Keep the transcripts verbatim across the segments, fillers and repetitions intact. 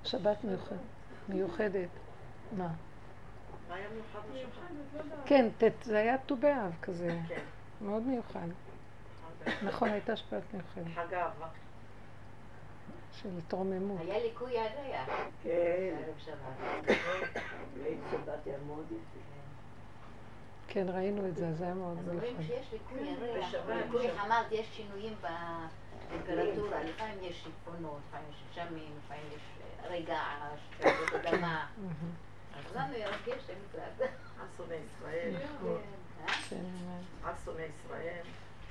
שבת מיוחדת. מיוחדת. מה? מה היה מיוחד בשבת? כן, זה היה ט"ו באב כזה. מאוד מיוחד. נכון, הייתה שבת מיוחדת. חג אהבה. של התרוממות. היה ליקוי הירח. כן. בערב שבת. ליל שבת היה מאוד יפה. כן, ראינו את זה, זה היה מאוד אז אומרים מיוחד. שיש ליקוי ירח, ליקוי חמת, יש שינויים בטמפרטורה, לפעמים יש שיטפונות, לפעמים יש גשמים, לפעמים יש רגע, רעידות אדמה. אז לנו ירגיש שמקלט. אסוני ישראל. אסוני ישראל.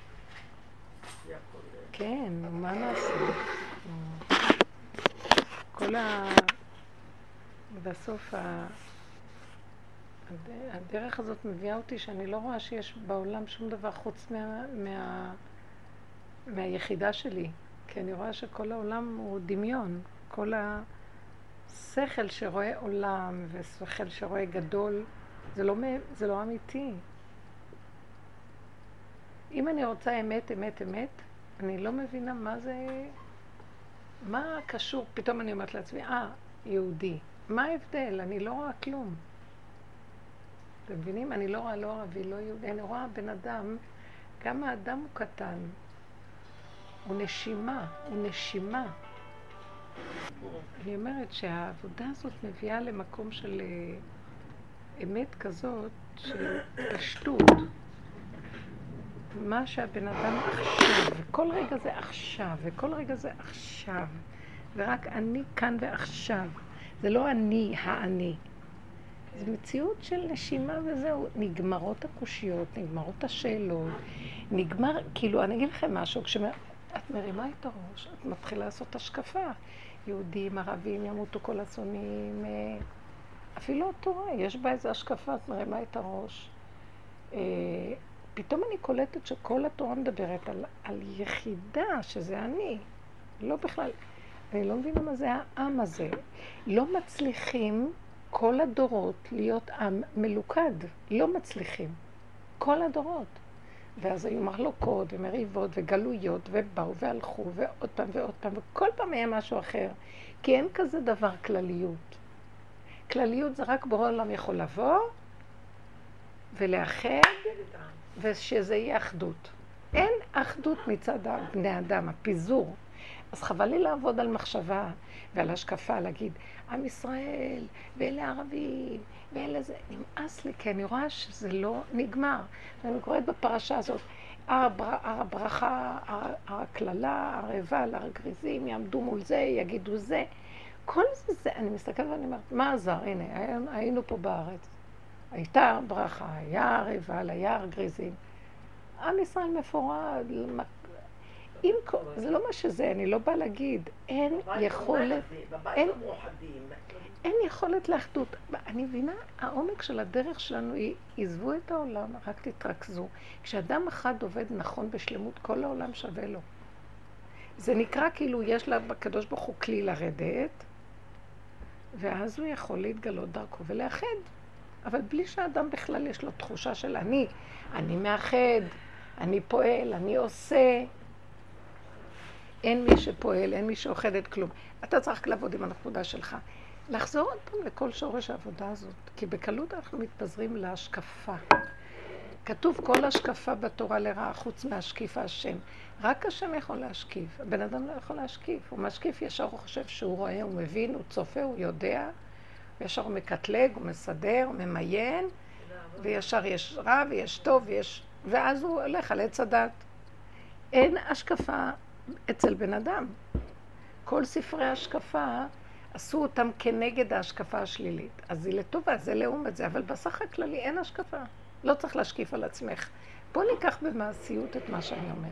כן, מה נעשה? כל ה... בסוף ה... הדרך הזאת מביאה אותי שאני לא רואה שיש בעולם שום דבר חוץ מה... מה... מהיחידה שלי. כי אני רואה שכל העולם הוא דמיון. כל השכל שרואה עולם ושכל שרואה גדול, זה לא, זה לא אמיתי. אם אני רוצה אמת, אמת, אמת, אני לא מבינה מה זה... מה קשור? פתאום אני אומרת לעצמי, אה, יהודי. מה ההבדל? אני לא רואה כלום. אתם מבינים? אני לא רואה לא ערבי, לא יהודי. אני רואה בן אדם, גם האדם הוא קטן. הוא נשימה, הוא נשימה. אני אומרת שהעבודה הזאת מביאה למקום של אמת כזאת, של פשטות. מה שהבן אדם עכשיו, וכל רגע זה עכשיו, וכל רגע זה עכשיו, ורק אני כאן ועכשיו. זה לא אני, האני. זו מציאות של נשימה וזהו. נגמרות הקושיות, נגמרות השאלות, נגמר, כאילו, אני אגיד לכם משהו, כשאת מרימה את הראש, את מתחילה לעשות השקפה. יהודים, ערבים, ימותו כל השונאים, אפילו התורה, יש בה איזו השקפה, את מרימה את הראש. פתאום אני קולטת שכל התורה מדברת על, על יחידה, שזה אני. לא בכלל, אני לא מבינה מה זה העם הזה. לא מצליחים כל הדורות להיות עם מלוכד. לא מצליחים. כל הדורות. ואז היו מחלוקות ומריבות וגלויות ובאו והלכו ועוד פעם ועוד פעם, וכל פעם היה משהו אחר. כי אין כזה דבר כלליות. כלליות זה רק בורא עולם יכול לבוא ולאחד ושזה יהיה אחדות. אין אחדות מצד בני אדם, הפיזור. אז חבל לי לעבוד על מחשבה ועל השקפה, להגיד, עם ישראל, ואלה ערבים, ואלה זה, נמאס לי, כי אני רואה שזה לא נגמר. ואני קוראת בפרשה הזאת, הר הברכה, הר הכללה, הר עיבל, הר גריזים, יעמדו מול זה, יגידו זה. כל זה זה, אני מסתכלת ואני אומרת, מה עזר? הנה, היינו פה בארץ. הייתה ברכה, היה הר עיבל, היה הר גריזים. עם ישראל מפורד, אם כל, זה לא מה שזה, אני לא באה להגיד, אין יכולת, אין, אין יכולת לאחדות. אני מבינה, העומק של הדרך שלנו היא, עזבו את העולם, רק תתרכזו. כשאדם אחד עובד נכון בשלמות, כל העולם שווה לו. זה נקרא כאילו יש לה בקדוש ברוך הוא כלי לרדת, ואז הוא יכול להתגלות דרכו ולאחד. אבל בלי שהאדם בכלל יש לו תחושה של אני, אני מאחד, אני פועל, אני עושה. אין מי שפועל, אין מי שאוחד את כלום. אתה צריך לעבוד עם הנקודה שלך. לחזור עוד פעם לכל שורש העבודה הזאת, כי בקלות אנחנו מתפזרים להשקפה. כתוב כל השקפה בתורה לרעה, חוץ מהשקיף השם. רק השם יכול להשקיף, הבן אדם לא יכול להשקיף. הוא משקיף ישר, הוא חושב שהוא רואה, הוא מבין, הוא צופה, הוא יודע, וישר הוא מקטלג, הוא מסדר, הוא ממיין, וישר יש רע ויש טוב, ויש... ואז הוא הולך על עץ הדת. אין השקפה אצל בן אדם. כל ספרי ההשקפה עשו אותם כנגד ההשקפה השלילית. אז זה לטובה, זה לעומת זה, אבל בסך הכללי אין השקפה. לא צריך להשקיף על עצמך. בוא ניקח במעשיות את מה שאני אומרת.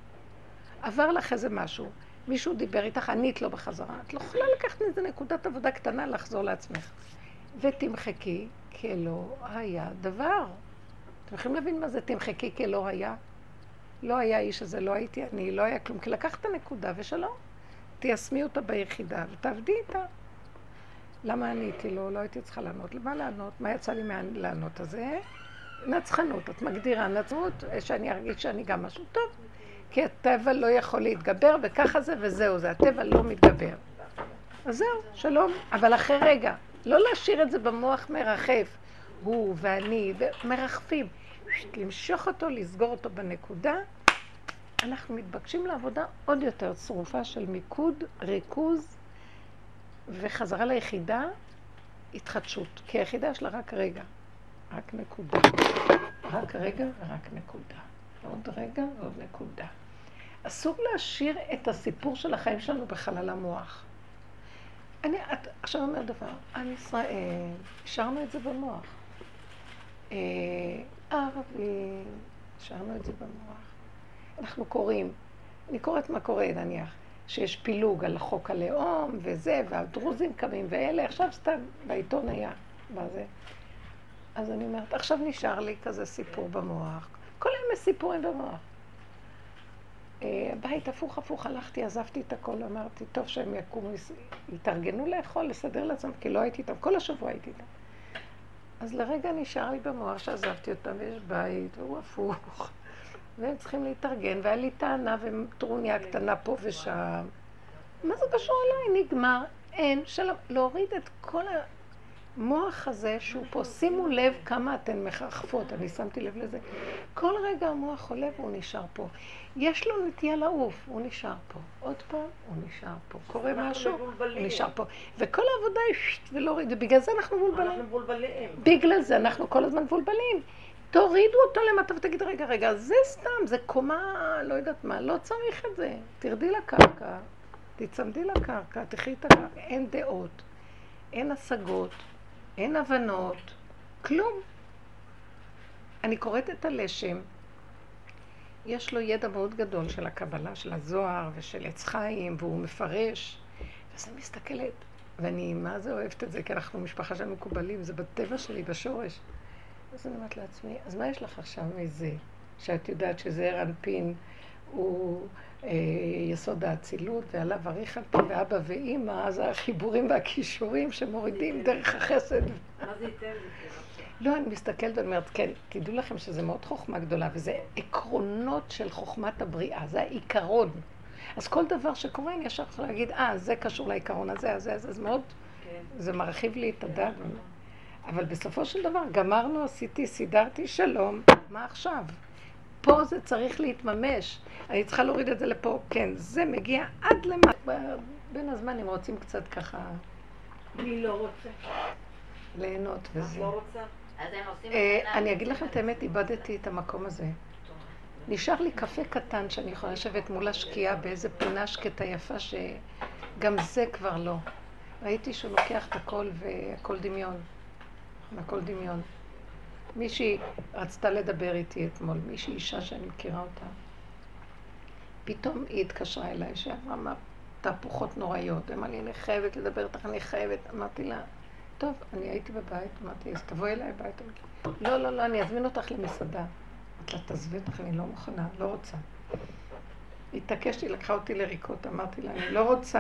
עבר לך איזה משהו, מישהו דיבר איתך, ענית לו בחזרה. את לא יכולה לקחת איזה נקודת עבודה קטנה לחזור לעצמך. ותמחקי כלא היה דבר. אתם יכולים להבין מה זה תמחקי כלא היה? לא היה איש הזה, לא הייתי אני, לא היה כלום. כי לקחת נקודה ושלום. תיישמי אותה ביחידה ותעבדי איתה. למה עניתי לו? לא הייתי צריכה לענות. למה לענות? מה יצא לי לענות? אז זה נצחנות. את מגדירה נצחות, שאני ארגיש שאני גם משהו טוב. כי הטבע לא יכול להתגבר, וככה זה וזהו זה. הטבע לא מתגבר. אז זהו, שלום. אבל אחרי רגע, לא להשאיר את זה במוח מרחף. הוא ואני, ומרחפים. למשוך אותו, לסגור אותו בנקודה. אנחנו מתבקשים לעבודה עוד יותר צרופה של מיקוד, ריכוז וחזרה ליחידה, התחדשות. כי היחידה שלה רק רגע, רק נקודה. רק רגע ורק נקודה. עוד רגע ועוד נקודה. אסור להשאיר את הסיפור של החיים שלנו בחלל המוח. אני את, עכשיו אומר דבר, עם ישראל, השארנו את זה במוח. אה, ערבים, השארנו את זה במוח. אנחנו קוראים, אני קוראת מה קורה נניח, שיש פילוג על חוק הלאום וזה, והדרוזים קמים ואלה, עכשיו סתם בעיתון היה, בזה. אז אני אומרת, עכשיו נשאר לי כזה סיפור במוח. כל היום יש סיפורים במוח. בית הפוך הפוך, הלכתי, עזבתי את הכל, אמרתי, טוב שהם יקומו, יתארגנו לאכול, לסדר לעצמם, כי לא הייתי איתם, כל השבוע הייתי איתם. אז לרגע נשאר לי במוח שעזבתי אותם, ויש בית, והוא הפוך, והם צריכים להתארגן, והיה לי טענה וטרוניה קטנה פה ושם. מה זה קשור אליי? נגמר, אין, של... להוריד את כל המוח הזה שהוא פה, שימו לב כמה אתן מחרחפות, אני שמתי לב לזה. כל רגע המוח עולה והוא נשאר פה. יש לו נטייה לעוף, הוא נשאר פה. עוד פעם, הוא נשאר פה. קורה משהו, הוא נשאר פה. וכל העבודה היא שט ולהוריד, ובגלל זה אנחנו מבולבלים. אנחנו מבולבלים. בגלל זה אנחנו כל הזמן מבולבלים. תורידו אותו למטה ותגיד, רגע, רגע, זה סתם, זה קומה, לא יודעת מה, לא צריך את זה. תרדי לקרקע, תצמדי לקרקע, תחי את הקרקע. אין דעות, אין השגות, אין הבנות, כלום. אני קוראת את הלשם, יש לו ידע מאוד גדול של הקבלה, של הזוהר ושל עץ חיים, והוא מפרש. אז אני מסתכלת, ואני מה זה אוהבת את זה, כי אנחנו משפחה של מקובלים, זה בטבע שלי, בשורש. אז אני אומרת לעצמי, אז מה יש לך עכשיו מזה, שאת יודעת שזה רנפין, הוא אה, יסוד האצילות, ועליו אריך אנפין, ואבא ואימא, אז החיבורים והכישורים שמורידים דרך החסד. מה זה ייתן לי? לא, אני מסתכלת ואני אומרת, כן, תדעו לכם שזה מאוד חוכמה גדולה, וזה עקרונות של חוכמת הבריאה, זה העיקרון. אז כל דבר שקורה, אני ישר יכולה להגיד, אה, זה קשור לעיקרון הזה, הזה, הזה, זה מאוד, זה מרחיב לי את הדעת. אבל בסופו של דבר, גמרנו, עשיתי, סידרתי, שלום, מה עכשיו? פה זה צריך להתממש. אני צריכה להוריד את זה לפה, כן, זה מגיע עד למטה. בין הזמן, אם רוצים קצת ככה... מי לא רוצה? ליהנות וזה. לא רוצה? אז הם עושים... אני אגיד לכם את האמת, איבדתי את המקום הזה. נשאר לי קפה קטן שאני יכולה לשבת מול השקיעה באיזה פינה שקטה יפה שגם זה כבר לא. ראיתי שהוא לוקח את הכל והכל דמיון. הכל דמיון. מישהי רצתה לדבר איתי אתמול, מישהי אישה שאני מכירה אותה. פתאום היא התקשרה אליי שאמרה תהפוכות נוראיות. אמרה לי, אני חייבת לדבר איתך, אני חייבת. אמרתי לה, טוב, אני הייתי בבית, אמרתי, אז תבואי אליי הביתה. לא, לא, לא, אני אזמין אותך למסעדה. אמרתי לה, תעזבי אותך, אני לא מוכנה, לא רוצה. התעקשתי, לקחה אותי לריקות, אמרתי לה, אני לא רוצה.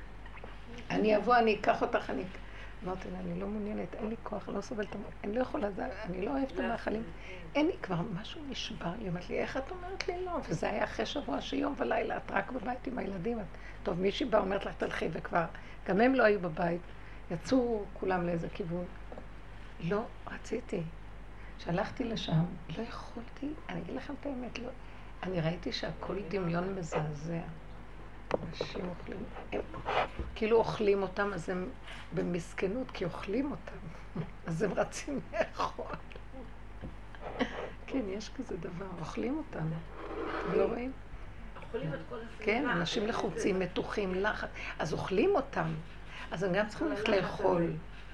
אני אבוא, אני אקח אותך, אני... אמרתי לה, אני לא מעוניינת, אין לי כוח, אני לא סובלת, אני לא יכולה, אני לא אוהבת את המאכלים. אין לי, כבר משהו נשבר לי, אמרתי לי, איך את אומרת לי לא? וזה היה אחרי שבוע שיום ולילה, את רק בבית עם הילדים. טוב, מישהי באה, אומרת לך, תלכי, וכבר, גם הם לא היו בבית, יצאו כולם לאיזה כיוון. לא רציתי. כשהלכתי לשם, לא יכולתי, אני אגיד לכם את האמת, לא. אני ראיתי שהכל דמיון מזעזע. אנשים אוכלים, הם כאילו אוכלים אותם, אז הם במסכנות, כי אוכלים אותם. אז הם רצים לאכול. כן, יש כזה דבר, אוכלים אותם. אתם לא רואים? אוכלים את כל הסביבה. כן, אנשים לחוצים, מתוחים, לחץ. אז אוכלים אותם. אז הם גם צריכים ללכת לאכול.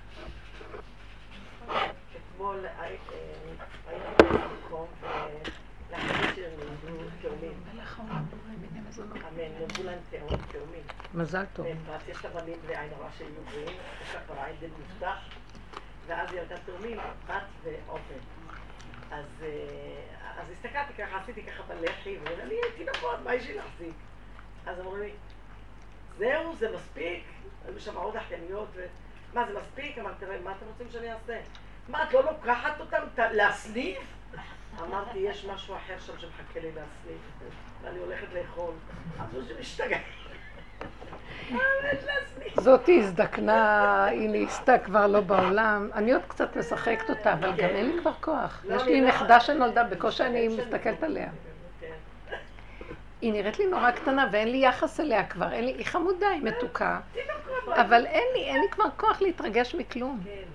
אתמול הייתי במקום ולאחרים שנולדו תאומים. מלך העולם בורא מיני מזונות. אמן, נולדו להם תאומים. מזל טוב. ואז יש הבנים ועין רעה שהיו בריאים, יש לך כבר עין דל מובטח, ואז היא הייתה תאומים, בת ואופן. אז הסתכלתי ככה, עשיתי ככה בלחי, ואני הייתי נכון, מה יש לי להחזיק? אז אמרו לי, זהו, זה מספיק? היו שם עוד אחייניות, מה זה מספיק? אמרתי, תראה, מה אתם רוצים שאני אעשה? מה, את לא לוקחת אותם להסניף? אמרתי, יש משהו אחר שם שמחכה לי להסניף, ואני הולכת לאכול. אמרו שמשתגע. האמת להסניף. זאתי הזדקנה, היא נעשתה כבר לא בעולם. אני עוד קצת משחקת אותה, אבל גם אין לי כבר כוח. יש לי נכדה שנולדה, בקושי אני מסתכלת עליה. היא נראית לי נורא קטנה ואין לי יחס אליה כבר. אין לי, היא חמודה, היא מתוקה. אבל אין לי, אין לי כבר כוח להתרגש מכלום.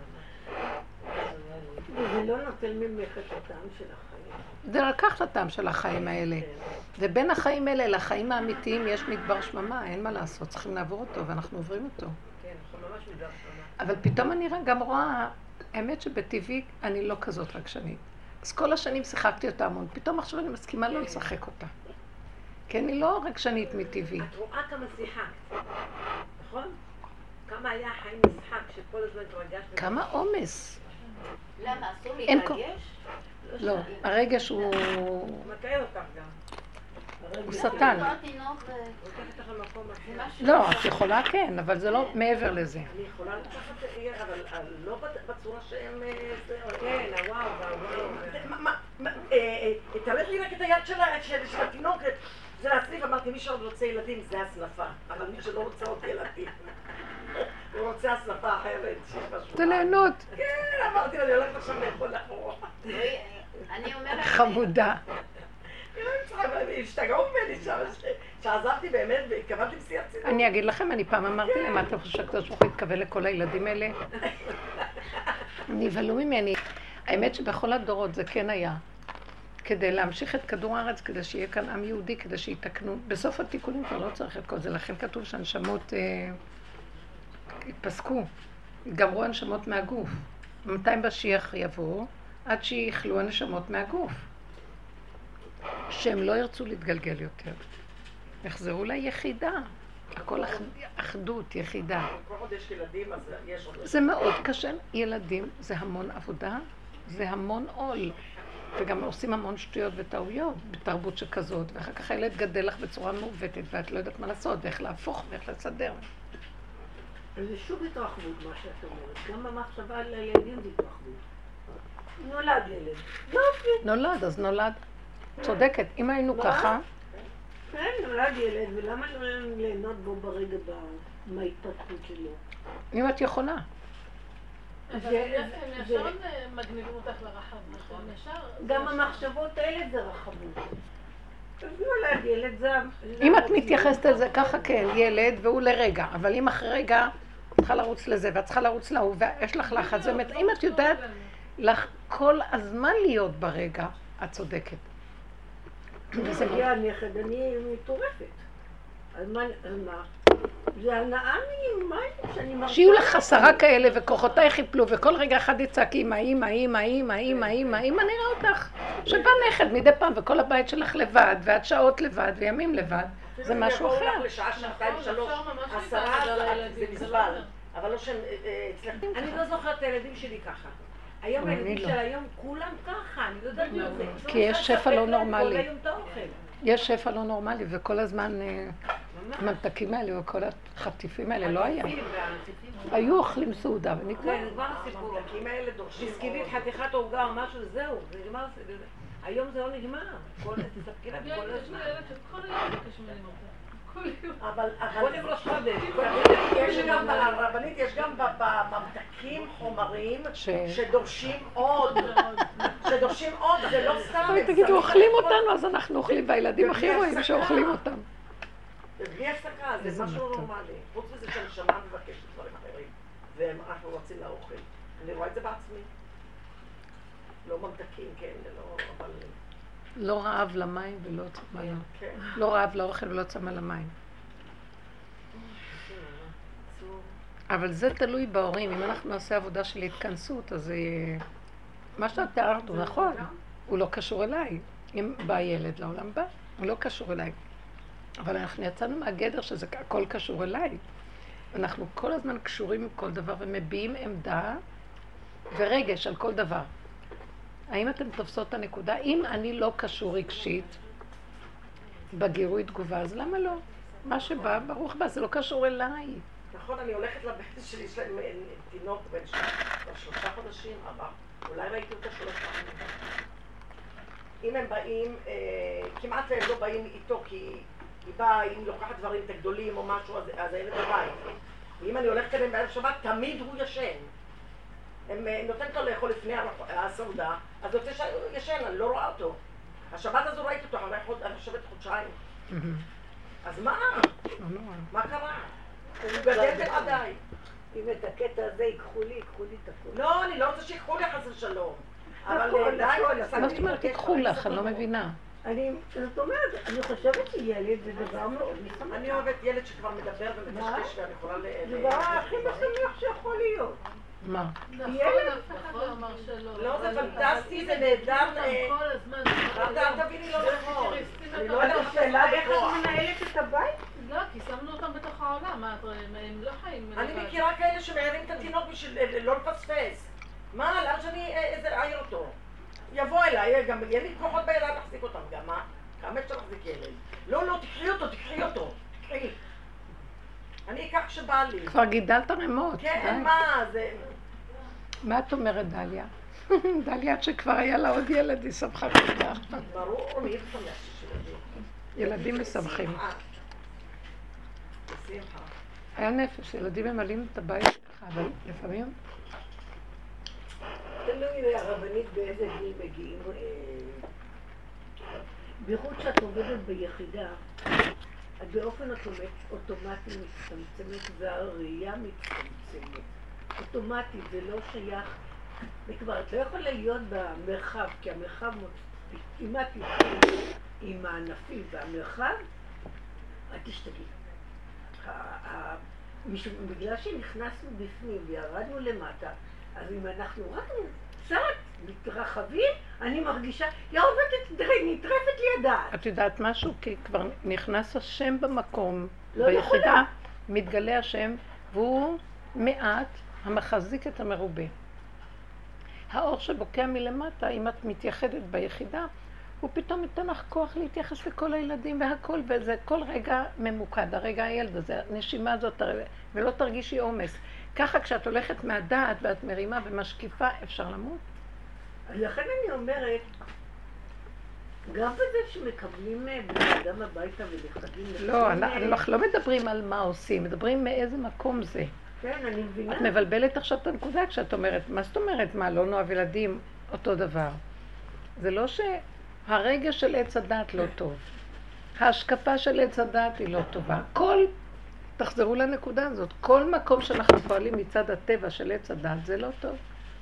זה לא נוטל ממך את הטעם של החיים. זה לקח את הטעם של החיים האלה. ובין החיים האלה לחיים האמיתיים יש מדבר שממה, אין מה לעשות, צריכים לעבור אותו ואנחנו עוברים אותו. כן, אנחנו ממש מדבר שממה. אבל פתאום אני גם רואה, האמת שבטבעי אני לא כזאת רגשנית. אז כל השנים שיחקתי אותה המון, פתאום עכשיו אני מסכימה לא לשחק אותה. כי אני לא רגשנית מטבעי. את רואה כמה שיחקת, נכון? כמה היה חיים משחק שכל הזמן התרגשת? כמה עומס. למה? אסור אין כל- להתרגש? לא, הרגש הוא... מכה אותך גם. הוא שטן. לא, התינוק זה- לוקחת לך מקום זה אחר. משהו- לא, את יכולה כן, אבל זה לא מעבר לזה. אני יכולה לקחת, אבל אבל לא בצורה שהם... אה, זה, כן, הוואו, והוואו. מה, מה, מה, אה, אה, תלך לי רק את היד שלה, של של התינוקת. זה להצליף, אמרתי, מי שעוד רוצה ילדים זה הסנפה, אבל מי שלא רוצה עוד ילדים, הוא רוצה הסנפה אחרת. שיש בה שולחן. זה ליהנות. כן, אמרתי לו, אני הולכת עכשיו לאכול לאחורה. רואי, אני אומרת... חמודה. השתגעו ממני שם, שעזבתי באמת והתכוונתי בשיא הרצינות. אני אגיד לכם, אני פעם אמרתי להם, מה אתם חושבים שהקדוש ברוך הוא התכוון לכל הילדים האלה? נבהלו ממני. האמת שבכל הדורות זה כן היה. כדי להמשיך את כדור הארץ, כדי שיהיה כאן עם יהודי, כדי שיתקנו. בסוף התיקונים כבר לא צריך את כל זה, לכן כתוב שהנשמות אה, התפסקו, גמרו הנשמות מהגוף. מתי משיח יבוא? עד שיחלו הנשמות מהגוף. שהם לא ירצו להתגלגל יותר. יחזרו ליחידה. הכל אח... אחדות, יחידה. כל עוד יש ילדים, אז יש עוד... זה מאוד קשה. ילדים זה המון עבודה, זה המון עול. וגם עושים המון שטויות וטעויות בתרבות שכזאת, ואחר כך הילד גדל לך בצורה מעוותת, ואת לא יודעת מה לעשות, ואיך להפוך ואיך לסדר. זה שוב התרחבות, מה שאת אומרת. גם המחשבה על הילדים זה התרחבות. נולד ילד. יופי. נולד, אז נולד. צודקת, אם היינו מה? ככה, כן, נולד ילד, ולמה לא ליהנות בו ברגע מההתפתחות שלו? אם את יכולה. אבל זה- הם זה- ישר מגניבים אותך לרחב, נכון? ישר... גם המחשבות האלה זה רחבות. אז נולד ילד זם. אם את מתייחסת לזה ככה, כן, ילד, והוא לרגע, אבל אם אחרי רגע, את צריכה לרוץ לזה, ואת צריכה לרוץ להוא, ויש לך לחץ, זאת אומרת, אם את יודעת לך כל הזמן להיות ברגע, את צודקת. וזה מגיע הנכד, אני מטורפת. אז מה, אז מה? זה הנאה מינימלית שאני מרגישה... שיהיו לך עשרה כאלה וכוחותייך יפלו וכל רגע אחד יצעקי אמא, אמא, אמא, אמא, אמא, אמא, אמא, נראה אותך. שבא נכד מדי פעם וכל הבית שלך לבד ואת שעות לבד וימים לבד, זה משהו אחר. יבואו לך לשעה, שעתיים, שלוש, עשרה, זה מזבל. אבל לא שהם אצלך... אני לא זוכרת את הילדים שלי ככה. היום אני הילדים לא. של היום כולם ככה, אני לא יודעת מה זה. כי יש שפע לא נורמלי. כל היום את האוכל. יש שפע לא נורמלי וכל הזמן אה, הממתקים האלה וכל החטיפים האלה לא היה. היו אוכלים סעודה ונגמר. זה נגמר הסיפור. המקים האלה דורשים... מסכנית חתיכת עוגה או משהו, זהו, זה נגמר. היום זה לא נגמר. כל תסתכלי להם כל יש לי הזמן. ילד שכל היום מבקש ממני אותה. כל יום. אבל... כל יום ראש חודש. יש גם, הרבנית, יש גם בממתקים חומרים ש- שדורשים עוד. שדורשים עוד, זה לא סתם. אוי, תגידו, אוכלים אותנו, אז אנחנו אוכלים, והילדים הכי רואים שאוכלים אותם. בלי הפסקה, זה איזה משהו מתוק. נורמלי. חוץ מזה שהנשמה מבקשת דברים אחרים, ואנחנו רוצים לאוכל. אני רואה את זה בעצמי. לא ממתקים, כן, לא... אבל... לא רעב למים ולא צמא לים. כן. לא רעב לאוכל ולא צמא למים. אבל זה תלוי בהורים. אם אנחנו נעשה עבודה של התכנסות, אז אה, מה שאת תיארת הוא נכון. הוא לא קשור אליי. אם בא ילד לעולם בא, הוא לא קשור אליי. אבל אנחנו יצאנו מהגדר שזה הכל קשור אליי. אנחנו כל הזמן קשורים עם כל דבר ומביעים עמדה ורגש על כל דבר. האם אתם תופסות את הנקודה? אם אני לא קשור רגשית בגירוי תגובה, אז למה לא? מה שבא, ברוך בא, זה לא קשור אליי. נכון, אני הולכת לבית שלי, יש להם תינוק בן שלושה חודשים, ארבע. אולי ראיתי אותה שלוש פעמים. אם הם באים, כמעט הם לא באים איתו, כי היא באה, אם היא לוקחת דברים את הגדולים או משהו, אז הילד בבית. ואם אני הולכת אליהם בערב שבת, תמיד הוא ישן. הם נותנת לו לאכול לפני הסעודה, אז יוצא שהוא ישן, אני לא רואה אותו. השבת הזו ראיתי אותו, אני חושבת חודשיים. אז מה? מה קרה? הוא גדל בעדיי. אם את הקטע הזה ייקחו לי, ייקחו לי את הכול. לא, אני לא רוצה שיקחו לי חס ושלום. אבל די, מה זאת אומרת תיקחו לך? אני לא מבינה. אני, זאת אומרת, אני חושבת שילד זה דבר מאוד משמח. אני אוהבת ילד שכבר מדבר ומקשקש ואני יכולה ל... זה דבר הכי משמח שיכול להיות. מה? נכון, אף אחד לא אמר שלא. לא, זה פנטסטי, זה נהדר. כל הזמן. אל תביני לא נכון. אני לא יודעת השאלה איך את מנהלת את הבית? לא, כי שמנו אותם בתוך העולם, מה, הם לא חיים. אני מכירה כאלה שמעירים את התינוק בשביל לא לפספס. מה, למה שאני אעיר אותו? יבוא אליי, גם יהיה לי כוחות בידיים להחזיק אותם, גם מה? כמה אפשר להחזיק ילד? לא, לא, תקחי אותו, תקחי אותו, תקחי. אני אקח כשבא לי. כבר גידלת רמות. כן, מה, זה... מה את אומרת, דליה? דליה, עד שכבר היה לה עוד ילד, היא שמחה כל כך. ברור, מי יפתח שיש ילדים? ילדים משמחים. בשמחה. היה נפש, ילדים ממלאים את הבית שלך, אבל לפעמים... תלוי הרבנית באיזה גיל מגיעים. בייחוד שאת עובדת ביחידה, את באופן אוטומטי מצטמצמת והראייה מצטמצמת. אוטומטית, זה לא שייך. וכבר, את לא יכולה להיות במרחב, כי המרחב כמעט יוצא עם הענפים והמרחב, את תשתגעי. בגלל שנכנסנו בפנים וירדנו למטה, אז אם אנחנו רק קצת מתרחבים, אני מרגישה, יא עובדת, נטרפת לי הדעת. את יודעת משהו? כי כבר נכנס השם במקום, לא ביחידה, יכולה. מתגלה השם, והוא מעט המחזיק את המרובה. האור שבוקע מלמטה, אם את מתייחדת ביחידה, הוא פתאום ייתן לך כוח להתייחס לכל הילדים והכל, וזה כל רגע ממוקד, הרגע הילד הזה, הנשימה הזאת, ולא תרגישי עומס. ככה כשאת הולכת מהדעת ואת מרימה ומשקיפה, אפשר למות? לכן אני אומרת, גם בזה שמקבלים בני אדם הביתה ונכדים... לא, אנחנו לא מדברים על מה עושים, מדברים מאיזה מקום זה. כן, אני מבינה. את מבלבלת עכשיו את הנקודה כשאת אומרת, מה זאת אומרת? מה, לא נאהב ילדים? אותו דבר. זה לא שהרגע של עץ הדת לא טוב. ההשקפה של עץ הדת היא לא טובה. כל, תחזרו לנקודה הזאת, כל מקום שאנחנו פועלים מצד הטבע של עץ הדת זה לא טוב.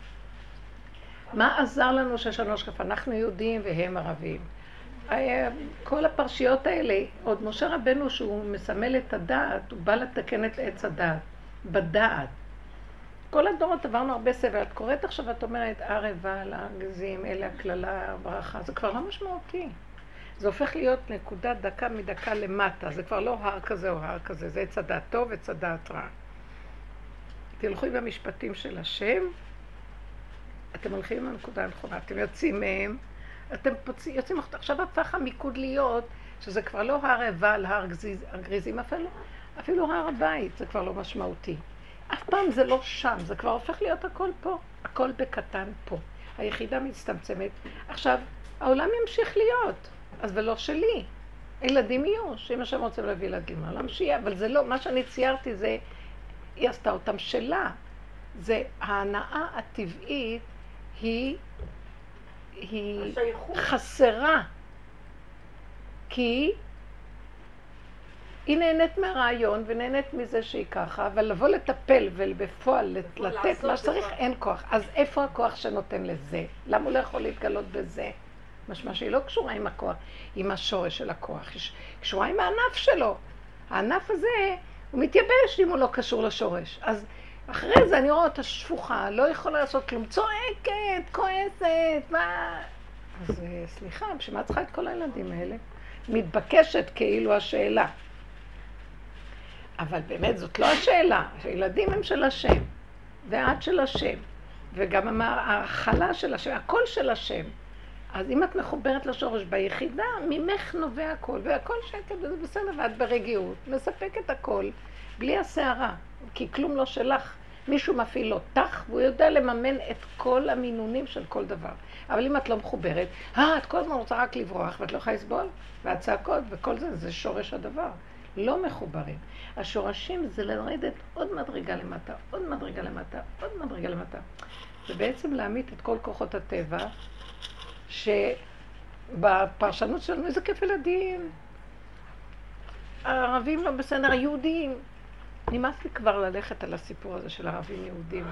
מה עזר לנו שיש לנו השקפה? אנחנו יהודים והם ערבים. כל הפרשיות האלה, עוד משה רבנו שהוא מסמל את הדעת, הוא בא לתקן את עץ הדעת, בדעת. כל הדורות עברנו הרבה סבל. את קוראת עכשיו ואת אומרת, ערבה, הגזים, אלה הכללה, הברכה, זה כבר לא משמעותי. זה הופך להיות נקודה דקה מדקה למטה, זה כבר לא הר כזה או הר כזה, זה עץ הדעת טוב ועץ הדעת רע. תלכו עם המשפטים של השם, אתם הולכים עם הנקודה הנכונה, אתם יוצאים מהם, אתם פוצאים, יוצאים, עכשיו הפך המיקוד להיות, שזה כבר לא הר עבל, הר גזיז, גריזים, אפילו, אפילו הר הבית, זה כבר לא משמעותי. אף פעם זה לא שם, זה כבר הופך להיות הכל פה, הכל בקטן פה. היחידה מצטמצמת. עכשיו, העולם ימשיך להיות, אז ולא שלי. הילדים יהיו, שאם השם רוצה להביא ילדים, העולם שיהיה, אבל זה לא, מה שאני ציירתי זה, היא עשתה אותם שלה. זה ההנאה הטבעית היא, היא חסרה, כי היא נהנית מהרעיון ונהנית מזה שהיא ככה, אבל לבוא לטפל ובפועל לתת מה שצריך, אין כוח. אז איפה הכוח שנותן לזה? למה הוא לא יכול להתגלות בזה? משמע שהיא לא קשורה עם הכוח, עם השורש של הכוח, היא קשורה עם הענף שלו. הענף הזה, הוא מתייבש אם הוא לא קשור לשורש. אז אחרי זה אני רואה אותה שפוכה, לא יכולה לעשות כלום, צועקת, כועסת, מה? אז סליחה, בשביל מה צריכה את כל הילדים האלה? מתבקשת כאילו השאלה. אבל באמת זאת לא השאלה, הילדים הם של השם, ועד של השם, וגם ההכלה של השם, הכל של השם. אז אם את מחוברת לשורש ביחידה, ממך נובע הכל, והכל שקט, וזה בסדר, ואת ברגיעות, מספקת הכל, בלי הסערה, כי כלום לא שלך. מישהו מפעיל אותך, והוא יודע לממן את כל המינונים של כל דבר. אבל אם את לא מחוברת, אה, את כל הזמן רוצה רק לברוח, ואת לא יכולה לסבול, והצעקות, וכל זה, זה שורש הדבר. לא מחוברים. השורשים זה לרדת עוד מדרגה למטה, עוד מדרגה למטה, עוד מדרגה למטה. זה בעצם להעמיד את כל כוחות הטבע, שבפרשנות שלנו איזה כיף ילדים. הערבים לא בסדר, היהודים. נמאס לי כבר ללכת על הסיפור הזה של ערבים יהודים.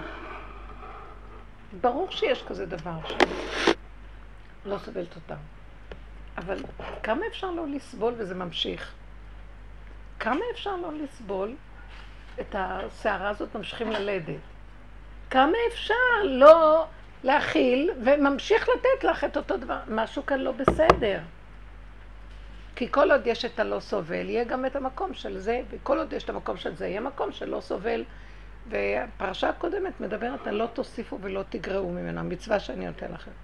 ברור שיש כזה דבר שלא סובלת אותם. אבל כמה אפשר לא לסבול וזה ממשיך? כמה אפשר לא לסבול את השערה הזאת ממשיכים ללדת? כמה אפשר לא להכיל וממשיך לתת לך את אותו דבר? משהו כאן לא בסדר. כי כל עוד יש את הלא סובל, יהיה גם את המקום של זה, וכל עוד יש את המקום של זה, יהיה מקום של לא סובל. והפרשה הקודמת מדברת על לא תוסיפו ולא תגרעו ממנו, המצווה שאני נותן לכם.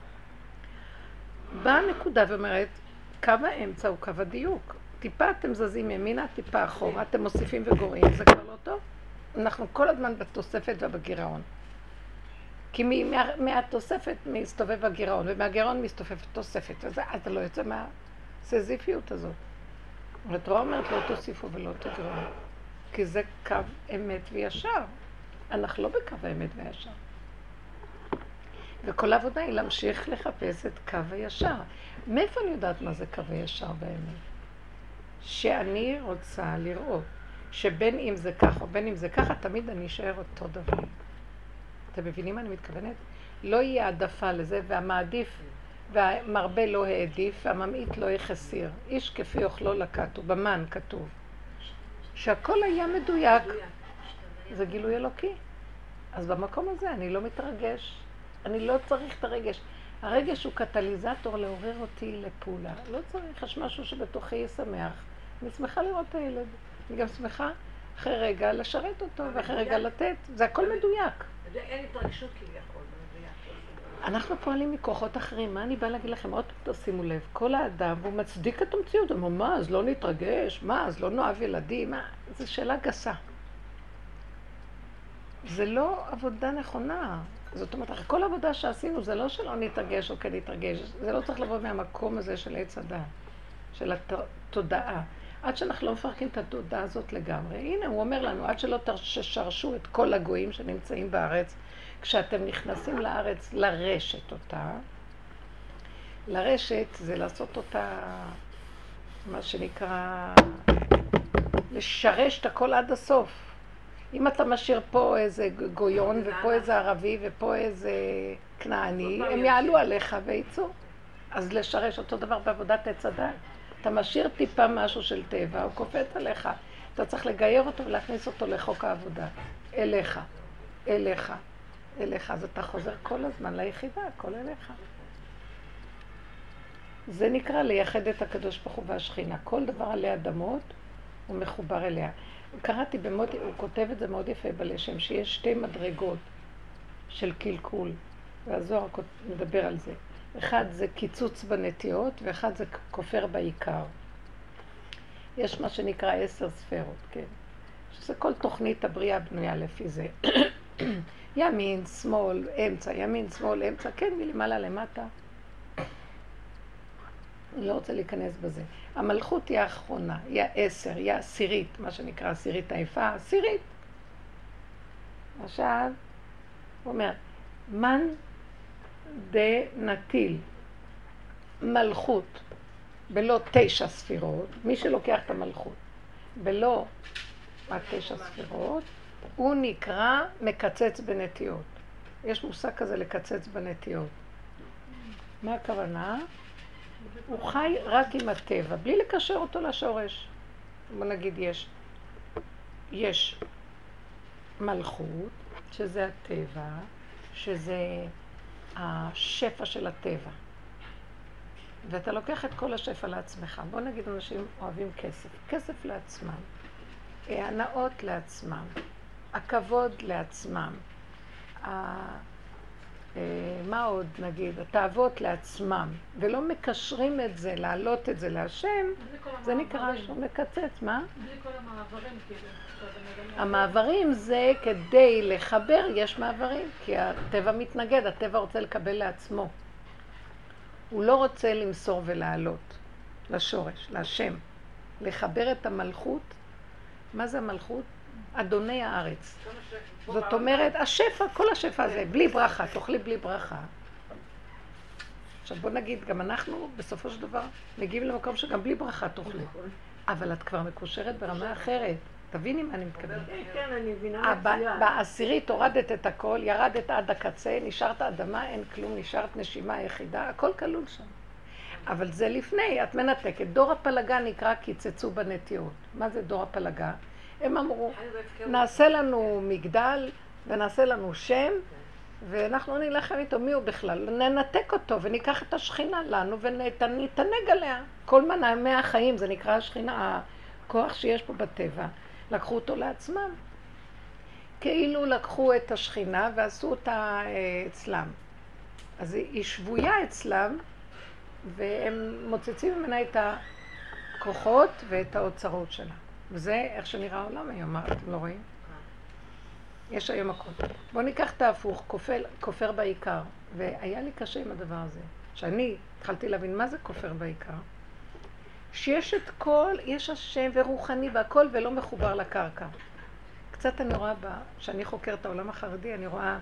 באה הנקודה ואומרת, קו האמצע הוא קו הדיוק. טיפה אתם זזים ימינה, טיפה אחורה, אתם מוסיפים וגורעים, זה כבר לא טוב. אנחנו כל הזמן בתוספת ובגירעון. כי מה, מהתוספת מסתובב הגירעון, ומהגירעון מסתובב תוספת, אז אתה לא יוצא מהסזיפיות הזאת. התורה אומרת לא תוסיפו ולא תגרעו, כי זה קו אמת וישר. אנחנו לא בקו האמת וישר. וכל העבודה היא להמשיך לחפש את קו הישר. מאיפה אני יודעת מה זה קו הישר באמת? שאני רוצה לראות שבין אם זה ככה או בין אם זה ככה, תמיד אני אשאר אותו דבר. אתם מבינים מה אני מתכוונת? לא יהיה העדפה לזה, והמעדיף והמרבה לא העדיף, והממעיט לא יחסיר. איש כפי אוכלו לכתוב, במן כתוב. שהכל היה מדויק. זה גילוי אלוקי. אז במקום הזה אני לא מתרגש. אני לא צריך את הרגש. הרגש הוא קטליזטור לעורר אותי לפעולה. לא צריך, יש משהו שבתוכי ישמח. אני שמחה לראות את הילד. אני גם שמחה אחרי רגע לשרת אותו, ואחרי רגע לתת. זה הכל מדויק. אין התרגשות כביכול, במדויק. אנחנו פועלים מכוחות אחרים. מה אני באה להגיד לכם? עוד פעם תשימו לב. כל האדם, הוא מצדיק את המציאות. הוא אומר, מה, אז לא נתרגש? מה, אז לא נאהב ילדים? מה? זו שאלה גסה. זה לא עבודה נכונה. זאת אומרת, אחרי כל עבודה שעשינו, זה לא שלא נתרגש או כן נתרגש. זה לא צריך לבוא מהמקום הזה של עץ הדת, של התודעה. עד שאנחנו לא מפרקים את התודעה הזאת לגמרי. הנה, הוא אומר לנו, עד שלא תשרשו את כל הגויים שנמצאים בארץ, כשאתם נכנסים לארץ, לרשת אותה. לרשת זה לעשות אותה, מה שנקרא, לשרש את הכל עד הסוף. אם אתה משאיר פה איזה גויון ופה איזה ערבי ופה איזה כנעני, הם יעלו עליך וייצאו. אז לשרש אותו דבר בעבודת עץ הדת. אתה משאיר טיפה משהו של טבע, הוא קופץ עליך. אתה צריך לגייר אותו ולהכניס אותו לחוק העבודה. אליך, אליך, אליך. אז אתה חוזר כל הזמן ליחידה, הכל אליך. זה נקרא לייחד את הקדוש ברוך הוא והשכינה. כל דבר עלי אדמות הוא מחובר אליה. קראתי במות, הוא כותב את זה מאוד יפה בלשם, שיש שתי מדרגות של קלקול, והזוהר מדבר על זה. אחד זה קיצוץ בנטיות, ואחד זה כופר בעיקר. יש מה שנקרא עשר ספרות, כן. שזה כל תוכנית הבריאה בנויה לפי זה. ימין, שמאל, אמצע, ימין, שמאל, אמצע, כן, מלמעלה למטה. אני לא רוצה להיכנס בזה. המלכות היא האחרונה, היא העשר, היא העשירית, מה שנקרא עשירית היפה, עשירית. עכשיו, הוא אומר, מן דה נטיל, מלכות, בלא תשע ספירות, מי שלוקח את המלכות, בלא התשע ספירות, הוא נקרא מקצץ בנטיות. יש מושג כזה לקצץ בנטיות. מה הכוונה? הוא חי רק עם הטבע, בלי לקשר אותו לשורש. בוא נגיד, יש, יש מלכות, שזה הטבע, שזה השפע של הטבע. ואתה לוקח את כל השפע לעצמך. בוא נגיד, אנשים אוהבים כסף. כסף לעצמם, הנאות לעצמם, הכבוד לעצמם, מה עוד נגיד? התאוות לעצמם, ולא מקשרים את זה, להעלות את זה להשם, זה נקרא שהוא מקצץ, מה? בלי כל המעברים כאילו. המעברים זה כדי לחבר, יש מעברים, כי הטבע מתנגד, הטבע רוצה לקבל לעצמו. הוא לא רוצה למסור ולהעלות לשורש, להשם. לחבר את המלכות. מה זה המלכות? אדוני הארץ. זאת אומרת, השפע, כל השפע הזה, בלי ברכה, תאכלי בלי ברכה. עכשיו בוא נגיד, גם אנחנו בסופו של דבר מגיעים למקום שגם בלי ברכה תאכלי. אבל את כבר מקושרת ברמה אחרת. תביני מה אני מתכוונת. כן, אני מבינה מצוין. בעשירית הורדת את הכל, ירדת עד הקצה, נשארת אדמה, אין כלום, נשארת נשימה יחידה, הכל כלול שם. אבל זה לפני, את מנתקת. דור הפלגה נקרא קיצצו בנטיות. מה זה דור הפלגה? הם אמרו, נעשה לנו מגדל ונעשה לנו שם, ואנחנו נלחם איתו, מי הוא בכלל? ננתק אותו וניקח את השכינה לנו ונתענג עליה. כל מנעמי החיים, זה נקרא השכינה, הכוח שיש פה בטבע. לקחו אותו לעצמם. כאילו לקחו את השכינה ועשו אותה אצלם. אז היא שבויה אצלם, והם מוצצים ממנה את הכוחות ואת האוצרות שלה. וזה איך שנראה העולם היום, מה אתם לא רואים? יש היום הכל. בואו ניקח את ההפוך, כופר, כופר בעיקר. והיה לי קשה עם הדבר הזה. שאני התחלתי להבין מה זה כופר בעיקר. שיש את כל, יש השם ורוחני והכל ולא מחובר לקרקע. קצת אני רואה בה, שאני חוקרת את העולם החרדי, אני רואה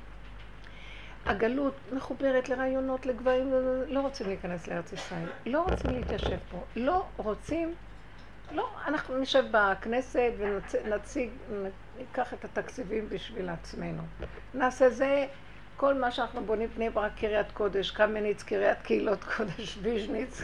הגלות מחוברת לרעיונות, לגבהים, לא רוצים להיכנס לארץ ישראל, לא רוצים להתיישב פה, לא רוצים, לא, אנחנו נשב בכנסת ונציג, ניקח את התקציבים בשביל עצמנו. נעשה זה, כל מה שאנחנו בונים בני ברק, קריית קודש, קמניץ, קריית קהילות קודש, ויז'ניץ,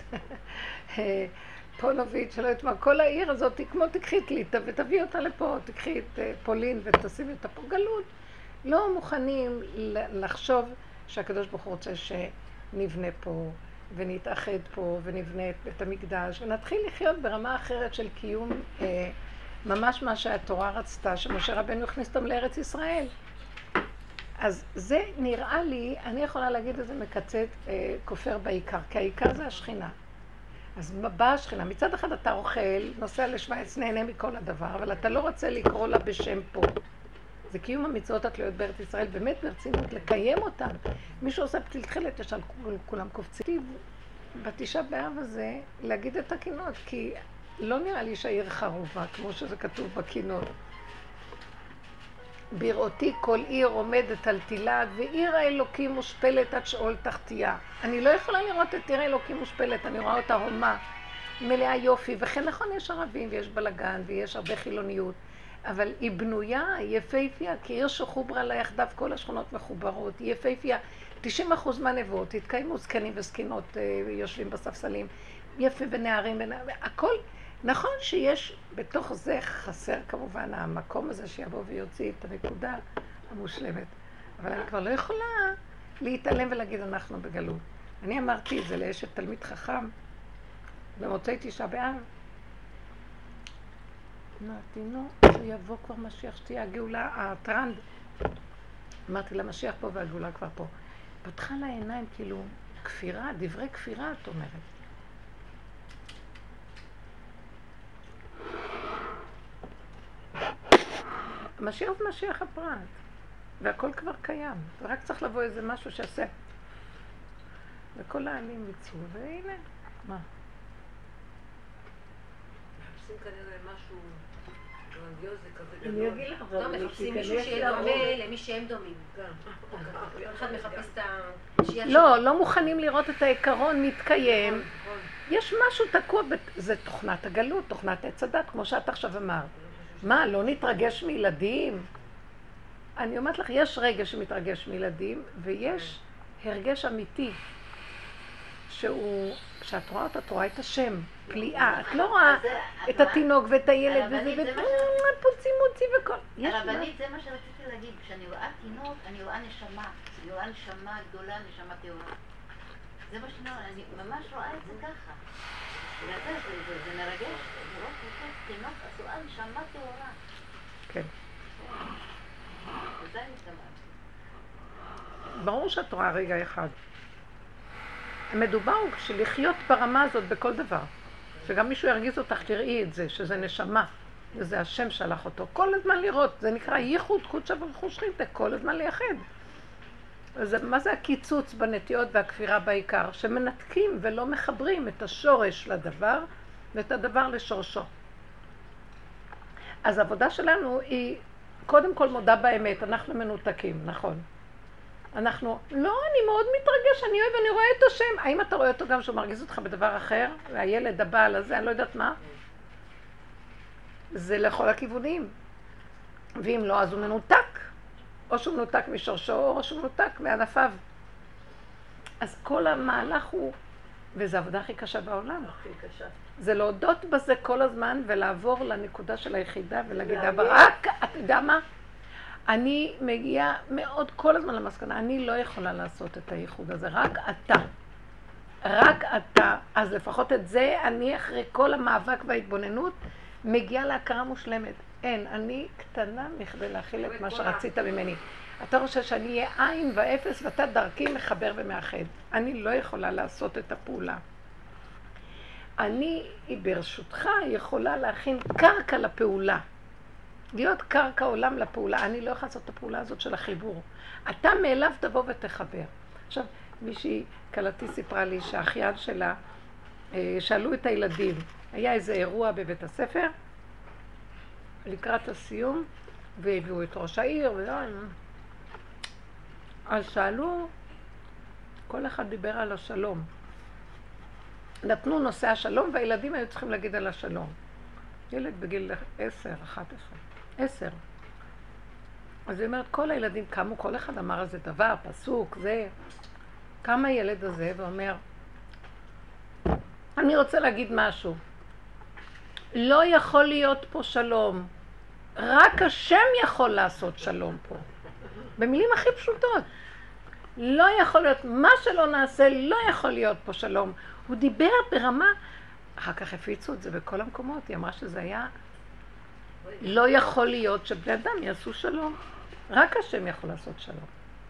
פונוביץ', שלא יודעת מה, כל העיר הזאת, כמו תקחי את ליטא ותביא אותה לפה, תקחי את פולין ותשימי אותה פה, גלות. לא מוכנים לחשוב שהקדוש ברוך הוא רוצה שנבנה פה ונתאחד פה ונבנה את בית המקדש ונתחיל לחיות ברמה אחרת של קיום אה, ממש מה שהתורה רצתה, שמשה רבנו הכניס אותם לארץ ישראל. אז זה נראה לי, אני יכולה להגיד את זה מקצת אה, כופר בעיקר, כי העיקר זה השכינה. אז באה השכינה, מצד אחד אתה אוכל, נוסע לשוויץ, נהנה מכל הדבר, אבל אתה לא רוצה לקרוא לה בשם פה. זה קיום המצוות התלויות בארץ ישראל, באמת ברצינות, לקיים אותן. מי שעושה פתיל תחילת, יש על כולם קופצים. בתשעה באב הזה, להגיד את הקינות, כי לא נראה לי שהעיר חרובה, כמו שזה כתוב בקינות. בראותי כל עיר עומדת על תילה, ועיר האלוקים מושפלת עד שאול תחתיה. אני לא יכולה לראות את עיר האלוקים מושפלת, אני רואה אותה הומה, מלאה יופי, וכן נכון יש ערבים ויש בלגן ויש הרבה חילוניות. אבל היא בנויה, היא יפהפייה, כי עיר שחוברה לה יחדיו כל השכונות מחוברות, היא יפהפייה. תשעים אחוז מהנבואות, התקיימו זקנים וזקנות יושבים בספסלים, יפה ונערים, הכל. נכון שיש בתוך זה חסר כמובן המקום הזה שיבוא ויוציא את הנקודה המושלמת. אבל אני כבר לא יכולה להתעלם ולהגיד אנחנו בגלות. אני אמרתי את זה לאשת תלמיד חכם במוצאי תשעה באב. אמרתי, נו, שיבוא כבר משיח, שתהיה הגאולה, הטרנד. אמרתי לה, משיח פה והגאולה כבר פה. פתחה לה עיניים כאילו כפירה, דברי כפירה, את אומרת. המשיח זה משיח הפרט, והכל כבר קיים. ורק צריך לבוא איזה משהו שעשה. וכל העלים יצאו, והנה, מה? מחפשים כנראה משהו גרנדיוזי כזה אני גדול. אגיד לך, לא, מחפשים מישהו שיהיה דומה למי שהם דומים. כל אחד מחפש את המשיח שלו. לא, לא מוכנים לראות את העיקרון מתקיים. יש משהו תקוע, זה תוכנת הגלות, תוכנת עץ הדת, כמו שאת עכשיו אמרת. מה, לא נתרגש מילדים? אני אומרת לך, יש רגש שמתרגש מילדים, ויש הרגש אמיתי, שהוא, כשאת רואה אותה, את רואה את השם, פליאה. את לא רואה את התינוק ואת הילד וזה, ופוצים מוציא וכל. הרבנית, זה מה שרציתי להגיד. כשאני רואה תינוק, אני רואה נשמה. אני רואה נשמה גדולה, נשמה טהורה. זה מה שאני רואה, אני ממש רואה את זה ככה. זה מרגש. אני רואה תינוק, אז רואה נשמה טהורה. כן. וזה אני מתכוונת. ברור שאת רואה רגע אחד. מדובר שלחיות ברמה הזאת בכל דבר. שגם מישהו ירגיז אותך, תראי את זה, שזה נשמה. וזה השם שלח אותו. כל הזמן לראות, זה נקרא ייחוד, קודשא בריך שכינתה, כל הזמן לייחד. אז מה זה הקיצוץ בנטיות והכפירה בעיקר? שמנתקים ולא מחברים את השורש לדבר, ואת הדבר לשורשו. אז העבודה שלנו היא, קודם כל מודה באמת, אנחנו מנותקים, נכון. אנחנו, לא, אני מאוד מתרגש, אני אוהב, אני רואה את השם. האם אתה רואה אותו גם שהוא מרגיז אותך בדבר אחר? והילד, הבעל הזה, אני לא יודעת מה. זה לכל הכיוונים. ואם לא, אז הוא מנותק. או שהוא מנותק משורשו, או שהוא מנותק מענפיו. אז כל המהלך הוא, וזו העבודה הכי קשה בעולם. הכי קשה. זה להודות בזה כל הזמן ולעבור לנקודה של היחידה ולהגיד, אבל רק, אתה יודע מה? אני מגיעה מאוד כל הזמן למסקנה, אני לא יכולה לעשות את הייחוד הזה, רק אתה. רק אתה. אז לפחות את זה, אני אחרי כל המאבק וההתבוננות, מגיעה להכרה מושלמת. אין, אני קטנה מכדי להכיל את מה שרצית ממני. אתה חושב שאני אהיה עין ואפס ואתה דרכי מחבר ומאחד. אני לא יכולה לעשות את הפעולה. אני, ברשותך, יכולה להכין קרקע לפעולה. להיות קרקע עולם לפעולה. אני לא יכולה לעשות את הפעולה הזאת של החיבור. אתה מאליו תבוא ותחבר. עכשיו, מישהי, קלתי סיפרה לי שהאחיין שלה, שאלו את הילדים, היה איזה אירוע בבית הספר, לקראת הסיום, והביאו את ראש העיר, ולא, אז שאלו, כל אחד דיבר על השלום. נתנו נושא השלום, והילדים היו צריכים להגיד על השלום. ילד בגיל עשר, אחת עשרה, עשר. אז היא אומרת, כל הילדים קמו, כל אחד אמר איזה דבר, פסוק, זה. קם הילד הזה ואומר, אני רוצה להגיד משהו. לא יכול להיות פה שלום. רק השם יכול לעשות שלום פה. במילים הכי פשוטות. לא יכול להיות, מה שלא נעשה, לא יכול להיות פה שלום. הוא דיבר ברמה, אחר כך הפיצו את זה בכל המקומות, היא אמרה שזה היה, לא יכול להיות שבני אדם יעשו שלום. רק השם יכול לעשות שלום.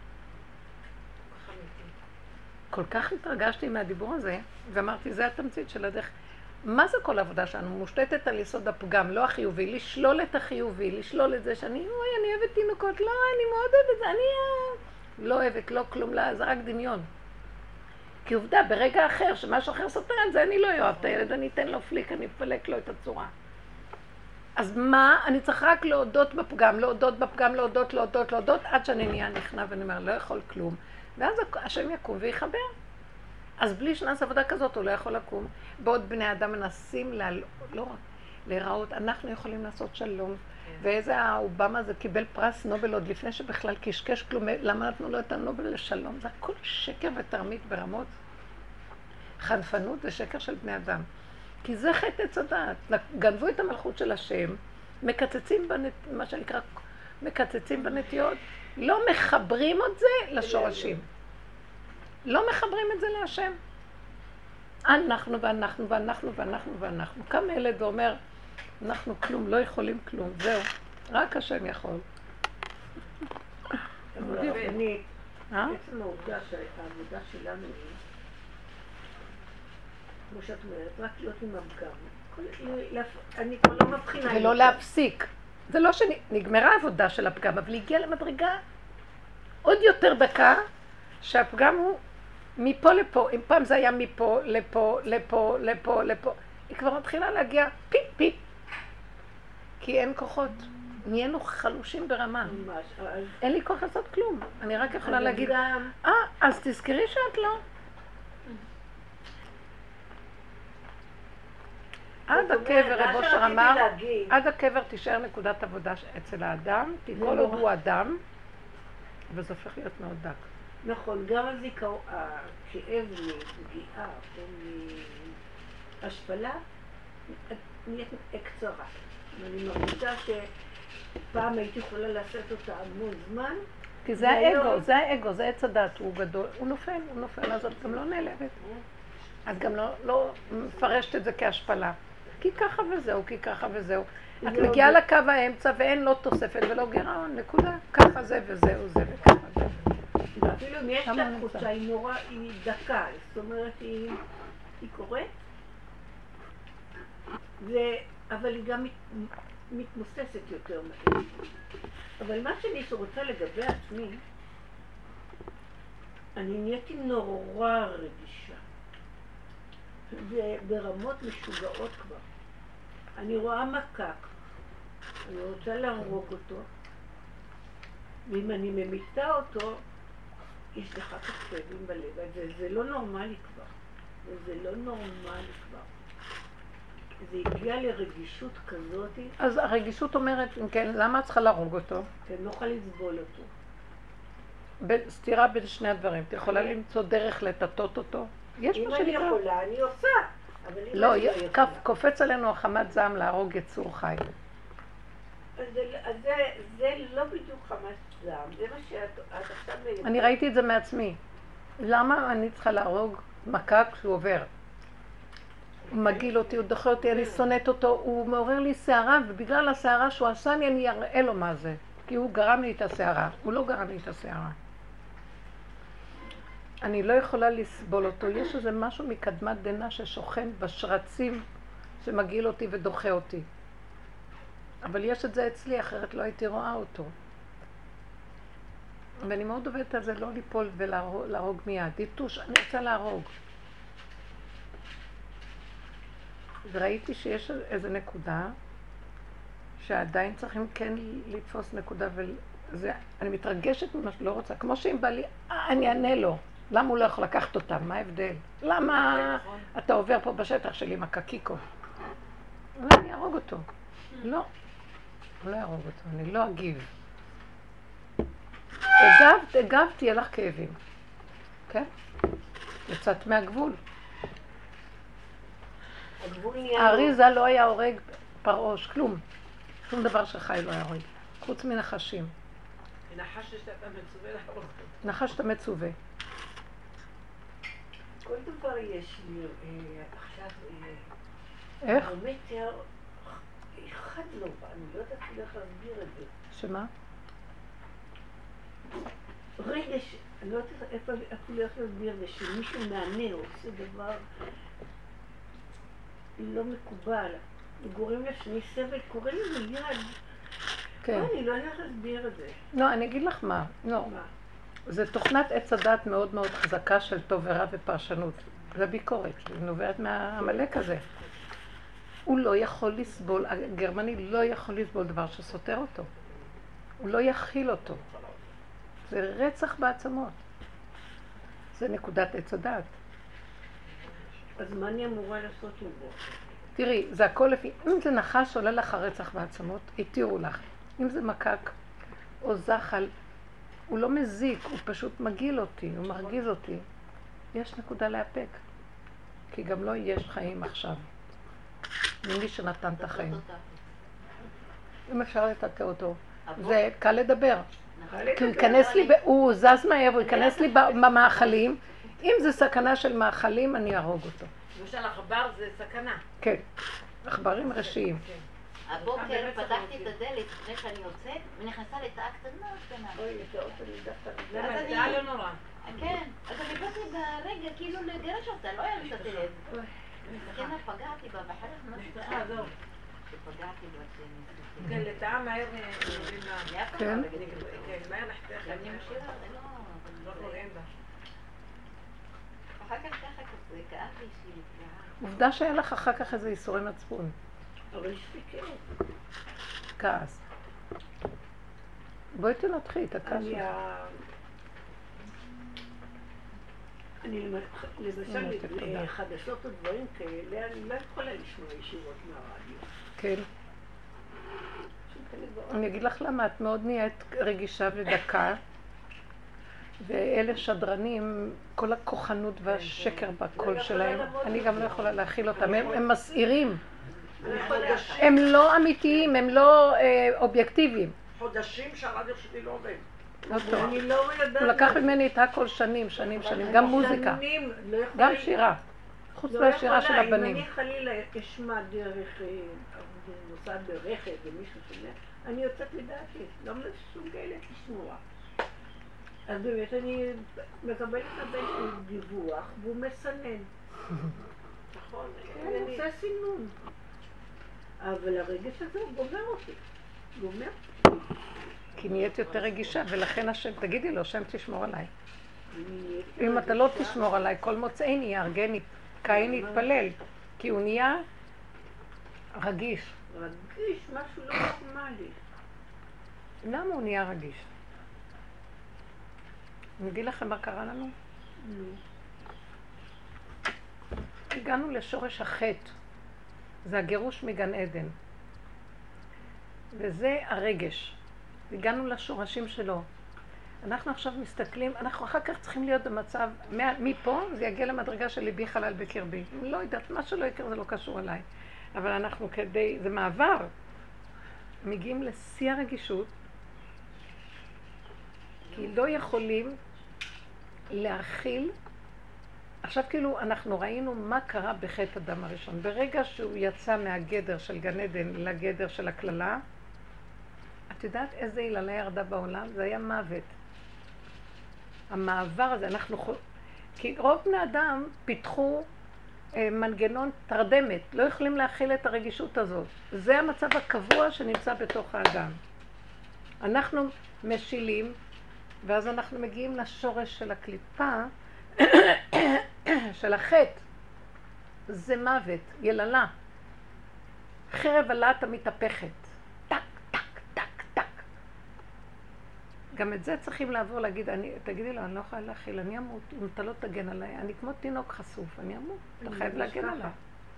כל כך התרגשתי מהדיבור הזה, ואמרתי, זה התמצית של הדרך. מה זה כל העבודה שלנו? מושתתת על יסוד הפגם, לא החיובי, לשלול את החיובי, לשלול את זה שאני, אוי, אני אוהבת תינוקות, לא, אני מאוד אוהבת זה, אני לא אוהבת, לא כלום, לא, זה רק דמיון. כי עובדה, ברגע אחר, שמשהו אחר סותר את זה, אני לא אוהב את הילד, אני אתן לו פליק, אני אפלק לו את הצורה. אז מה? אני צריך רק להודות בפגם, להודות בפגם, להודות, להודות, להודות, עד שאני נהיה נכנע ואני אומר, לא יכול כלום. ואז השם יקום ויחבר. אז בלי שנעשה עבודה כזאת הוא לא יכול לקום. בעוד בני אדם מנסים לה, לא רק להיראות, אנחנו יכולים לעשות שלום. ואיזה האובמה הזה קיבל פרס נובל עוד לפני שבכלל קשקש כלום, למה נתנו לו את הנובל לשלום? זה הכל שקר ותרמית ברמות. חנפנות זה שקר של בני אדם. כי זה חטא עץ הדעת. גנבו את המלכות של השם, מקצצים בנת... מה שנקרא, מקצצים בנטיות, לא מחברים את זה לשורשים. לא מחברים את זה להשם. אנחנו ואנחנו ואנחנו ואנחנו ואנחנו. קם ילד ואומר, אנחנו כלום, לא יכולים כלום, זהו. רק השם יכול. אבל אני, עצם העובדה שהעבודה שלנו היא, כמו שאת אומרת, רק להיות עם הפגם. אני כבר לא מבחינה. ולא להפסיק. זה לא שנגמרה העבודה של הפגם, אבל היא הגיעה למדרגה עוד יותר דקה, שהפגם הוא מפה לפה. אם פעם זה היה מפה, לפה, לפה, לפה, לפה. היא כבר מתחילה להגיע פיפ פיפ. כי אין כוחות. נהיינו חלושים ברמה. אין לי כוח לעשות כלום. אני רק יכולה להגיד, אה, אז תזכרי שאת לא. עד הקבר, רב אושר אמר, עד הקבר תישאר נקודת עבודה אצל האדם, כי כל עוד הוא אדם, וזה הופך להיות מאוד דק. נכון, גם הזיכרון, הכאב מפגיעה או מהשפלה, נהיית קצרה. אני מרגישה שפעם הייתי יכולה לעשות אותה המון זמן. כי זה האגו, זה האגו, זה עץ הדת, הוא גדול, הוא נופל, הוא נופל, אז את גם לא נעלבת. את גם לא, לא מפרשת את זה כהשפלה. כי ככה וזהו, כי ככה וזהו. את מגיעה לקו האמצע ואין לא תוספת ולא גירעון, נקודה. ככה זה וזהו זה וככה זה. אפילו אם יש לה תחושה, היא נורא, היא דקה, זאת אומרת, היא קוראת, אבל היא גם מתמוססת יותר מהר. אבל מה שאני רוצה לגבי עצמי, אני נהייתי נורא רגישה. זה ברמות משוגעות כבר. אני רואה מקק, אני רוצה להרוג אותו, ואם אני ממיתה אותו, יש לך כאבים בלב. זה, זה לא נורמלי כבר. זה לא נורמלי כבר. זה הגיע לרגישות כזאת. אז הרגישות אומרת, כן, למה את צריכה להרוג אותו? כי אני לא יכולה לסבול אותו. סתירה בין שני הדברים. את יכולה למצוא דרך לטטות אותו? יש מה שנקרא. אם אני יכולה, אני עושה. לא, קופץ עלינו החמת זעם להרוג יצור חי. אז זה לא בדיוק חמת זעם, זה מה שאת עכשיו... אני ראיתי את זה מעצמי. למה אני צריכה להרוג מקק כשהוא עובר? הוא מגיל אותי, הוא דוחה אותי, אני שונאת אותו, הוא מעורר לי שערה, ובגלל השערה שהוא עשה לי, אני אראה לו מה זה. כי הוא גרם לי את השערה, הוא לא גרם לי את השערה. אני לא יכולה לסבול אותו, יש איזה משהו מקדמת דנה ששוכן בשרצים שמגיל אותי ודוחה אותי. אבל יש את זה אצלי, אחרת לא הייתי רואה אותו. ואני מאוד עובדת על זה לא ליפול ולהרוג מיד. דיטוש, אני רוצה להרוג. וראיתי שיש איזו נקודה שעדיין צריכים כן לתפוס נקודה, וזה, אני מתרגשת ממה שלא רוצה. כמו שאם בא לי, אני אענה לו. למה הוא לא יכול לקחת אותם? מה ההבדל? למה אתה עובר פה בשטח שלי עם הקקיקו? ואני ארוג אותו. לא. אני לא ארוג אותו, אני לא אגיב. הגבת, הגבת, תהיה לך כאבים. כן? יצאת מהגבול. האריזה לא היה הורג פרעוש, כלום. שום דבר שחי לא היה הורג. חוץ מנחשים. נחש שאתה מצווה להרוג. נחש שאתה מצווה. כל דבר יש לי עכשיו... איך? הרמטר אחד לא בא, אני לא יודעת איך להסביר את זה. שמה? רגע, אני לא יודעת איפה איך להסביר את זה, שמישהו מענה עושה דבר לא מקובל. גורם לשני סבל, קורא לי מיד. כן. אני לא יודעת להסביר את זה. לא, אני אגיד לך מה. לא. זה תוכנת עץ הדת מאוד מאוד חזקה של טוב ורע ופרשנות. זה ביקורת, היא נובעת מהעמלק הזה. הוא לא יכול לסבול, הגרמני לא יכול לסבול דבר שסותר אותו. הוא לא יכיל אותו. זה רצח בעצמות. זה נקודת עץ הדת. אז מה אני אמורה לעשות עם זה? תראי, זה הכל לפי... אם זה נחש עולה לך הרצח בעצמות, התירו לך. אם זה מקק או זחל, הוא לא מזיק, הוא פשוט מגיל אותי, הוא מרגיז אותי. יש נקודה להפק. כי גם לא יש חיים עכשיו. ממי שנתן את החיים. אם אפשר לטאטא אותו. זה קל לדבר. כי הוא ייכנס לי, הוא זז מהר, הוא ייכנס לי במאכלים. אם זה סכנה של מאכלים, אני ארוג אותו. למשל, עכבר זה סכנה. כן. עכברים ראשיים. הבוקר פתחתי את הדלת לפני שאני יוצאת, ונכנסה לתאה קטנה קטנה. אוי, זה עוד אני דווקא... זה תאה לא נורא. כן, אז אני באתי ברגע כאילו לגרש אותה, לא היה לי את הדלת. כן, פגעתי בה, ואחר כך מה שצריכה, זהו. שפגעתי בה, כן, לתאה מהר... כן. כן, מהר נחתך. אני משאירה, זה לא קוראים בה. אחר כך ככה כזה, כאב לי שהיא נפגעה. עובדה שהיה לך אחר כך איזה איסורי מצפון. אבל יש לי כן. כעס. בואי תנתחי את הכעס. אני למשל חדשות ודברים כאלה, אני לא יכולה לשמוע ישירות מהרדיו. כן. אני אגיד לך למה, את מאוד נהיית רגישה ודקה, ואלה שדרנים, כל הכוחנות והשקר בקול שלהם, אני גם לא יכולה להכיל אותם, הם מסעירים. הם לא אמיתיים, הם לא אובייקטיביים. חודשים שהרדיו שלי לא עובד. לא טוב. הוא לקח ממני את הכל שנים, שנים, שנים, גם מוזיקה, גם שירה, חוץ מהשירה של הבנים. אם אני חלילה אשמע דרך נוסעת ברכב ומישהו שומע, אני יוצאת מדעתי, לא מסוגלת לשמוע. אז באמת אני מקבלת הרבה דיווח והוא מסנן. נכון. אני עושה סינון. אבל הרגש הזה הוא גומר אותי. גומר. כי נהיית יותר רגישה, ולכן השם, תגידי לו, השם תשמור עליי. אם אתה לא תשמור עליי, כל מוצאי נהיה ארגני. קין התפלל, כי הוא נהיה רגיש. רגיש, משהו לא נורמלי. למה הוא נהיה רגיש? אני אגיד לכם מה קרה לנו? הגענו לשורש החטא. זה הגירוש מגן עדן. וזה הרגש. הגענו לשורשים שלו. אנחנו עכשיו מסתכלים, אנחנו אחר כך צריכים להיות במצב, מפה זה יגיע למדרגה של ליבי חלל בקרבי. לא יודעת, מה שלא יקר זה לא קשור אליי. אבל אנחנו כדי, זה מעבר. מגיעים לשיא הרגישות, כי לא יכולים להכיל. עכשיו כאילו אנחנו ראינו מה קרה בחטא אדם הראשון. ברגע שהוא יצא מהגדר של גן עדן לגדר של הכללה, את יודעת איזה יללה ירדה בעולם? זה היה מוות. המעבר הזה, אנחנו... כי רוב בני אדם פיתחו אה, מנגנון תרדמת, לא יכולים להכיל את הרגישות הזאת. זה המצב הקבוע שנמצא בתוך האדם. אנחנו משילים, ואז אנחנו מגיעים לשורש של הקליפה, של החטא. זה מוות, יללה. חרב הלהט המתהפכת. טק, טק, טק, טק. גם את זה צריכים לעבור להגיד, אני, תגידי לו, אני לא יכולה להכיל, אני אמות, אם אתה לא תגן עליי, אני כמו תינוק חשוף, אני אמות, אתה חייב להגן עליי.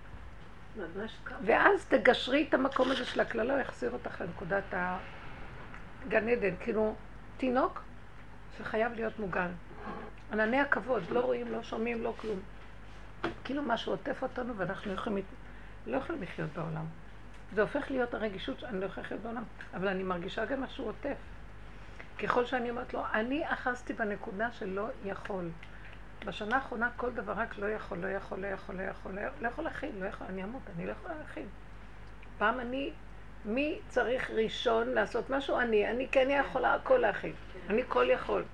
ואז תגשרי את המקום הזה של הכללה, יחזיר אותך לנקודת הגן עדן, כאילו תינוק שחייב להיות מוגן. ענני הכבוד, לא רואים, לא שומעים, לא כלום. כאילו משהו עוטף אותנו ואנחנו יכולים, לא יכולים לחיות בעולם. זה הופך להיות הרגישות שאני לא יכולה לחיות בעולם, אבל אני מרגישה גם משהו עוטף. ככל שאני אומרת לו, אני אחזתי בנקודה שלא יכול. בשנה האחרונה כל דבר רק לא יכול, לא יכול, לא יכול, לא יכול, לא יכול להכיל, לא יכול, אני אמות, אני לא יכולה להכיל. פעם אני, מי צריך ראשון לעשות משהו? אני, אני כן יכולה הכל להכיל. אני כל יכול.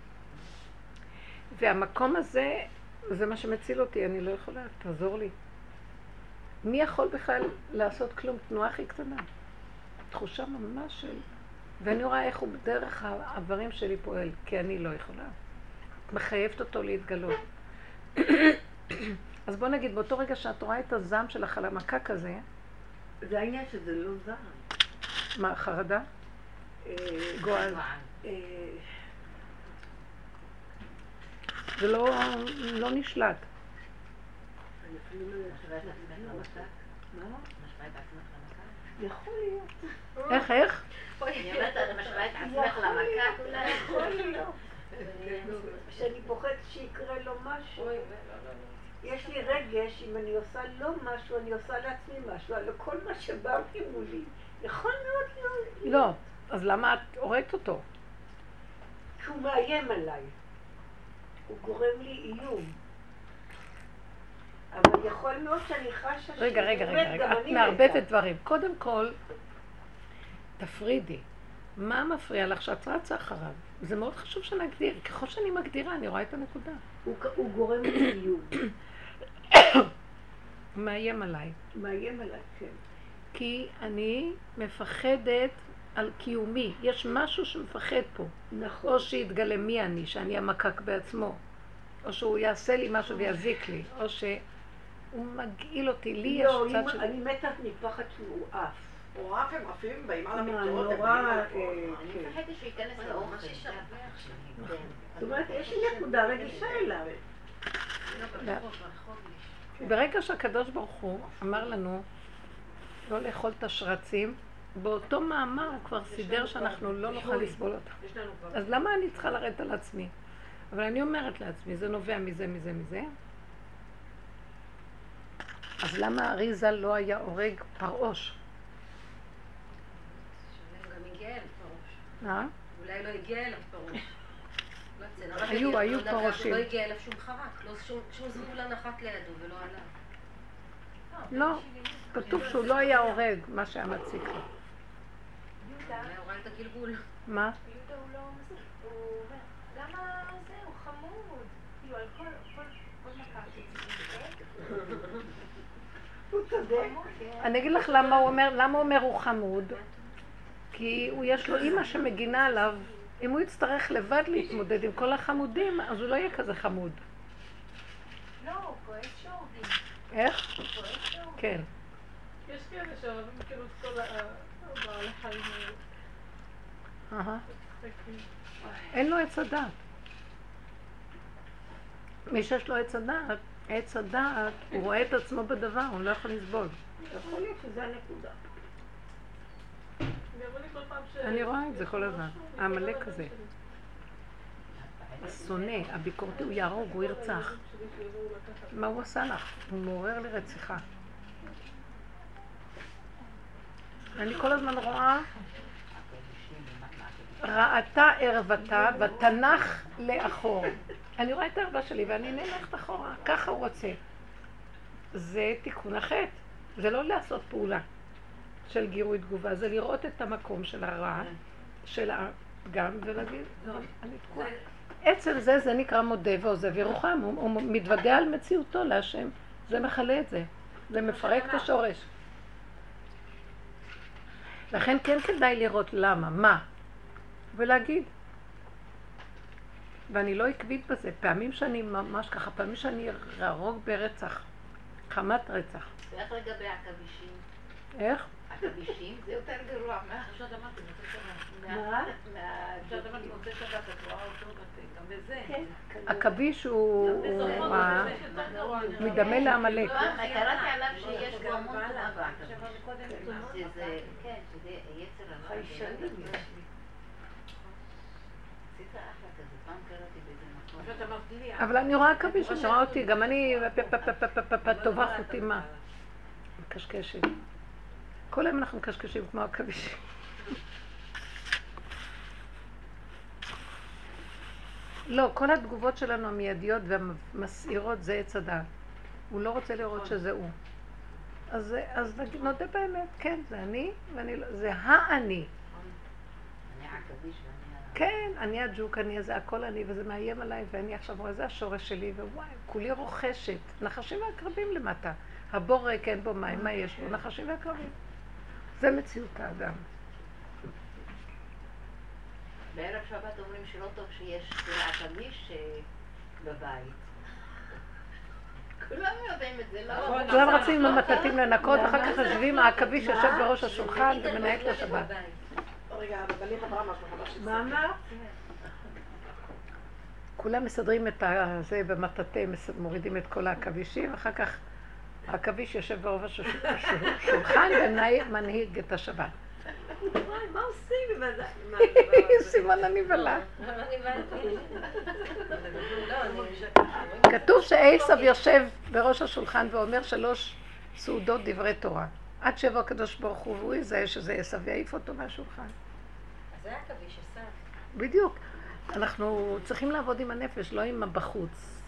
והמקום הזה, זה מה שמציל אותי, אני לא יכולה, תעזור לי. מי יכול בכלל לעשות כלום? תנועה הכי קטנה. תחושה ממש של... ואני רואה איך הוא בדרך העברים שלי פועל, כי אני לא יכולה. מחייבת אותו להתגלות. אז בוא נגיד, באותו רגע שאת רואה את הזעם של החלמקה כזה... זה העניין שזה לא זעם. מה, חרדה? גועל. זה לא, לא נשלט. אני אפילו לא יודעת. מה? משווה את עצמך למכה? יכול להיות. איך, איך? אני אומרת, את משווה את עצמך למכה? אולי יכול להיות. שאני פוחדת שיקרה לו משהו. יש לי רגש, אם אני עושה לו משהו, אני עושה לעצמי משהו. על כל מה שבא מולי. יכול מאוד לא... לא. אז למה את הורגת אותו? כי הוא מאיים עליי. הוא גורם לי איום. אבל יכול מאוד שאני חשה... רגע, רגע, רגע, רגע. את מערבבת דברים. קודם כל, תפרידי. מה מפריע לך שאת רצה אחריו? זה מאוד חשוב שנגדיר. ככל שאני מגדירה, אני רואה את הנקודה. הוא גורם לי איום. הוא מאיים עליי. מאיים עליי, כן. כי אני מפחדת על קיומי. יש משהו שמפחד פה. נכון. או שיתגלה מי אני, שאני המקק בעצמו. או שהוא יעשה לי משהו ויזיק לי. או שהוא מגעיל אותי. לי יש צד של... לא, אני מתה מפחד שהוא עף. או עף הם עפים, באים על המקצועות, הם נורא... באים על הכל. אני מפחדת שהוא ייכנס לאוכל. זאת אומרת, יש לי נקודה רגישה אליו. ברגע שהקדוש ברוך הוא אמר לנו לא לאכול את השרצים, באותו מאמר הוא כבר סידר שאנחנו לא נוכל לסבול אותה. אז למה אני צריכה לרדת על עצמי? אבל אני אומרת לעצמי, זה נובע מזה, מזה, מזה. אז למה אריזה לא היה הורג פרעוש? הוא גם הגיע אליו פרוש. אה? אולי לא הגיע אליו פרוש. היו, היו פרושים. לא הגיע אליו שום חרק, שום זבול הנחת לידו ולא עליו. לא, כתוב שהוא לא היה הורג, מה שהיה מציק לו. הוא היה הורג את הגלגול. מה? יהודה הוא לא מזיק, הוא אומר, למה זה, הוא חמוד, כאילו על כל מכה שצריך. הוא צודק. אני אגיד לך למה הוא אומר, למה הוא אומר הוא חמוד? כי הוא יש לו אימא שמגינה עליו, אם הוא יצטרך לבד להתמודד עם כל החמודים, אז הוא לא יהיה כזה חמוד. לא, הוא כועס שהורגים איך? כן. יש כאלה שאוהבים כאילו את כל הבעלי חיים האלה. אהה. אין לו עץ הדעת. מי שיש לו עץ הדעת, עץ הדעת, הוא רואה את עצמו בדבר, הוא לא יכול לסבול. יכול להיות שזה הנקודה. אני רואה את זה כל הזמן, העמלק הזה. השונא, הביקורתי, הוא יהרוג, הוא ירצח. מה הוא עשה לך? הוא מעורר לרציחה. אני כל הזמן רואה ראתה ערוותה ותנח לאחור. אני רואה את הערווה שלי ואני ננחת אחורה, ככה הוא רוצה. זה תיקון החטא, זה לא לעשות פעולה של גירוי תגובה, זה לראות את המקום של הרע, של הפגם ולהגיד, אני תקועה. עצם זה, זה נקרא מודה ועוזב ירוחם, הוא, הוא מתוודע על מציאותו להשם, זה מחלה את זה, זה מפרק את השורש. לכן כן כדאי לראות למה, מה, ולהגיד. ואני לא עקבית בזה, פעמים שאני ממש ככה, פעמים שאני ארוג ברצח, חמת רצח. ואיך לגבי עכבישים? איך? עכבישים זה יותר גרוע מה... עכשיו אמרתי, מוצא שבת. מה? עכשיו אמרתי, מוצא שבת, את רואה אותו גם בזה. עכביש הוא מדמה לעמלק. קראתי עליו שיש בו המון תורה בעכביש. שזה, כן, שזה יצר הרע. עשית אחלה כזה, פעם קראתי באיזה מקום. עכשיו אמרת לי... אבל אני רואה עכביש, אני רואה אותי, גם אני טובה חותימה. מקשקשת. כל היום אנחנו מקשקשים כמו עכבישים. לא, כל התגובות שלנו המיידיות והמסעירות זה עץ הדעת. הוא לא רוצה לראות שזה הוא. אז, אז נודה באמת, כן, זה אני, ואני לא, זה האני. אני עכביש ואני... כן, אני הג'וק, אני הזה, הכל אני, וזה מאיים עליי, ואני עכשיו רואה, זה השורש שלי, ווואי, כולי רוכשת. נחשים ועקרבים למטה. הבור ריק, אין בו מים, מה יש בו? נחשים ועקרבים. זה מציאות האדם. בערב שבת אומרים שלא טוב שיש עכביש בבית. כולם יודעים את זה, לא? כולם רצים עם המטטים לנקות, אחר כך יושבים, העכביש יושב בראש השולחן ומנהל את השבת. רגע, הרבנית אמרה משהו חדש. מה אמרת? כולם מסדרים את זה במטטה, מורידים את כל העכבישים, אחר כך העכביש יושב בראש השולחן ומנהיג את השבת. מה עושים עם זה? סימן הנבלה. כתוב שעשב יושב בראש השולחן ואומר שלוש סעודות דברי תורה. עד שבע הקדוש ברוך הוא והוא יזהה שזה עשב ויעיף אותו מהשולחן. אז זה היה עכביש עשב. בדיוק. אנחנו צריכים לעבוד עם הנפש, לא עם הבחוץ.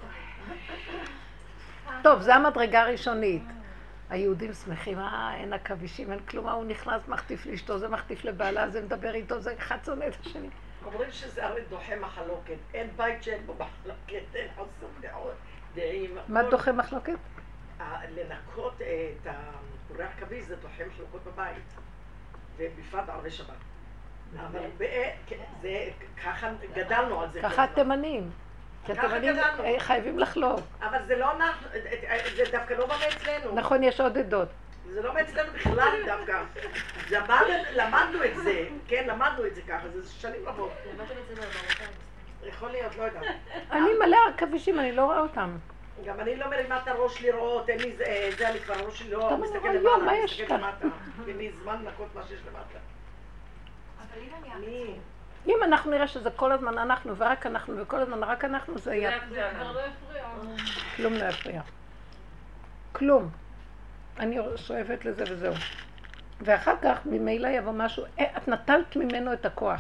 טוב, זו המדרגה הראשונית. היהודים שמחים, אה, אין עכבישים, אין כלום, הוא נכנס, מחטיף לאשתו, זה מחטיף לבעלה, זה מדבר איתו, זה אחד שונא את השני. אומרים שזה הרי דוחה מחלוקת, אין בית שאין בו מחלוקת, אין חוסר דעות, דעים. מה דוחה מחלוקת? לנקות את הקורי עכביש זה דוחה מחלוקות בבית, ובפרט ערבי שבת. אבל זה, ככה גדלנו על זה. ככה התימנים. כי התימנים חייבים לחלוק. אבל זה לא אנחנו, זה דווקא לא בא מאצלנו. נכון, יש עוד עדות. זה לא מאצלנו בכלל דווקא. למדנו את זה, כן, למדנו את זה ככה, זה שנים רבות. למדתם את זה מהמרוקאים. יכול להיות, לא יודעת. אני מלא עכבישים, אני לא רואה אותם. גם אני לא מרימה את הראש לראות, אין לי זה, אני כבר הראש שלי לא מסתכל אבל למעלה, מה אני יש מסתכל כאן? למטה. אין לי זמן לנקות מה שיש למטה. אבל אם אני... אני... אם אנחנו נראה שזה כל הזמן אנחנו ורק אנחנו וכל הזמן רק אנחנו, זה יהיה... זה כבר לא יפריע. כלום לא יפריע. כלום. אני שואפת לזה וזהו. ואחר כך ממילא יבוא משהו, את נטלת ממנו את הכוח.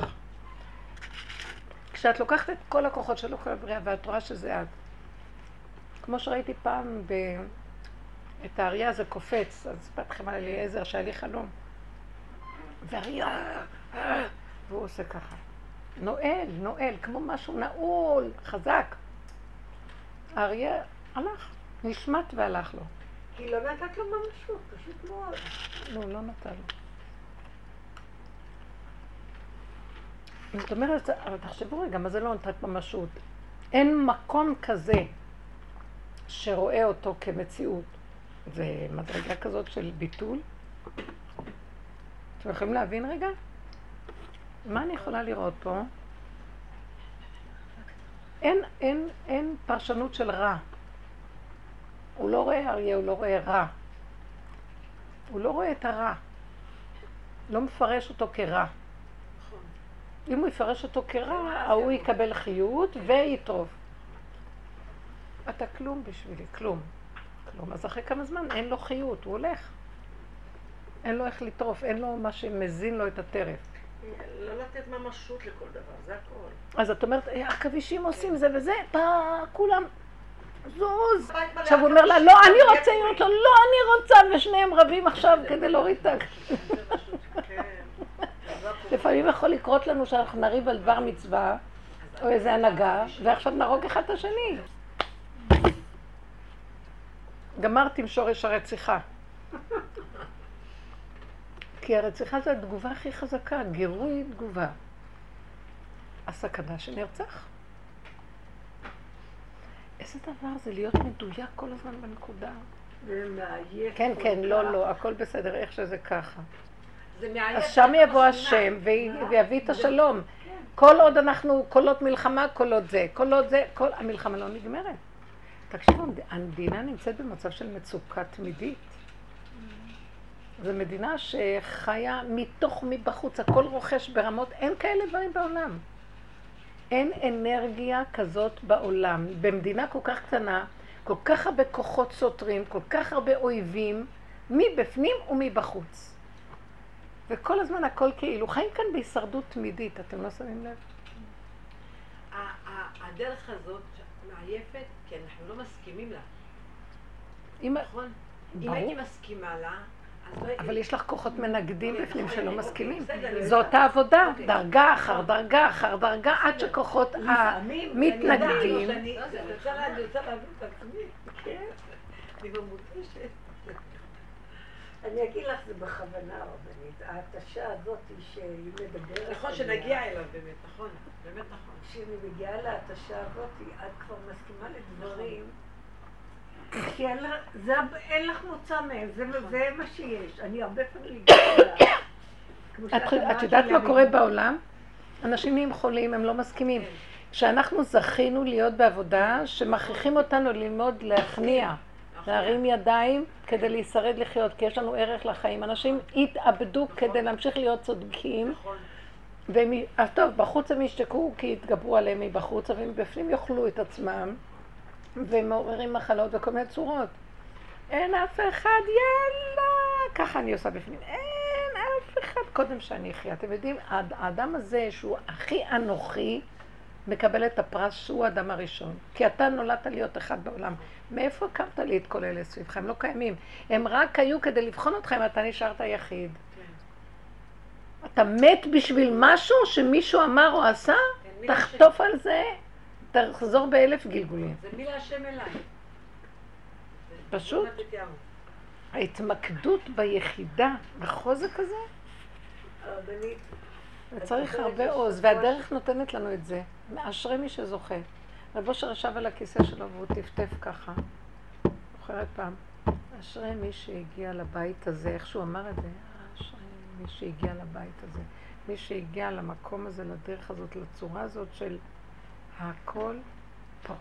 כשאת לוקחת את כל הכוחות שלו כל הבריאה ואת רואה שזה את. כמו שראיתי פעם ב... את האריה הזה קופץ, אז סיפרתי לכם על אליעזר שהיה לי חלום. ואריה, והוא עושה ככה. נועל, נועל, כמו משהו נעול, חזק. האריה הלך, נשמט והלך לו. כי לא נתת לו ממשות, פשוט מאוד. לא, לא נתן לו. זאת אומרת, אבל תחשבו רגע, מה זה לא נתת ממשות? אין מקום כזה שרואה אותו כמציאות. זה מדרגה כזאת של ביטול. אתם יכולים להבין רגע? מה אני יכולה לראות פה? אין, אין, אין פרשנות של רע. הוא לא רואה אריה, הוא לא רואה רע. הוא לא רואה את הרע. לא מפרש אותו כרע. אם הוא יפרש אותו כרע, הוא יקבל חיות ויטרוף. אתה כלום בשבילי, כלום. כלום. אז אחרי כמה זמן אין לו חיות, הוא הולך. אין לו איך לטרוף, אין לו מה שמזין לו את הטרף. לא לתת ממשות לכל דבר, זה הכל. אז את אומרת, הכבישים עושים זה וזה, פה כולם זוז. עכשיו הוא אומר לה, לא, אני רוצה לראות לו, לא, אני רוצה, ושניהם רבים עכשיו כדי להוריד את ה... לפעמים יכול לקרות לנו שאנחנו נריב על דבר מצווה, או איזה הנהגה, ועכשיו נרוג אחד את השני. גמרתי עם שורש הרציחה. כי הרציחה זה התגובה הכי חזקה, גירוי תגובה. הסכנה שנרצח. איזה דבר זה להיות מדויק כל הזמן בנקודה. כן, כן, לא, לא, הכל בסדר, איך שזה ככה. אז שם יבוא השם ויביא את השלום. כל עוד אנחנו, כל עוד מלחמה, כל עוד זה, כל עוד זה, כל המלחמה לא נגמרת. תקשיבו, המדינה נמצאת במצב של מצוקה תמידית. זו מדינה שחיה מתוך מבחוץ, הכל רוכש ברמות, אין כאלה דברים בעולם. אין אנרגיה כזאת בעולם. במדינה כל כך קטנה, כל כך הרבה כוחות סותרים, כל כך הרבה אויבים, מבפנים ומבחוץ. וכל הזמן הכל כאילו, חיים כאן בהישרדות תמידית, אתם לא שמים לב? הדרך הזאת מעייפת, כי אנחנו לא מסכימים לה. נכון? אם הייתי מסכימה לה, אבל יש לך כוחות מנגדים בפנים שלא מסכימים. זאת העבודה, דרגה אחר דרגה אחר דרגה, עד שכוחות המתנגדים. אני רוצה להבין את עצמי, כן? אני ממותשת. אני אגיד לך, זה בכוונה רבנית. ההתשה הזאת שהיא מדברת... נכון, שנגיע אליו באמת, נכון, באמת נכון. כשאני מגיעה להתשה הזאת, את כבר מסכימה לדברים, כי אין לך מוצא מהם, זה מה שיש. אני הרבה פעמים את יודעת מה קורה בעולם? אנשים נהיים חולים, הם לא מסכימים. כשאנחנו זכינו להיות בעבודה, שמכריחים אותנו ללמוד להכניע, להרים ידיים כדי להישרד לחיות, כי יש לנו ערך לחיים. אנשים התאבדו כדי להמשיך להיות צודקים. אז טוב, בחוץ הם ישתקו כי התגברו עליהם מבחוץ, אבל הם בפנים יאכלו את עצמם. והם מעוררים מחלות וכל מיני צורות. אין אף אחד, יאללה! ככה אני עושה בפנים. אין אף אחד. קודם שאני אחיה. אתם יודעים, האדם הזה שהוא הכי אנוכי, מקבל את הפרס שהוא האדם הראשון. כי אתה נולדת להיות אחד בעולם. מאיפה קמת לי את כל אלה סביבך? הם לא קיימים. הם רק היו כדי לבחון אותך אם אתה נשארת יחיד. אתה מת בשביל משהו שמישהו אמר או עשה? תחטוף על זה. תחזור באלף גלגולים. זה מילה השם אליי. פשוט ההתמקדות ביחידה, בחוזק הזה, וצריך הרבה עוז, והדרך נותנת לנו את זה. מאשרי מי שזוכה. רב אושר ישב על הכיסא שלו והוא טפטף ככה. זוכרת פעם. אשרי מי שהגיע לבית הזה, איך שהוא אמר את זה, אשרי מי שהגיע לבית הזה. מי שהגיע למקום הזה, לדרך הזאת, לצורה הזאת של הכל פה.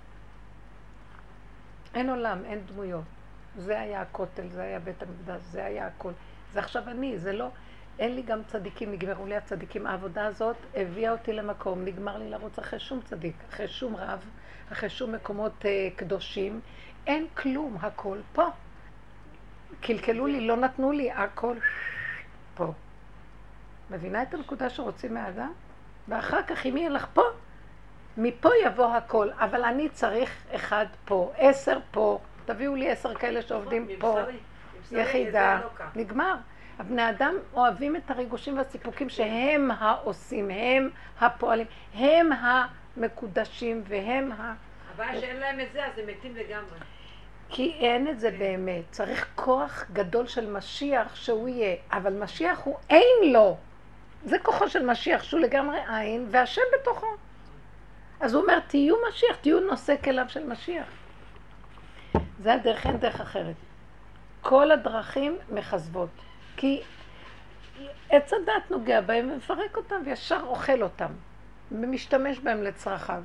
אין עולם, אין דמויות. זה היה הכותל, זה היה בית המקדש, זה היה הכל. זה עכשיו אני, זה לא... אין לי גם צדיקים, נגמרו לי הצדיקים. העבודה הזאת הביאה אותי למקום, נגמר לי לרוץ אחרי שום צדיק, אחרי שום רב, אחרי שום מקומות uh, קדושים. אין כלום, הכל פה. קלקלו לי, לא נתנו לי, הכל פה. מבינה את הנקודה שרוצים מהאדם? ואחר כך אם יהיה לך פה, מפה יבוא הכל, אבל אני צריך אחד פה, עשר פה, תביאו לי עשר כאלה שעובדים פה, יחידה, נגמר. הבני אדם אוהבים את הריגושים והסיפוקים שהם העושים, הם הפועלים, הם המקודשים והם ה... הבעיה שאין להם את זה, אז הם מתים לגמרי. כי אין את זה באמת, צריך כוח גדול של משיח שהוא יהיה, אבל משיח הוא אין לו. זה כוחו של משיח שהוא לגמרי עין והשם בתוכו. אז הוא אומר, תהיו משיח, תהיו נושא כליו של משיח. זה הדרך, אין דרך אחרת. כל הדרכים מחזבות. כי עץ הדת נוגע בהם ומפרק אותם וישר אוכל אותם. ומשתמש בהם לצרכיו.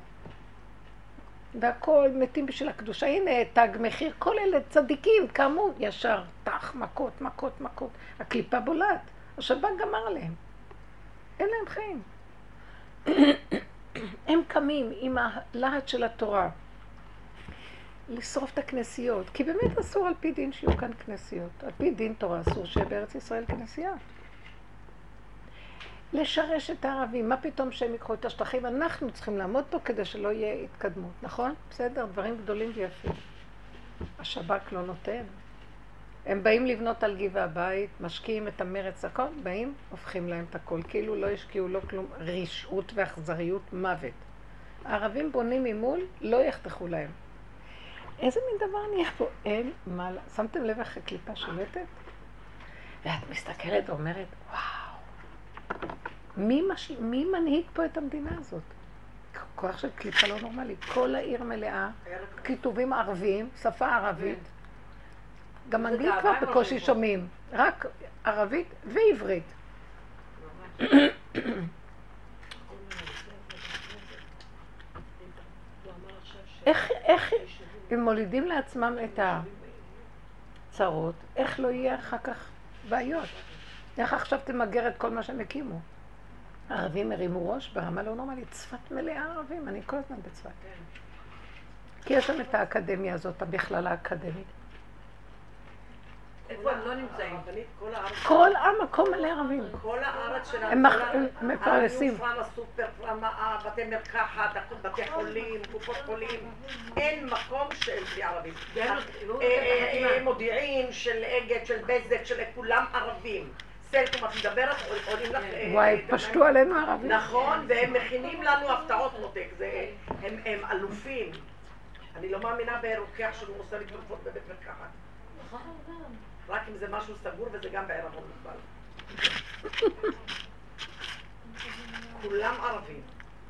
והכל מתים בשביל הקדושה. הנה, תג מחיר, כל אלה צדיקים, כאמור, ישר, תח, מכות, מכות, מכות. הקליפה בולעת. השב"כ גמר עליהם. אין להם חיים. הם קמים עם הלהט של התורה. לשרוף את הכנסיות. כי באמת אסור על פי דין שיהיו כאן כנסיות. על פי דין תורה אסור שיהיה בארץ ישראל כנסייה. לשרש את הערבים. מה פתאום שהם יקחו את השטחים? אנחנו צריכים לעמוד פה כדי שלא יהיה התקדמות. נכון? בסדר, דברים גדולים ויפים. השב"כ לא נותן. הם באים לבנות על גבעה הבית, משקיעים את המרץ הכל, באים, הופכים להם את הכל. כאילו לא השקיעו לו כלום, רשעות ואכזריות מוות. הערבים בונים ממול, לא יחתכו להם. איזה מין דבר נהיה פה? אין מה... שמתם לב איך הקליפה שולטת? ואת מסתכלת ואומרת, וואו, מי, מש... מי מנהיג פה את המדינה הזאת? כוח של קליפה לא נורמלית. כל העיר מלאה, כיתובים ערביים, שפה ערבית. גם אנגלית כבר בקושי שומעים. רק ערבית ועברית. איך, איך הם מולידים לעצמם את הצרות, איך לא יהיה אחר כך בעיות? איך עכשיו תמגר את כל מה שהם הקימו? הערבים הרימו ראש ברמה לא נורמלית, צפת מלאה ערבים, אני כל הזמן בצפת. כי יש שם את האקדמיה הזאת, המכללה האקדמית. איפה הם לא נמצאים? כל המקום מלא ערבים. כל הארץ שלנו, הם מפרנסים. הרדיו, הסופר, בתי מרקחת, בתי חולים, קופות חולים, אין מקום של בלי ערבים. מודיעין של אגד, של בזק, של כולם ערבים. סלקום, את מדברת, עולים לך... וואי, פשטו עלינו ערבים. נכון, והם מכינים לנו הפתעות מותק, הם אלופים. אני לא מאמינה ברוקח שהוא עושה לי תרופות בבית מרקחת. רק אם זה משהו סגור וזה גם בערבון מוגבל. כולם ערבים.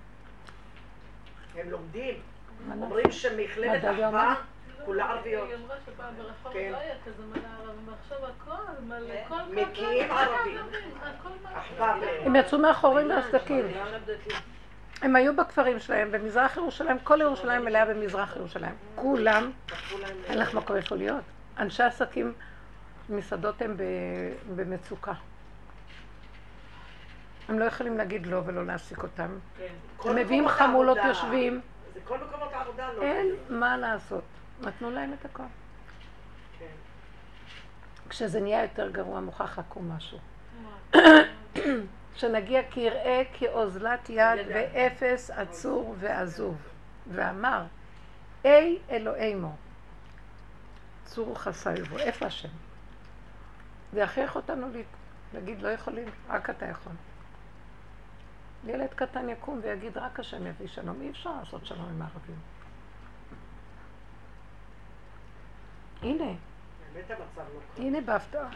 הם לומדים. אומרים שמכללת אחווה כולה ערביות. היא אמרה שפעם ברחוב לא היה כזה מלא ערבים, ועכשיו הכל מלא, כל מקיאים ערבים. הם יצאו מאחורים מהסדקים. הם היו בכפרים שלהם, במזרח ירושלים, כל ירושלים מלאה במזרח ירושלים. כולם, אין לך מקום איפה להיות. אנשי עסקים, מסעדות הם במצוקה. הם לא יכולים להגיד לא ולא להעסיק אותם. הם מביאים חמולות יושבים. זה כל מקומות העבודה לא. אין מה לעשות. נתנו להם את הכל. כשזה נהיה יותר גרוע, מוכרח לקום משהו. שנגיע כראה כאוזלת יד ואפס עצור ועזוב. ואמר, אי אלוהימו, צורו חסר יבוא, איפה השם? זה יכריח אותנו להגיד, לא יכולים, רק אתה יכול. ילד קטן יקום ויגיד, רק השם יביא שלום. אי אפשר לעשות שלום עם הערבים. הנה. הנה בהפתעה.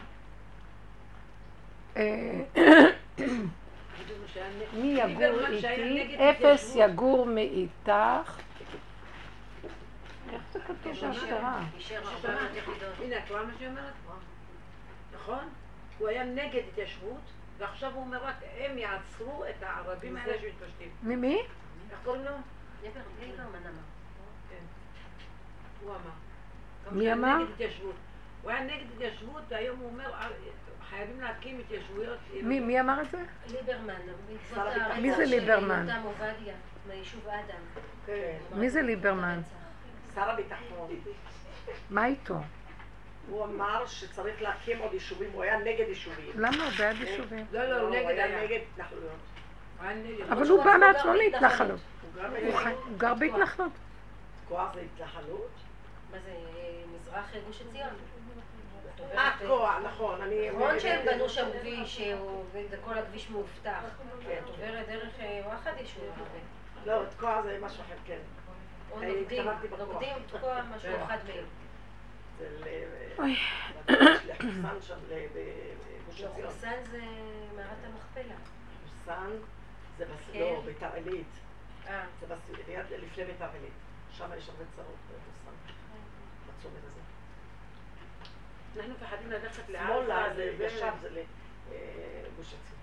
מי יגור איתי? אפס יגור מאיתך. איך זה כתוב בהשתרה? הנה, את רואה מה שהיא אומרת? נכון? הוא היה נגד התיישבות, ועכשיו הוא אומר רק, הם יעצרו את הערבים האלה שמתפשטים. ממי? איך קוראים לו? ליברמן אמר. כן. הוא אמר. מי אמר? נגד התיישבות. הוא היה נגד התיישבות, והיום הוא אומר, חייבים להקים התיישבויות. מי אמר את זה? ליברמן. מי זה ליברמן? יותם עובדיה, מהיישוב אדם. מי זה ליברמן? שר הביטחון. מה איתו? הוא אמר שצריך להקים עוד יישובים, הוא היה נגד יישובים. למה? הוא בעד יישובים. לא, לא, הוא נגד היה. היה. נגד התנחלויות. אבל הוא בא מעצמו להתנחלות. הוא גר בהתנחלות. כוח זה התנחלות? מה זה, מזרח גוש עציון? אה, כוח, נכון. נכון שהם בנו שם כביש, וכל הכביש מאובטח. את עוברת דרך וואחד ישוב. לא, תקוע זה משהו אחר, כן. או נוגדים, נוגדים, תקוע משהו אחד מהם. אוי. לחוסן שם בגוש עציון. חוסן זה מערת המכפלה. חוסן זה לא, ביתר עילית. אה. זה לפני ביתר עילית. שם יש הרבה צרות בחוסן. הצומת הזה. אנחנו מפחדים ללכת שמאלה לעזה, זה ישב זה לגוש עציון.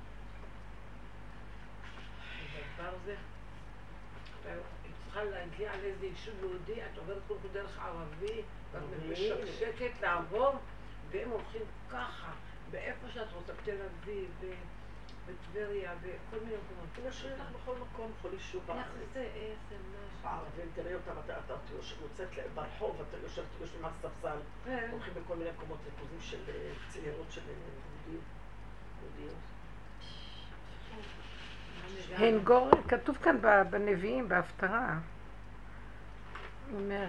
הדבר הזה, היא צריכה להגיע לאיזה יישוב יהודי, את עוברת כל כך דרך ערבי, ואת משקשקת לעבור, והם הולכים ככה, באיפה שאת רוצה, בתל אביב, בטבריה, בכל מיני מקומות. כאילו שיש לך בכל מקום, בכל יישוב בארץ. זה איזה משהו. הערבים, תראי אותם, אתה יוצאת ברחוב, אתה יושבים על ספסל, הולכים בכל מיני מקומות ריכוזים של צעירות של יהודיות. הנגור, כתוב כאן בנביאים, בהפטרה. הוא אומר,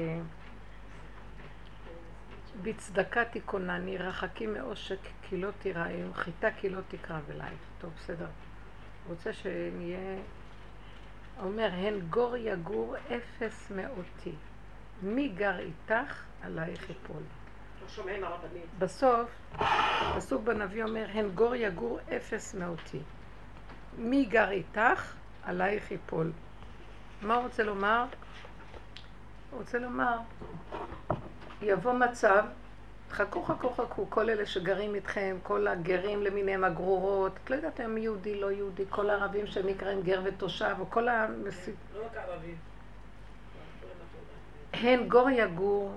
בצדקה תיכונני, רחקי מעושק כי לא תיראי, וחיטה כי לא תקרב אלייך. טוב, בסדר. רוצה שנהיה... הוא אומר, הנגור יגור אפס מאותי. מי גר איתך, עלייך יפול. לא שומעים הרבנים. בסוף, פסוק בנביא אומר, הנגור יגור אפס מאותי. מי גר איתך, עלייך יפול. מה הוא רוצה לומר? הוא רוצה לומר, יבוא מצב, חכו חכו חכו, כל אלה שגרים איתכם, כל הגרים למיניהם, הגרורות, את לא יודעת הם יהודי, לא יהודי, כל הערבים שנקראים גר ותושב, או כל המסיק... לא רק ערבים. הן גור יגור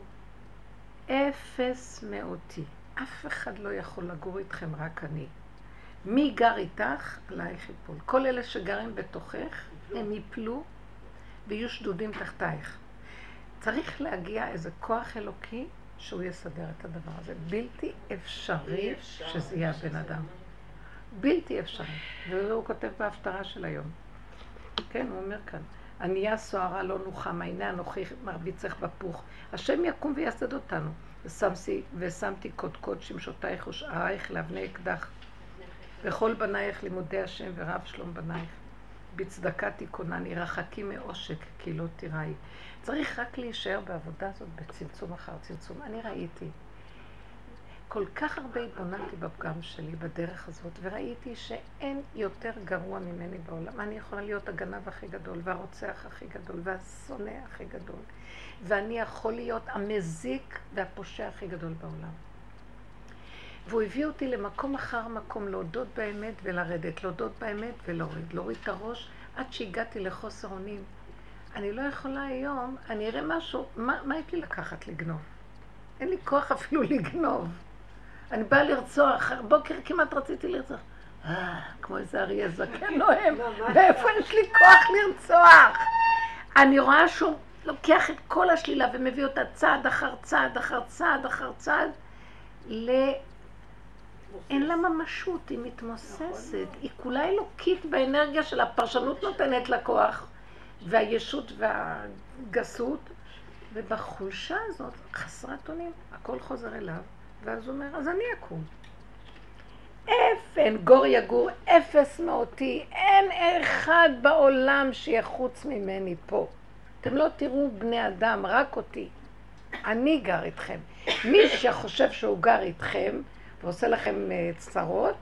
אפס מאותי. אף אחד לא יכול לגור איתכם, רק אני. מי גר איתך? עלייך יפול. כל אלה שגרים בתוכך, הם יפלו ויהיו שדודים תחתייך. צריך להגיע איזה כוח אלוקי שהוא יסדר את הדבר הזה. בלתי אפשרי שזה יהיה בן אדם. בלתי אפשרי. והוא כותב בהפטרה של היום. כן, הוא אומר כאן. ענייה סוערה לא נוחם, הנה אנוכי מרביצך בפוך. השם יקום ויסד אותנו. ושמתי, ושמתי קודקוד שמשותייך ושערייך לאבני אקדח. וכל בנייך לימודי השם ורב שלום בנייך. בצדקה תיכונני, רחקי מעושק כי לא תיראי. צריך רק להישאר בעבודה הזאת בצמצום אחר צמצום. אני ראיתי כל כך הרבה התבוננתי בפגם שלי בדרך הזאת, וראיתי שאין יותר גרוע ממני בעולם. אני יכולה להיות הגנב הכי גדול, והרוצח הכי גדול, והשונא הכי גדול. ואני יכול להיות המזיק והפושע הכי גדול בעולם. והוא הביא אותי למקום אחר מקום, להודות באמת ולרדת, להודות באמת ולהוריד, להוריד את הראש, עד שהגעתי לחוסר אונים. אני לא יכולה היום, אני אראה משהו, מה, מה יש לי לקחת לגנוב? אין לי כוח אפילו לגנוב. אני באה לרצוח, בוקר כמעט רציתי לרצוח. אה, כמו איזה אריה זקן נוהם, ואיפה יש לי כוח לרצוח? אני רואה שהוא לוקח את כל השלילה ומביא אותה צעד אחר צעד אחר צעד אחר צעד, ל... אין לה ממשות, היא מתמוססת, היא כולה אלוקית באנרגיה של הפרשנות נותנת לכוח, והישות והגסות, ובחולשה הזאת, חסרת אונים, הכל חוזר אליו, ואז הוא אומר, אז אני אקום. אפן, גור יגור, אפס מאותי, אין אחד בעולם שיהיה חוץ ממני פה. אתם לא תראו בני אדם, רק אותי. אני גר איתכם. מי שחושב שהוא גר איתכם, ועושה לכם צרות,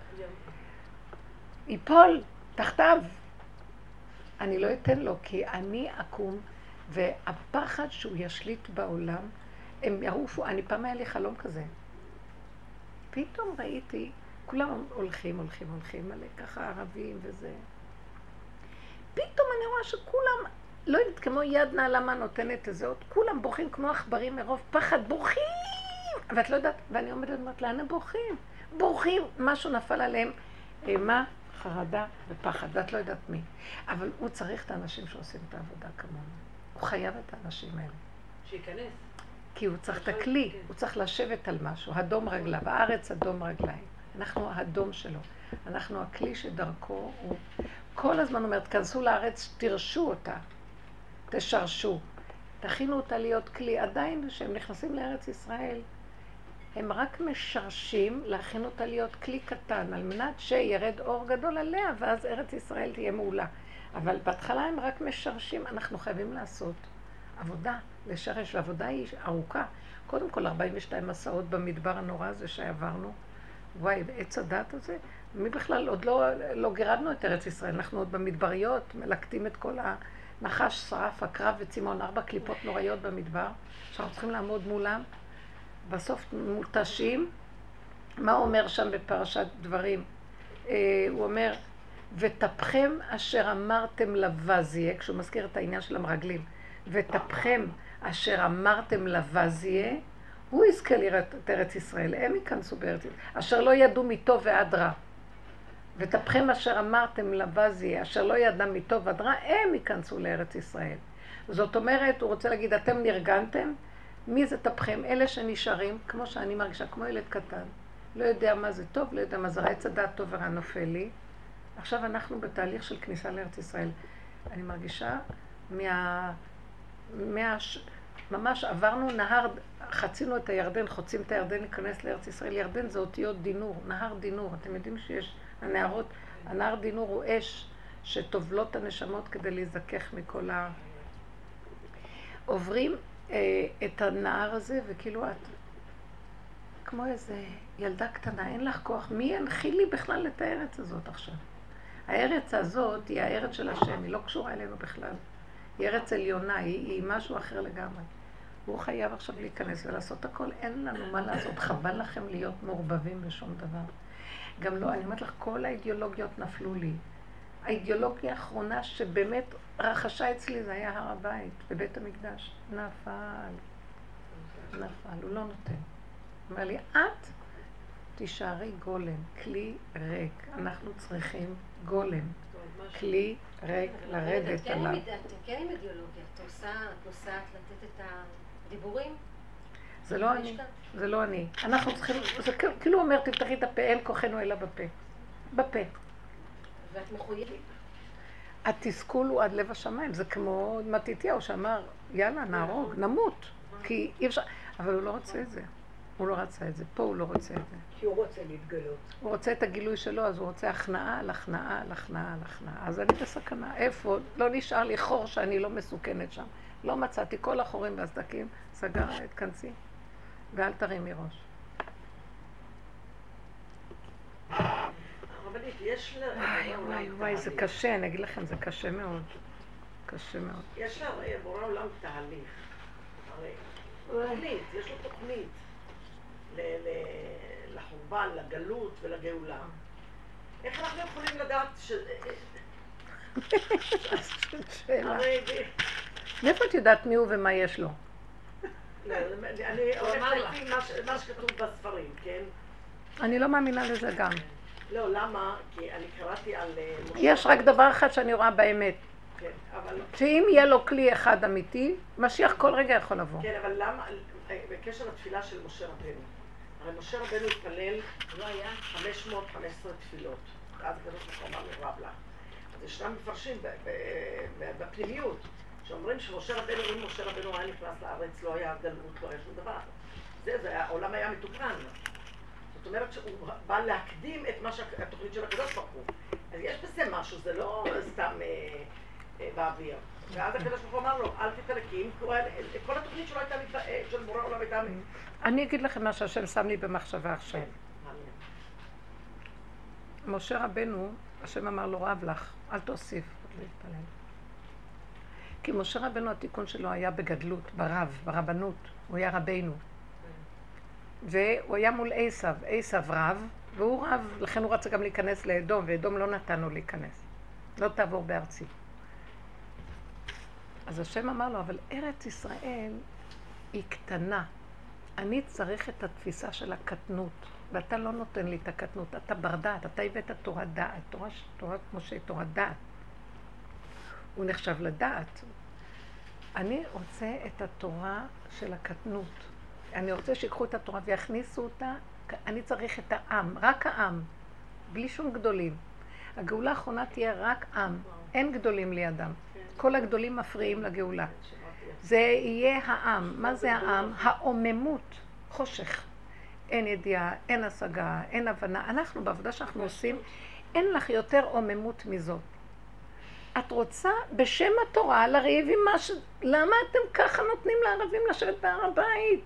ייפול תחתיו. אני לא אתן לו, כי אני אקום, והפחד שהוא ישליט בעולם, הם יעופו. אני פעם היה לי חלום כזה. פתאום ראיתי, כולם הולכים, הולכים, הולכים, מלא ככה ערבים וזה. פתאום אני רואה שכולם, לא יודעת, כמו יד נעלמה נותנת איזה עוד, כולם בוכים כמו עכברים מרוב פחד, בוכים! ואת לא יודעת, ואני עומדת ואומרת, לאן הם בורחים? בורחים, משהו נפל עליהם, אימה, חרדה ופחד, ואת לא יודעת מי. אבל הוא צריך את האנשים שעושים את העבודה כמונו. הוא חייב את האנשים האלה. שיכנס. כי הוא צריך את הכלי, הוא צריך לשבת על משהו, הדום רגליו, הארץ הדום רגליים. אנחנו הדום שלו, אנחנו הכלי שדרכו הוא... כל הזמן אומר, תכנסו לארץ, תרשו אותה, תשרשו, תכינו אותה להיות כלי. עדיין כשהם נכנסים לארץ ישראל, הם רק משרשים להכין אותה להיות כלי קטן, על מנת שירד אור גדול עליה, ואז ארץ ישראל תהיה מעולה. אבל בהתחלה הם רק משרשים, אנחנו חייבים לעשות עבודה, לשרש, ועבודה היא ארוכה. קודם כל, ארבעים ושתיים מסעות במדבר הנורא הזה שעברנו, וואי, עץ הדת הזה, מי בכלל עוד לא, לא גירדנו את ארץ ישראל, אנחנו עוד במדבריות, מלקטים את כל נחש, שרף, עקרב וצימון, ארבע קליפות נוראיות במדבר, שאנחנו צריכים לעמוד מולם, בסוף מותשים. מה הוא אומר שם בפרשת דברים? אה, הוא אומר, ותפכם אשר אמרתם לבז יהיה, כשהוא מזכיר את העניין של המרגלים, ותפכם אשר אמרתם לבז יהיה, הוא יזכה לראות את ארץ ישראל, הם ייכנסו בארץ ישראל, אשר לא ידעו מטוב ועד רע. ותפכם אשר אמרתם לבז יהיה, אשר לא ידע מטוב ועד רע, הם ייכנסו לארץ ישראל. זאת אומרת, הוא רוצה להגיד, אתם נרגנתם, מי זה תפכם? אלה שנשארים, כמו שאני מרגישה, כמו ילד קטן, לא יודע מה זה טוב, לא יודע מה זה רע, עץ הדעת טוב ורע נופל לי. עכשיו אנחנו בתהליך של כניסה לארץ ישראל. אני מרגישה מה... מה... ממש עברנו נהר, חצינו את הירדן, חוצים את הירדן להיכנס לארץ ישראל. ירדן זה אותיות דינור, נהר דינור. אתם יודעים שיש הנהרות, הנהר דינור הוא אש שטובלות הנשמות כדי להיזכך מכל ה... עוברים אה, את הנהר הזה וכאילו את כמו איזה ילדה קטנה, אין לך כוח. מי ינחיל לי בכלל את הארץ הזאת עכשיו? הארץ הזאת היא הארץ של השם, היא לא קשורה אלינו בכלל. היא ארץ עליונה, היא, היא משהו אחר לגמרי. הוא חייב עכשיו להיכנס ולעשות הכל, אין לנו מה לעשות, חבל לכם להיות מעורבבים בשום דבר. גם לא, אני אומרת לך, כל האידיאולוגיות נפלו לי. האידיאולוגיה האחרונה שבאמת רכשה אצלי זה היה הר הבית, בבית המקדש. נפל, נפל, הוא לא נותן. הוא אומר לי, את תישארי גולם, כלי ריק. אנחנו צריכים גולם, כלי ריק לרדת עליו. את כן עם אידיאולוגיה, את נוסעת לתת את הדיבורים? זה לא אני, זה לא אני. אנחנו צריכים, זה כאילו אומר, תפתחי את הפה, אין כוחנו אלא בפה. בפה. ואת מחויבת? התסכול הוא עד לב השמיים, זה כמו מתתיהו שאמר, יאללה, נהרוג, נמות. כי אי אפשר, אבל הוא לא רוצה את זה. הוא לא רצה את זה, פה הוא לא רוצה את זה. כי הוא רוצה להתגלות. הוא רוצה את הגילוי שלו, אז הוא רוצה הכנעה על הכנעה על הכנעה על הכנעה. אז אני בסכנה. איפה? לא נשאר לי חור שאני לא מסוכנת שם. לא מצאתי כל החורים והסדקים, סגר, התכנסי, ואל תרימי ראש. רבנית, יש לה... וואי, וואי, וואי, זה קשה, אני אגיד לכם, זה קשה מאוד. קשה מאוד. יש לה בורא עולם תהליך. הרי תוכנית, יש לו תוכנית לחורבן, לגלות ולגאולה. איך אנחנו יכולים לדעת ש... שאלה. מאיפה את יודעת מי הוא ומה יש לו? לא, אני הולכת לפי מה שכתוב בספרים, כן? אני לא מאמינה לזה גם. לא, למה? כי אני קראתי על... יש רק דבר אחד שאני רואה באמת. כן, אבל... שאם יהיה לו כלי אחד אמיתי, משיח כל רגע יכול לבוא. כן, אבל למה... בקשר לתפילה של משה רבנו. הרי משה רבנו התפלל, לא היה חמש מאות וחמש עשרה תפילות. אז הקדוש ברוך הוא אמר לרב לך. אז ישנם מפרשים בפנימיות, שאומרים שמשה רבנו, אם משה רבנו היה נכנס לארץ, לא היה גלות, לא היה שום דבר. זה, זה, העולם היה מתוקן. זאת אומרת שהוא בא להקדים את מה שהתוכנית של הקדוש ברוך הוא. אז יש בזה משהו, זה לא סתם אה, אה, באוויר. ואז הקדוש ברוך הוא אמר לו, אל תתלקים, כל התוכנית שלו הייתה, של בורא עולם הייתה... אני אגיד לכם מה שהשם שם לי במחשבה עכשיו. משה רבנו, השם אמר לו, רב לך, אל תוסיף, להתפלל. כי משה רבנו, התיקון שלו היה בגדלות, ברב, ברבנות, הוא היה רבנו. והוא היה מול עשיו, עשיו רב, והוא רב, לכן הוא רצה גם להיכנס לאדום, ואדום לא נתן לו להיכנס. לא תעבור בארצי. אז השם אמר לו, אבל ארץ ישראל היא קטנה. אני צריך את התפיסה של הקטנות, ואתה לא נותן לי את הקטנות. אתה בר דעת, אתה הבאת תורת דעת, תורה, תורת משה, תורת דעת. הוא נחשב לדעת. אני רוצה את התורה של הקטנות. אני רוצה שיקחו את התורה ויכניסו אותה. אני צריך את העם, רק העם, בלי שום גדולים. הגאולה האחרונה תהיה רק עם, אין גדולים לידם. כל הגדולים מפריעים לגאולה. זה יהיה העם. מה זה העם? העוממות, חושך. אין ידיעה, אין השגה, אין הבנה. אנחנו בעבודה שאנחנו עושים, אין לך יותר עוממות מזאת. את רוצה בשם התורה לריב עם מה ש... למה אתם ככה נותנים לערבים לשבת בהר הבית?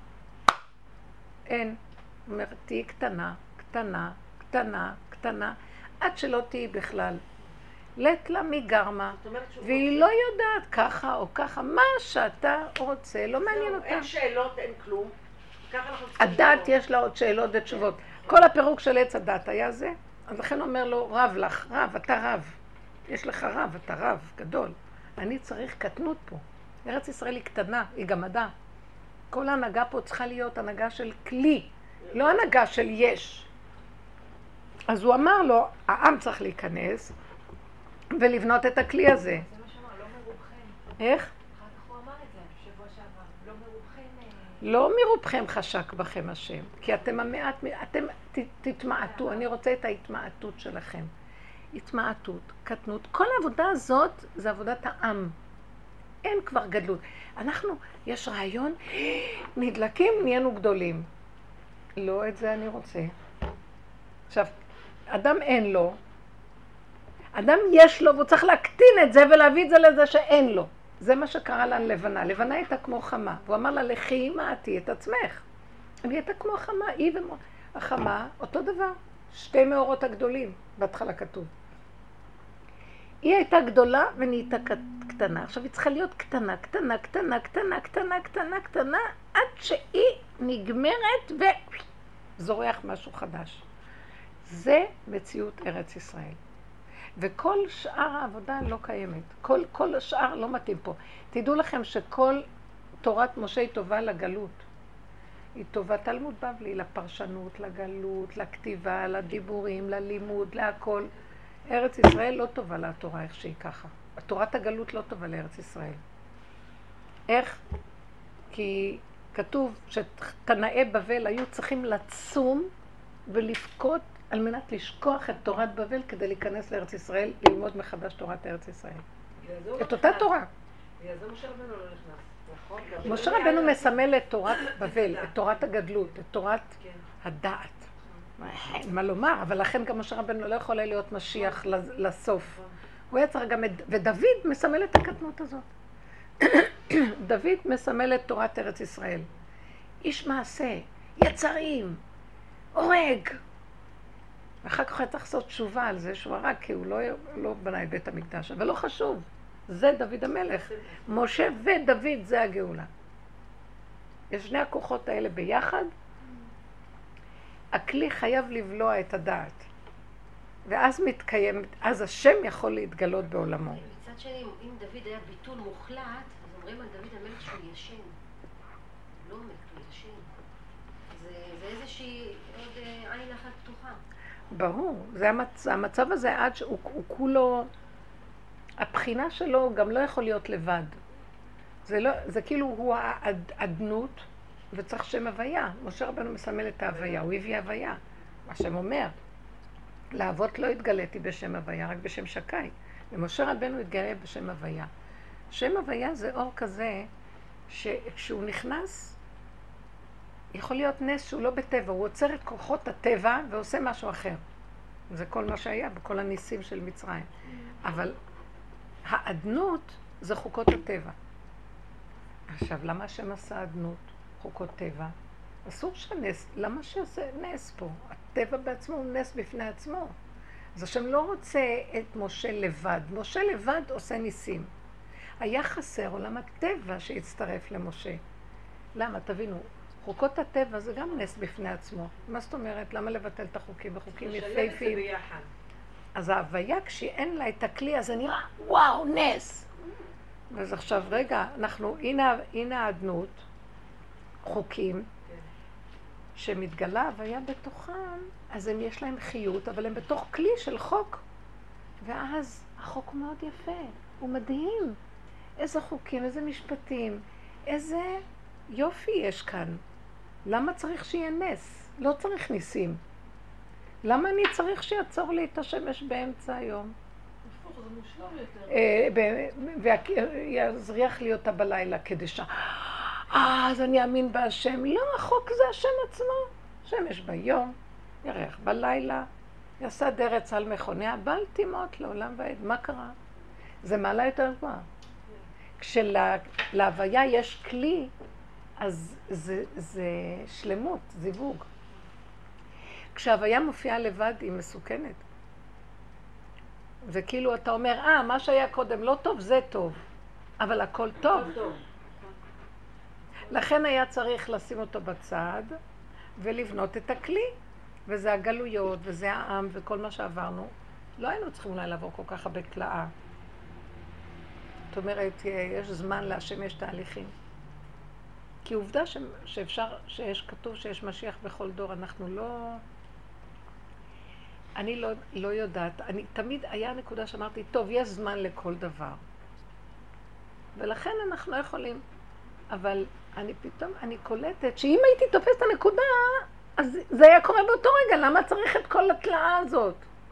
אין. אומרת, תהי קטנה, קטנה, קטנה, קטנה, עד שלא תהי בכלל. לית לה מי גרמה, והיא לא יודעת ככה או ככה, מה שאתה רוצה, לא מעניין אותה. אין שאלות, אין כלום. ככה אנחנו צריכים הדת לשאול. יש לה עוד שאלות ותשובות. כל הפירוק של עץ הדת היה זה, אז לכן אומר לו, רב לך, רב, אתה רב. יש לך רב, אתה רב, גדול. אני צריך קטנות פה. ארץ ישראל היא קטנה, היא גמדה. כל ההנהגה פה צריכה להיות הנהגה של כלי, לא הנהגה של יש. אז הוא אמר לו, העם צריך להיכנס ולבנות את הכלי הזה. זה מה שאמר, לא מרובכם. איך? אחר כך הוא אמר את זה, בשבוע שעבר. לא מרובכם... לא מרובכם חשק בכם השם, כי אתם המעט, אתם ת- תתמעטו, אני רוצה את ההתמעטות שלכם. התמעטות, קטנות, כל העבודה הזאת זה עבודת העם. אין כבר גדלות. אנחנו, יש רעיון, נדלקים, נהיינו גדולים. לא את זה אני רוצה. עכשיו, אדם אין לו, אדם יש לו, והוא צריך להקטין את זה ולהביא את זה לזה שאין לו. זה מה שקרה לה לבנה. לבנה הייתה כמו חמה. והוא אמר לה, לכי מעטי את עצמך. אני הייתה כמו חמה, היא והחמה, אותו דבר. שתי מאורות הגדולים, בהתחלה כתוב. היא הייתה גדולה ונהייתה קטנה. עכשיו היא צריכה להיות קטנה, קטנה, קטנה, קטנה, קטנה, קטנה, קטנה, עד שהיא נגמרת וזורח משהו חדש. זה מציאות ארץ ישראל. וכל שאר העבודה לא קיימת. כל, כל השאר לא מתאים פה. תדעו לכם שכל תורת משה היא טובה לגלות. היא טובה תלמוד בבלי, לפרשנות, לגלות, לכתיבה, לדיבורים, ללימוד, להכל. ארץ ישראל לא טובה לתורה איך שהיא ככה. תורת הגלות לא טובה לארץ ישראל. איך? כי כתוב שתנאי בבל היו צריכים לצום ולפקוד על מנת לשכוח את תורת בבל כדי להיכנס לארץ ישראל, ללמוד מחדש תורת ארץ ישראל. את אותה תורה. בגלל זה משה רבנו לא נכנס, נכון? משה רבנו מסמל את תורת בבל, את תורת הגדלות, את תורת הדעת. מה לומר, אבל לכן גם משה רבנו לא יכול להיות משיח לסוף. הוא היה צריך גם, ודוד מסמל את הקטנות הזאת. דוד מסמל את תורת ארץ ישראל. איש מעשה, יצרים, הורג. ואחר כך היה צריך לעשות תשובה על זה שהוא הרג, כי הוא לא, לא בנה את בית המקדש. אבל לא חשוב, זה דוד המלך. משה ודוד זה הגאולה. יש שני הכוחות האלה ביחד. הכלי חייב לבלוע את הדעת. ואז מתקיים, אז השם יכול להתגלות בעולמו. מצד שני, אם דוד היה ביטול מוחלט, אז אומרים על דוד המלך שהוא ישן. לא מת, הוא ישן. זה, זה איזושהי עוד עין אחת פתוחה. ברור, זה המצ... המצב הזה עד שהוא הוא כולו, הבחינה שלו גם לא יכול להיות לבד. זה, לא, זה כאילו הוא העדנות וצריך שם הוויה. משה רבנו מסמל את ההוויה, הוא הביא הוויה. מה שם אומר, לאבות לא התגליתי בשם הוויה, רק בשם שקי. ומשה רבנו התגלה בשם הוויה. שם הוויה זה אור כזה שכשהוא נכנס, יכול להיות נס שהוא לא בטבע, הוא עוצר את כוחות הטבע ועושה משהו אחר. זה כל מה שהיה בכל הניסים של מצרים. אבל העדנות זה חוקות הטבע. עכשיו, למה השם עשה עדנות, חוקות טבע? אסור שהנס, למה שעשה נס פה? הטבע בעצמו הוא נס בפני עצמו. אז השם לא רוצה את משה לבד. משה לבד עושה ניסים. היה חסר עולם הטבע שהצטרף למשה. למה? תבינו, חוקות הטבע זה גם נס בפני עצמו. מה זאת אומרת? למה לבטל את החוקים? החוקים יפהפיים. אז ההוויה, כשאין לה את הכלי, אז זה נראה, וואו, נס! אז עכשיו, רגע, אנחנו, הנה, הנה העדנות, חוקים, שמתגלה ההוויה בתוכם, אז הם יש להם חיות, אבל הם בתוך כלי של חוק. ואז החוק הוא מאוד יפה, הוא מדהים. איזה חוקים, איזה משפטים, איזה יופי יש כאן. למה צריך שיהיה נס? לא צריך ניסים. למה אני צריך שיעצור לי את השמש באמצע היום? הפוך, זה מושלם יותר. ויזריח לי אותה בלילה כדי ש... אה, אז אני אאמין בהשם. לא, החוק זה השם עצמו. שמש ביום, ירח בלילה, יסד ארץ על מכוניה, בל תימות לעולם ועד. מה קרה? זה מעלה יותר גבוהה. כשלהוויה יש כלי, אז זה, זה שלמות, זיווג. כשהוויה מופיעה לבד היא מסוכנת. וכאילו אתה אומר, אה, מה שהיה קודם לא טוב, זה טוב. אבל הכל טוב. לכן היה צריך לשים אותו בצד ולבנות את הכלי. וזה הגלויות, וזה העם, וכל מה שעברנו. לא היינו צריכים אולי לעבור כל כך הרבה תלאה. זאת אומרת, יש זמן להשם, יש תהליכים. כי עובדה ש... שאפשר, שיש כתוב שיש משיח בכל דור, אנחנו לא... אני לא, לא יודעת, אני תמיד היה נקודה שאמרתי, טוב, יש זמן לכל דבר. ולכן אנחנו לא יכולים. אבל אני פתאום, אני קולטת שאם הייתי תופסת את הנקודה, אז זה היה קורה באותו רגע, למה צריך את כל התלאה הזאת?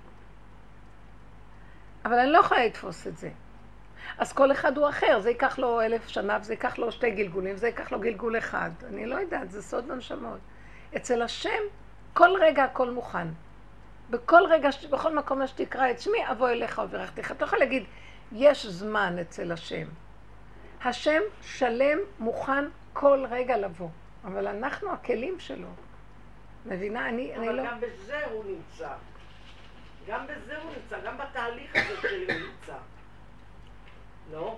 אבל אני לא יכולה לתפוס את זה. אז כל אחד הוא אחר, זה ייקח לו אלף שנה, וזה ייקח לו שתי גלגולים, וזה ייקח לו גלגול אחד. אני לא יודעת, זה סוד בנשמות. אצל השם, כל רגע הכל מוכן. בכל רגע, בכל מקום שתקרא את שמי, אבוא אליך וברכתיך. אתה יכול להגיד, יש זמן אצל השם. השם שלם מוכן כל רגע לבוא. אבל אנחנו הכלים שלו. מבינה? אני, אני אבל לא... גם בזה הוא נמצא. גם בזה הוא נמצא, גם בתהליך הזה שלי הוא נמצא. לא?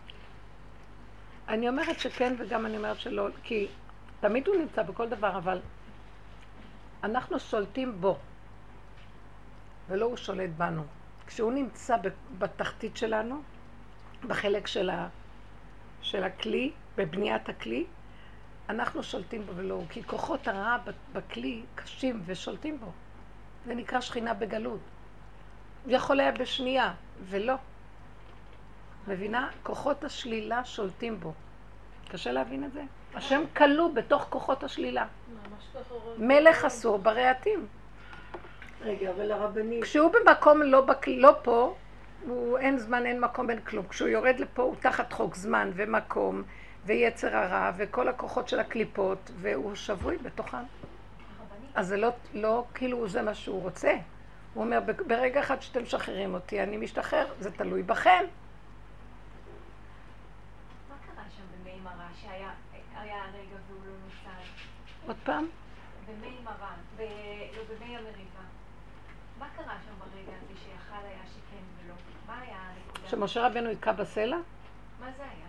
אני אומרת שכן וגם אני אומרת שלא, כי תמיד הוא נמצא בכל דבר, אבל אנחנו שולטים בו, ולא הוא שולט בנו. כשהוא נמצא בתחתית שלנו, בחלק של, ה, של הכלי, בבניית הכלי, אנחנו שולטים בו ולא הוא, כי כוחות הרע בכלי קשים ושולטים בו. זה נקרא שכינה בגלות. יכול היה בשנייה, ולא. מבינה? כוחות השלילה שולטים בו. קשה להבין את זה? השם כלוא בתוך כוחות השלילה. מלך אסור ברעתים. רגע, אבל הרבנית... כשהוא במקום לא, בק... לא פה, הוא אין זמן, אין מקום, אין כלום. כשהוא יורד לפה הוא תחת חוק זמן ומקום ויצר הרע וכל הכוחות של הקליפות, והוא שבוי בתוכם. אז זה לא, לא כאילו זה מה שהוא רוצה. הוא אומר, ברגע אחד שאתם משחררים אותי, אני משתחרר, זה תלוי בכם. מה קרה שם במי מראה שהיה הרגע והוא לא נוסד? עוד פעם? במי מראה, ב... לא במי המריבה. מה קרה שם ברגע הזה שיכל היה שכן ולא? מה היה הנקודה? שמשה רבנו יקע בסלע? מה זה היה?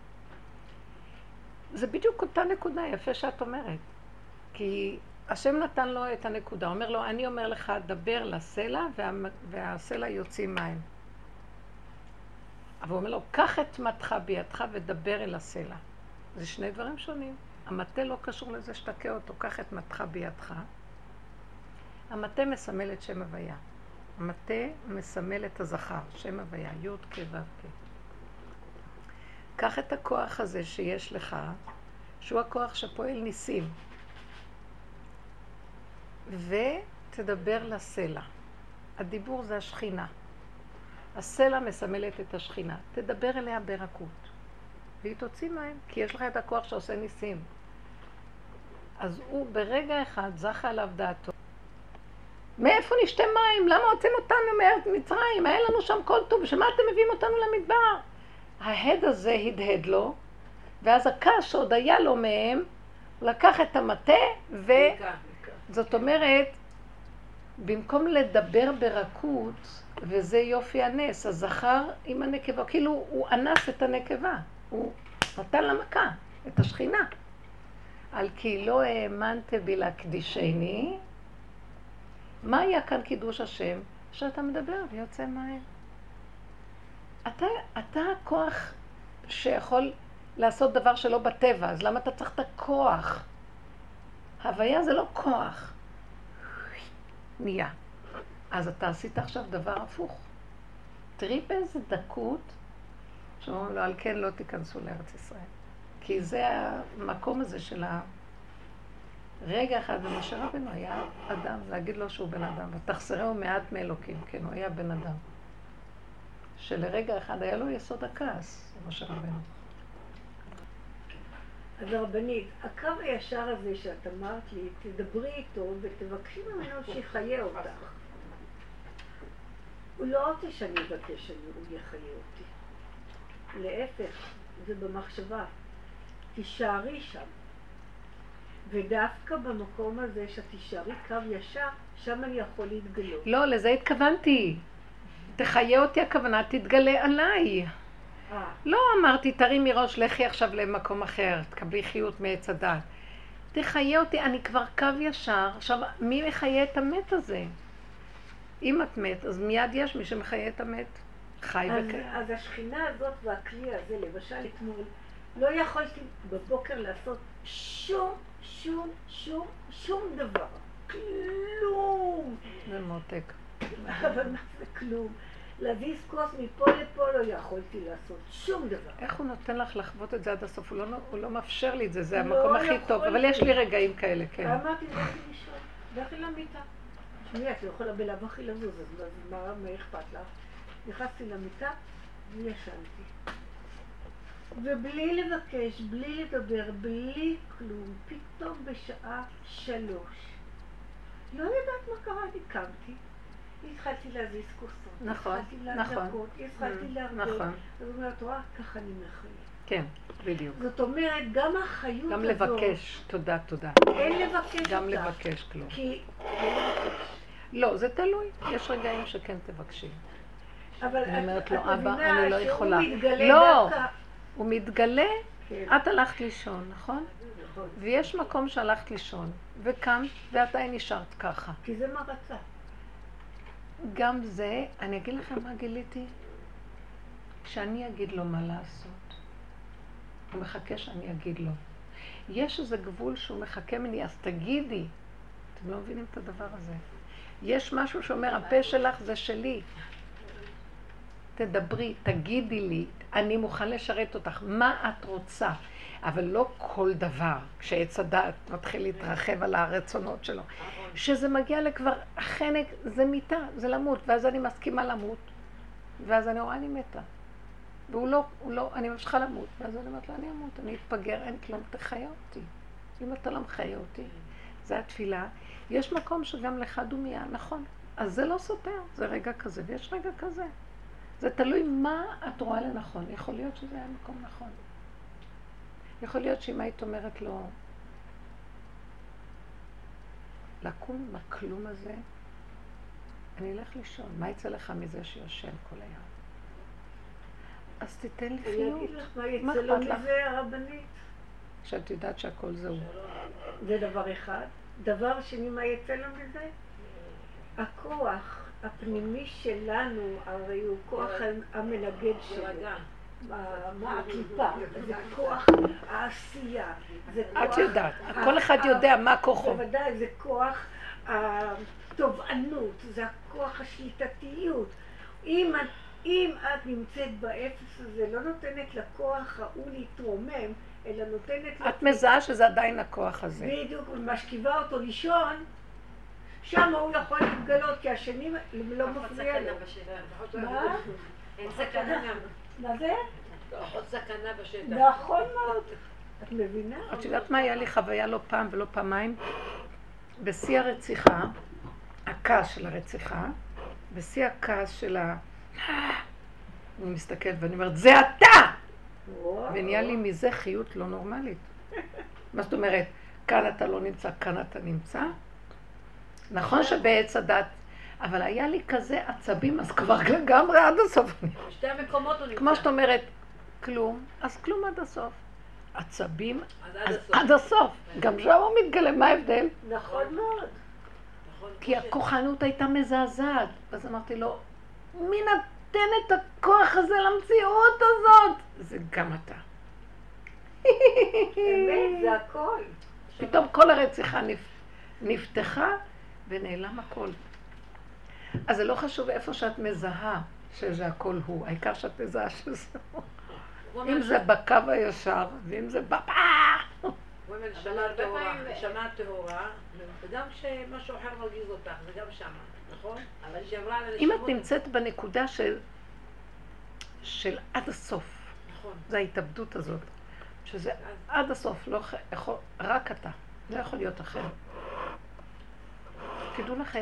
זה בדיוק אותה נקודה, יפה שאת אומרת. כי השם נתן לו את הנקודה, הוא אומר לו, אני אומר לך, דבר לסלע, וה... והסלע יוצאים מים. אבל הוא אומר לו, קח את מתך בידך ודבר אל הסלע. זה שני דברים שונים. המטה לא קשור לזה שתקע אותו, קח את מתך בידך. המטה מסמל את שם הוויה. המטה מסמל את הזכר, שם הוויה, י' כ' ו' כ'. קח את הכוח הזה שיש לך, שהוא הכוח שפועל ניסים. ותדבר לסלע. הדיבור זה השכינה. הסלע מסמלת את השכינה. תדבר אליה ברכות. והיא תוציא מים, כי יש לך את הכוח שעושה ניסים. אז הוא ברגע אחד זכה עליו דעתו. מאיפה נשתה מים? למה הוצאים אותנו מארץ מצרים? היה לנו שם כל טוב, שמה אתם מביאים אותנו למדבר? ההד הזה הדהד לו, ואז הכעס שעוד היה לו מהם, הוא לקח את המטה, וזאת אומרת, במקום לדבר ברכות, וזה יופי הנס, הזכר עם הנקבה, כאילו הוא אנס את הנקבה, הוא נתן לה מכה, את השכינה. על כי לא האמנת בי להקדישני, מה היה כאן קידוש השם? שאתה מדבר ויוצא מים. אתה, אתה הכוח שיכול לעשות דבר שלא בטבע, אז למה אתה צריך את הכוח? הוויה זה לא כוח. נהיה. אז אתה עשית עכשיו דבר הפוך. תראי באיזה דקות, שאומרים לו, על כן לא תיכנסו לארץ ישראל. כי זה המקום הזה של ה... רגע אחד, ומשה רבנו היה אדם, להגיד לו שהוא בן אדם, ותחסרהו מעט מאלוקים, כן, הוא היה בן אדם. שלרגע אחד היה לו יסוד הכעס, משה רבנו. אז הרבנית, הקו הישר הזה שאת אמרת לי, תדברי איתו ותבקשי ממנו שיחיה אותך. הוא לא רוצה שאני אבקש שהוא יחיה אותי. להפך, זה במחשבה. תישארי שם. ודווקא במקום הזה שתישארי קו ישר, שם אני יכול להתגלות. לא, לזה התכוונתי. תחיה אותי, הכוונה תתגלה עליי. לא אמרתי, תרימי ראש, לכי עכשיו למקום אחר, תקבלי חיות מעץ הדעת. תחיה אותי, אני כבר קו ישר. עכשיו, מי מחיה את המת הזה? אם את מת, אז מיד יש מי שמחיה את המת. חי וכן. אז השכינה הזאת והכלי הזה, למשל אתמול, לא יכולתי בבוקר לעשות שום, שום, שום, שום דבר. כלום. זה מותק. אבל מה זה כלום? להזיז כוס מפה לפה לא יכולתי לעשות שום דבר. איך הוא נותן לך לחוות את זה עד הסוף? הוא לא, הוא לא מאפשר לי את זה, זה לא המקום הכי יכולתי. טוב, אבל יש לי רגעים כאלה, כן. אמרתי, באתי לישון, באתי למיטה. שמי, את לא יכולה בלאו הכי לזוז, אז מה, מה אכפת לך? נכנסתי למיטה וישנתי. ובלי לבקש, בלי לדבר, בלי כלום, פתאום בשעה שלוש. לא יודעת מה קרה, אני קמתי. התחלתי להזיז כוסות, נכון, התחלתי נכון. להדקות, התחלתי להרגיש. נכון. אז אומרת, רואה, ככה אני מחיה. כן, בדיוק. זאת אומרת, גם החיות גם הזאת... לבקש, תודה, תודה. אין לבקש אותה. גם לבקש כלום. כי... אין לבקש. לא, זה תלוי. יש רגעים שכן תבקשי. אבל אני אומרת את, לו, את אבא, מבינה אני לא שהוא יכולה. מתגלה לא, דווקא... הוא מתגלה, כן. את הלכת לישון, נכון? נכון. ויש מקום שהלכת לישון, וקמת, ועדיין נשארת ככה. כי זה מה רצה. גם זה, אני אגיד לכם מה גיליתי? כשאני אגיד לו מה לעשות, הוא מחכה שאני אגיד לו. יש איזה גבול שהוא מחכה ממני, אז תגידי. אתם לא מבינים את הדבר הזה. יש משהו שאומר, הפה שלך זה שלי. תדברי, תגידי לי, אני מוכן לשרת אותך, מה את רוצה? אבל לא כל דבר, כשעץ הדעת מתחיל להתרחב על הרצונות שלו. שזה מגיע לכבר, החנק זה מיטה, זה למות, ואז אני מסכימה למות, ואז אני רואה, אני מתה. והוא לא, הוא לא, אני ממשיכה למות, ואז אני אומרת לו, אני אמות, אני אתפגר, אין כלום, תחיה אותי. אם אתה לא מחיה אותי, זה התפילה. יש מקום שגם לך דומיה, נכון. אז זה לא סותר, זה רגע כזה, ויש רגע כזה. זה תלוי מה את רואה לנכון. יכול להיות שזה היה מקום נכון. יכול להיות שאם היית אומרת לו, לקום מהכלום הזה, אני אלך לישון. מה יצא לך מזה שיושן כל היום? אז תיתן לי חיות. אני אגיד לך מה יצא לו מזה הרבנית. שאת יודעת שהכל זהו. זה דבר אחד. דבר שני, מה יצא לו מזה? הכוח הפנימי שלנו, הרי הוא כוח המנגד שלו. מה הקליפה? זה כוח העשייה. את יודעת, כל אחד יודע מה כוחו. בוודאי, זה כוח התובענות, זה הכוח השליטתיות. אם את נמצאת באפס הזה, לא נותנת לכוח ההוא להתרומם, אלא נותנת... את מזהה שזה עדיין הכוח הזה. בדיוק, ומשכיבה אותו לישון, שם הוא יכול להתגלות, כי השני לא מפריע לו. מה? אין סכנה. מה זה? עוד סכנה בשטח. נכון מאוד. את מבינה? את יודעת מה היה לי חוויה לא פעם ולא פעמיים? בשיא הרציחה, הכעס של הרציחה, בשיא הכעס של ה... אני מסתכלת ואני אומרת, זה אתה! ונהיה לי מזה חיות לא נורמלית. מה זאת אומרת? כאן אתה לא נמצא, כאן אתה נמצא. נכון שבעץ הדת, אבל היה לי כזה עצבים, אז כבר לגמרי עד הסוף. בשתי המקומות הוא נמצא. כמו שאת אומרת, כלום, אז כלום עד הסוף. עצבים, אז אז עד הסוף. עד הסוף. גם שם הוא מתגלה, מה ההבדל? נכון מאוד. כי הכוחנות הייתה מזעזעת. אז אמרתי לו, מי נתן את הכוח הזה למציאות הזאת? זה גם אתה. באמת, זה הכל. פתאום כל הרציחה נפתחה ונעלם הכל. אז זה לא חשוב איפה שאת מזהה שזה הכל הוא. העיקר שאת מזהה שזה הוא. אם זה בקו הישר, ואם זה בפה. הוא אומר, נשמה טהורה, וגם כשמשהו אחר מרגיז אותך, זה גם שמה, נכון? אבל שעברה לנשמות... אם את נמצאת בנקודה של של עד הסוף, נכון. זה ההתאבדות הזאת, שזה עד הסוף, לא יכול, רק אתה, לא יכול להיות אחר. תדעו לכם,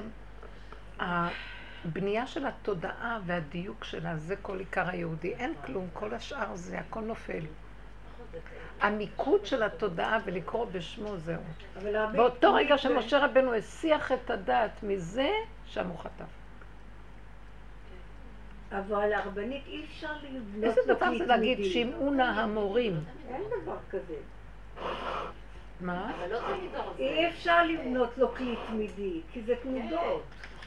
הבנייה של התודעה והדיוק שלה, זה כל עיקר היהודי, אין כלום, כל השאר זה, הכל נופל. המיקוד של התודעה ולקרוא בשמו זהו. באותו רגע שמשה רבנו הסיח את הדעת מזה, שם הוא חטף. אבל הרבנית אי אפשר לבנות איזה לו דבר כלי זה להגיד תמידי. שמעו נא המורים? אין דבר כזה. מה? אבל לא תמיד הוא רוצה. אי אפשר לבנות לו כלי תמידי, כי זה תנודות.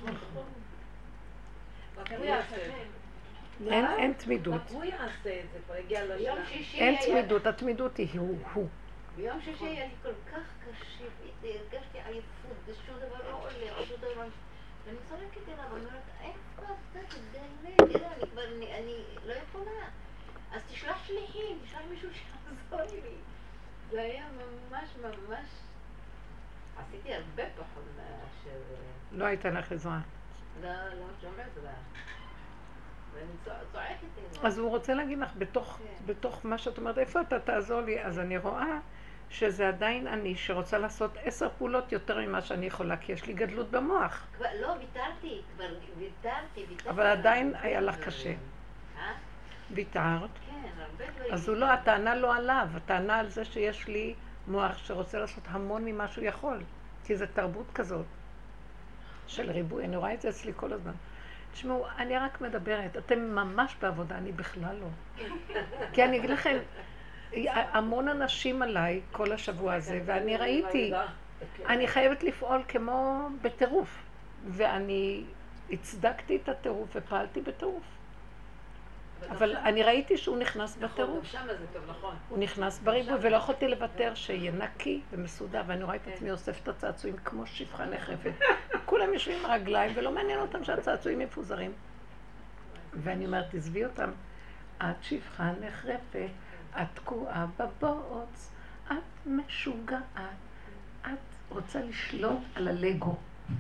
רק הוא יעשה את זה. אין אין תמידות. רק הוא יעשה את זה, כבר הגיע ביום לשם. שישי אין היה- תמידות, התמידות היא הוא, הוא. ביום שישי היה לי כל כך קשה, הרגשתי עייפות, ושום דבר לא עולה, שום דבר... ואני צורקת אליו, אני אומרת, איפה אתה תגלה? תראה, אני כבר, אני- אני לא יכולה. אז תשלח שליחים, תשלח מישהו שיעזור לי. זה היה ממש ממש... עשיתי הרבה פחות מאשר... לא הייתה לך עזרה. לא, לא שום עזרה. ואני צוע- צועקת אליו. אז הוא רוצה להגיד לך, בתוך, כן. בתוך מה שאת אומרת, איפה אתה תעזור לי? אז אני רואה שזה עדיין אני שרוצה לעשות עשר פעולות יותר ממה שאני יכולה, כי יש לי גדלות במוח. כבר, לא, ויתרתי, כבר ויתרתי, ויתרתי. אבל עדיין היה לך קשה. אה? ויתרת. כן, הרבה דברים. אז הוא לא, הטענה לא עליו, הטענה על זה שיש לי מוח שרוצה לעשות המון ממה שהוא יכול. כי זו תרבות כזאת של ריבוי, אני רואה את זה אצלי כל הזמן. תשמעו, אני רק מדברת, אתם ממש בעבודה, אני בכלל לא. כי אני אגיד לכם, המון אנשים עליי כל השבוע הזה, ואני ראיתי, אני חייבת לפעול כמו בטירוף, ואני הצדקתי את הטירוף ופעלתי בטירוף. אבל אני ראיתי שהוא נכנס נכון, בטירוף. גם שם זה טוב, נכון. הוא נכנס בריבוי, ולא יכולתי לוותר שיהיה נקי ומסודר, ואני רואה את עצמי אוסף את הצעצועים כמו שפחה נחרפת. כולם יושבים עם רגליים, ולא מעניין אותם שהצעצועים מפוזרים. ואני אומרת, תעזבי אותם, את שפחה נחרפת, את תקועה בבוץ, את משוגעת, את רוצה לשלוט על הלגו.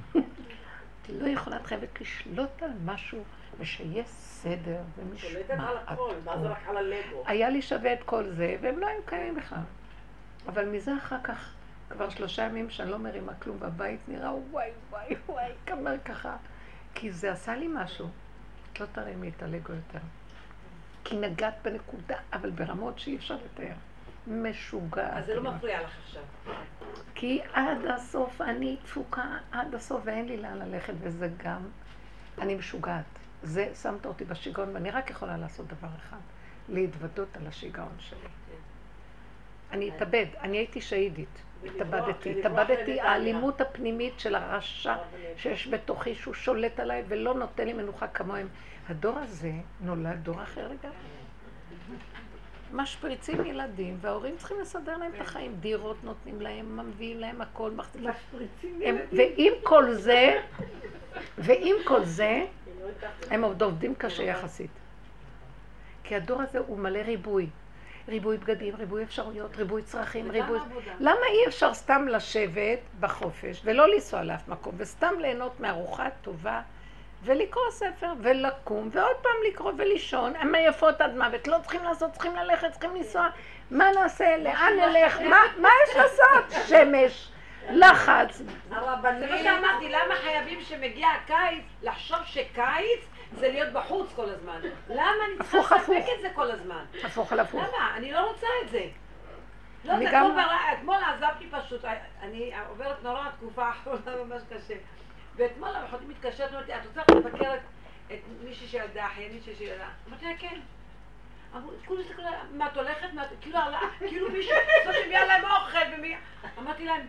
את לא יכולה, את חייבת לשלוט על משהו, ושיהיה סדר ומשמעת. שולטת על הכל, מה זה רק על הלגו? היה לי שווה את כל זה, והם לא היו קיימים בכלל. אבל מזה אחר כך, כבר שלושה ימים שאני לא מרימה כלום בבית, נראה וואי וואי וואי, כמה ככה. כי זה עשה לי משהו. לא תרימי את הלגו יותר. כי נגעת בנקודה, אבל ברמות שאי אפשר לתאר. משוגעת. אז זה לא מפריע לך עכשיו. כי עד הסוף אני תפוקה, עד הסוף, ואין לי לאן ללכת, וזה גם, אני משוגעת. זה שמת אותי בשיגעון, ואני רק יכולה לעשות דבר אחד, להתוודות על השיגעון שלי. אני אתאבד, אני הייתי שהידית, התאבדתי, התאבדתי, האלימות הפנימית של הרשע שיש בתוכי, שהוא שולט עליי ולא נותן לי מנוחה כמוהם. הדור הזה נולד דור אחר לגמרי. משפריצים ילדים, וההורים צריכים לסדר להם את החיים. דירות נותנים להם, מביאים להם הכל, מחזיקים. משפריצים הם- ילדים. ועם כל זה, ועם כל זה, הם עוד עובדים קשה יחסית. כי הדור הזה הוא מלא ריבוי. ריבוי בגדים, ריבוי אפשרויות, ריבוי צרכים, ריבוי... למה אי אפשר סתם לשבת בחופש ולא לנסוע לאף מקום, וסתם ליהנות מארוחה טובה ולקרוא ספר ולקום ועוד פעם לקרוא ולישון? הם עייפות עד מוות, לא צריכים לעשות, צריכים ללכת, צריכים לנסוע. מה נעשה? לאן נלך? מה, מה יש לעשות? שמש, לחץ. הרבנים... זה מה שאמרתי, למה חייבים שמגיע הקיץ לחשוב שקיץ זה להיות בחוץ כל הזמן? למה אני צריכה הפוך, לספק הפוך. את זה כל הזמן? הפוך על הפוך. למה? אני לא רוצה את זה. לא, אני זה גם- כמו ברע, אתמול עזבתי פשוט, אני עוברת נורא התקופה האחרונה ממש קשה. ואתמול אחותי מתקשרת, אמרתי, את רוצה לבקר את- את מישהי שילדה, אחיינית שילדה? אמרתי לה, כן. אמרו, כולו הסתכלו עליה, מה את הולכת? מה את- כאילו עלה- כאילו מישהו, זאת שמביאה להם אוכל ומי... אמרתי להם,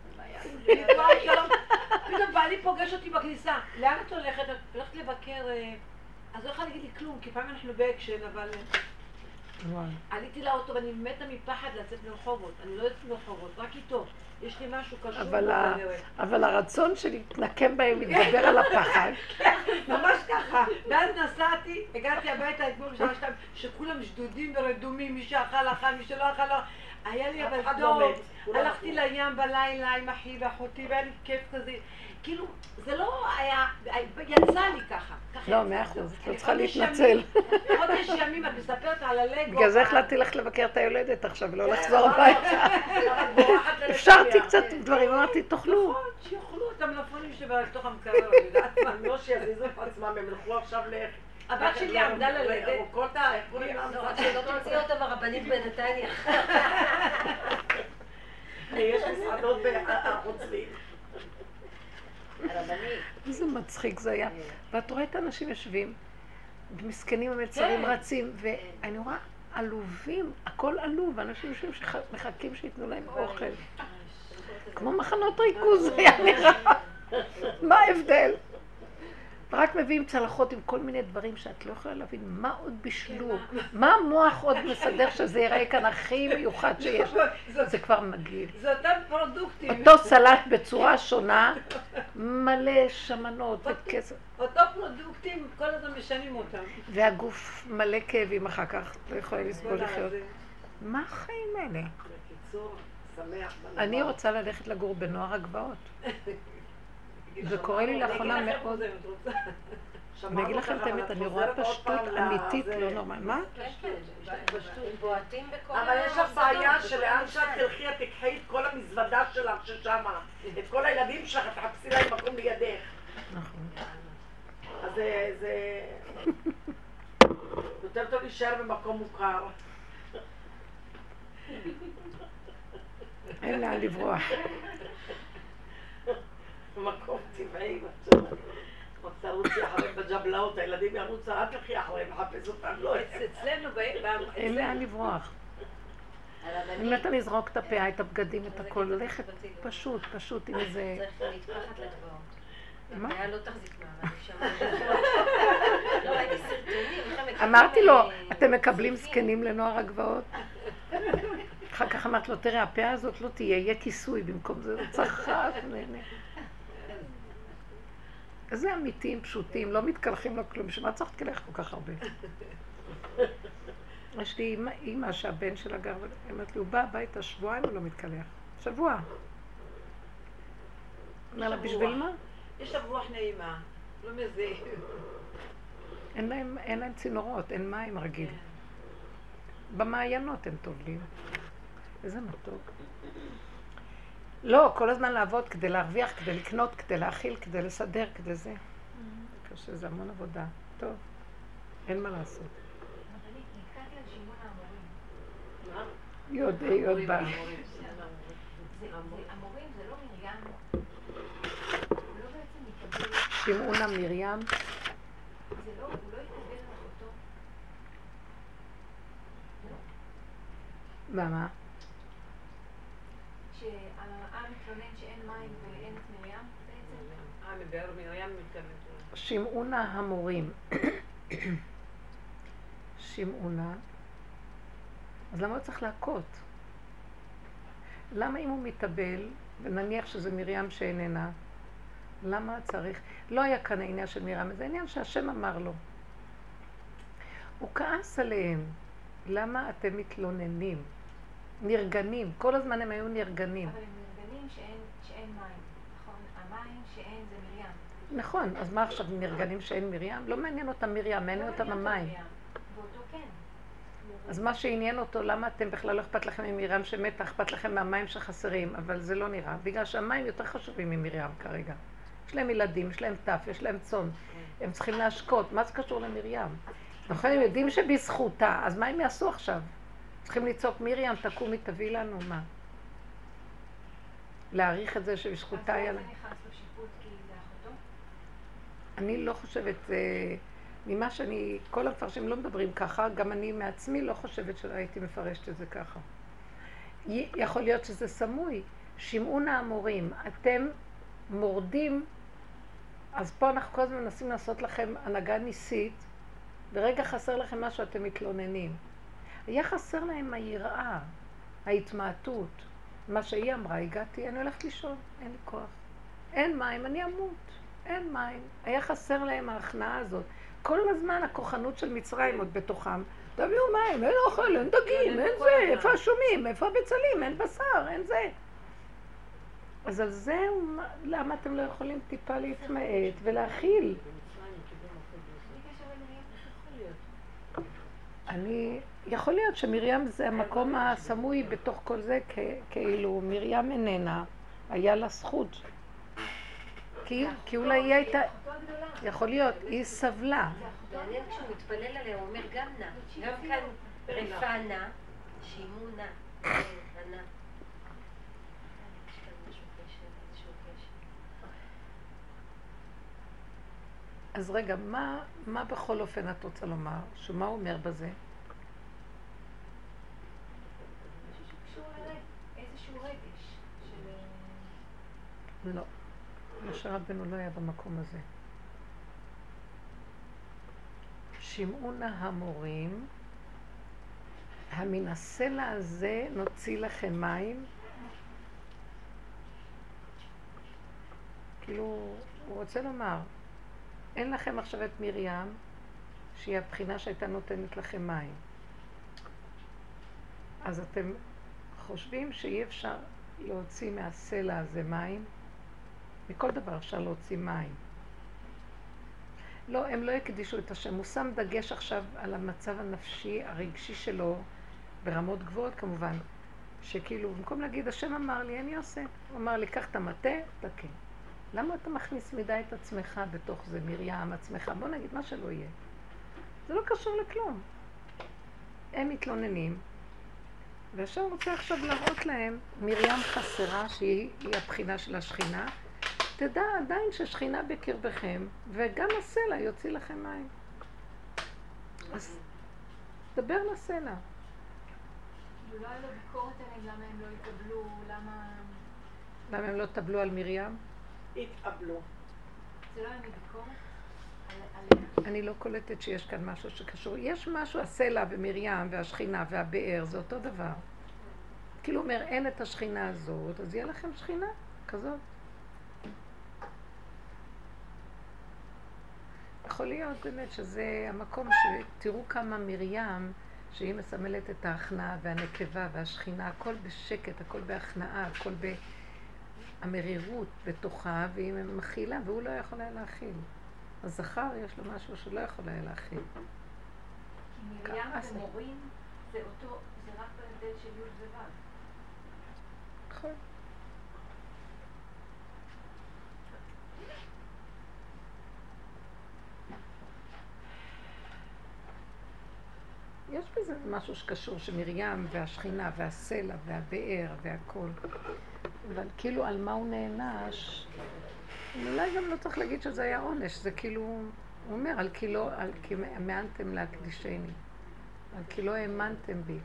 "ביי, שלום." פתאום בעלי פוגש אותי בכניסה, לאן את הולכת? את הולכת לבקר... אה, אז לא יכולה להגיד לי כלום, כי פעמים אנחנו באקשן, אבל... וואי. עליתי לאוטו ואני מתה מפחד לצאת לרחובות. אני לא יוצאת לרחובות, רק איתו. יש לי משהו קשור אבל בו ה- כנראה. אבל הרצון שלי להתנקם בהם מתגבר על הפחד. ממש ככה. ואז נסעתי, הגעתי הביתה אתמול בשעה שתיים, שכולם שדודים ורדומים, מי שאכל אכל, מי שלא אכל לא. היה לי אף אבל אחד לא טוב. מת, כולם הלכתי לים בלילה עם אחי ואחותי, והיה לי כיף כזה. כאילו, זה לא היה, יצא לי ככה. ככה לא, יצא. מאה אחוז, את לא אני צריכה חודש להתנצל. ימים- חודש ימים את מספרת על הלגו. בגלל זה החלטתי לך לבקר את היולדת עכשיו, לא לחזור אבל- הביתה. אבל בורחת לנתניה. אפשרתי קצת דברים, אמרתי, תאכלו. נכון, שיאכלו את המלפונים שבתוך המקרר, את יודעת מה? לא שיזיזו את עצמם, הם ילכו עכשיו ל... הבת שלי עמדה ללדת. רוקוטה, איך קוראים לה? לא, רק שלא תמציא אותה ברבנית בנתניה. יש מסעדות בעוצבים. הרבנית. איזה מצחיק זה היה. ואת רואה את האנשים יושבים, מסכנים המצרים רצים, ואני רואה עלובים, הכל עלוב, אנשים שמחכים שיתנו להם אוכל. כמו מחנות ריכוז, זה היה נראה. מה ההבדל? רק מביאים צלחות עם כל מיני דברים שאת לא יכולה להבין מה עוד בישלו, מה המוח עוד מסדר שזה יראה כאן הכי מיוחד שיש. זה כבר מגעיל. זה אותם פרודוקטים. אותו סלט בצורה שונה, מלא שמנות וכסף. אותו פרודוקטים, כל הזמן משנים אותם. והגוף מלא כאבים אחר כך, לא יכולה לסבול לחיות. מה החיים האלה? בקיצור, שמח. אני רוצה ללכת לגור בנוער הגבעות. זה קורה לי לאחרונה מאוד. אני אגיד לכם את האמת, אני רואה פשטות אמיתית לא נורמלית. מה? כן, כן, פשטות בועטים בכל אבל יש לך בעיה שלאן שאת תלכי, את תקחי את כל המזוודה שלך ששמה, את כל הילדים שלך, את תחפשי להם מקום לידך. נכון. אז זה... יותר טוב להישאר במקום מוכר. אין לאן לברוח. מקום טבעי, רוצה לרוצי אחריהם בג'בלאות, הילדים ירוצה, רק לכי אחריהם, מחפש אותם, לא אצלנו, אין לאן לברוח. אם אתה לזרוק את הפאה, את הבגדים, את הכל, ללכת פשוט, פשוט עם איזה... צריך להתפחת לגבעות. מה? הפאה לא תחזיק מעמד, אפשר לא ראיתי סרטונים. אמרתי לו, אתם מקבלים זקנים לנוער הגבעות? אחר כך אמרת לו, תראה, הפאה הזאת לא תהיה, יהיה כיסוי במקום זה, צחק, נהנה. אז זה אמיתיים, פשוטים, לא מתקלחים לו כלום, שמה צריך להתקלח כל כך הרבה? יש לי אימא שהבן שלה גר, אמרת לי, הוא בא הביתה שבועיים הוא לא מתקלח. שבוע. אומר לה, בשביל מה? יש לה רוח נעימה, לא מזה. אין להם, אין להם צינורות, אין מים רגיל. במעיינות הם טובלים. איזה מתוק. לא, כל הזמן לעבוד כדי להרוויח, כדי לקנות, כדי להאכיל, כדי לסדר, כדי זה. קשה, זה המון עבודה. טוב, אין מה לעשות. יודע, יודע בא. המורים זה לא מרים, הוא לא בעצם מתקבל, שמעונה מרים. זה לא, הוא לא יתקבל לאחותו. מה? שהעם מתלונן שאין מים ואין את מרים בעצם? אה, מבאר מרים מתכוונת. שמעונה המורים. שמעונה. אז למה הוא צריך להכות? למה אם הוא מתאבל, ונניח שזה מרים שאיננה, למה צריך? לא היה כאן העניין של מרים, זה העניין שהשם אמר לו. הוא כעס עליהם. למה אתם מתלוננים? נרגנים, כל הזמן הם היו נרגנים. אבל הם נרגנים שאין, שאין מים, נכון? המים שאין זה מרים. נכון, אז מה עכשיו נרגנים שאין מרים? לא מעניין אותם מרים, מעניין אותם המים. ואותו כן. אז מה שעניין אותו, למה אתם בכלל לא אכפת לכם ממרים שמתה, אכפת לכם מהמים שחסרים, אבל זה לא נראה, בגלל שהמים יותר חשובים ממרים כרגע. יש להם ילדים, יש להם טף, יש להם צאן, הם צריכים להשקות, מה זה קשור למרים? נכון, הם יודעים שבזכותה, אז מה הם יעשו עכשיו? צריכים לצעוק, מרים, תקומי, תביא לנו, מה? להעריך את זה שבזכותה היה... אז זה נכנס לשיפוט כי זה אחותו? אני לא חושבת, ממה שאני, כל המפרשים לא מדברים ככה, גם אני מעצמי לא חושבת שהייתי מפרשת את זה ככה. יכול להיות שזה סמוי, שמעון האמורים, אתם מורדים, אז פה אנחנו כל הזמן מנסים לעשות לכם הנהגה ניסית, ורגע חסר לכם משהו, אתם מתלוננים. היה חסר להם היראה, ההתמעטות. מה שהיא אמרה, הגעתי, אני הולכת לישון, אין לי כוח. אין מים, אני אמות. אין מים. היה חסר להם ההכנעה הזאת. כל הזמן הכוחנות של מצרים עוד בתוכם. תביאו מים, אין אוכל, אין דגים, אין זה, איפה השומעים, איפה הבצלים, אין בשר, אין זה. אז על זה, למה אתם לא יכולים טיפה להתמעט ולהכיל? אני, יכול להיות שמרים זה המקום הסמוי בתוך כל זה, כאילו מרים איננה, היה לה זכות. כי, כי אולי היא הייתה, יכול להיות, היא סבלה. מעניין כשהוא מתפלל עליה, הוא אומר גם נע, גם כאן רפה נע, שימו נע, נע. אז רגע, מה, מה בכל אופן את רוצה לומר? שמה הוא אומר בזה? שקשור לאיזשהו רגש של... לא. משה רבנו לא היה במקום הזה. שמעו נא המורים, המן הסלע הזה נוציא לכם מים. כאילו, הוא רוצה לומר, אין לכם עכשיו את מרים, שהיא הבחינה שהייתה נותנת לכם מים. אז אתם חושבים שאי אפשר להוציא מהסלע הזה מים? מכל דבר אפשר להוציא מים. לא, הם לא יקדישו את השם. הוא שם דגש עכשיו על המצב הנפשי, הרגשי שלו, ברמות גבוהות כמובן, שכאילו, במקום להגיד, השם אמר לי, אני עושה. הוא אמר לי, קח את המטה, תקן. למה אתה מכניס מדי את עצמך בתוך זה, מרים, עצמך? בוא נגיד מה שלא יהיה. זה לא קשור לכלום. הם מתלוננים, והשם רוצה עכשיו להראות להם, מרים חסרה, שהיא הבחינה של השכינה, תדע עדיין ששכינה בקרבכם, וגם הסלע יוציא לכם מים. אז דבר לסלע. אולי לא ביקורת עליהם, למה הם לא יקבלו, למה... למה הם לא טבלו על מרים? התאבלו. זה לא היה מביקורת? אני לא קולטת שיש כאן משהו שקשור. יש משהו, הסלע ומרים והשכינה והבאר, זה אותו דבר. כאילו אומר, אין את השכינה הזאת, אז יהיה לכם שכינה כזאת. יכול להיות באמת שזה המקום שתראו כמה מרים, שהיא מסמלת את ההכנעה והנקבה והשכינה, הכל בשקט, הכל בהכנעה, הכל במרירות בתוכה, והיא מכילה, והוא לא יכול היה להכיל. הזכר יש לו משהו שלא יכול היה להכיל. מרים ומורים זה אותו, זה רק בהבדל של י' וו'. נכון. יש בזה משהו שקשור שמרים והשכינה והסלע והבאר והכל. אבל כאילו על מה הוא נענש, אולי גם לא צריך להגיד שזה היה עונש, זה כאילו, הוא אומר, על כי לא, על כי האמנתם להקדישני, על כי לא האמנתם בי.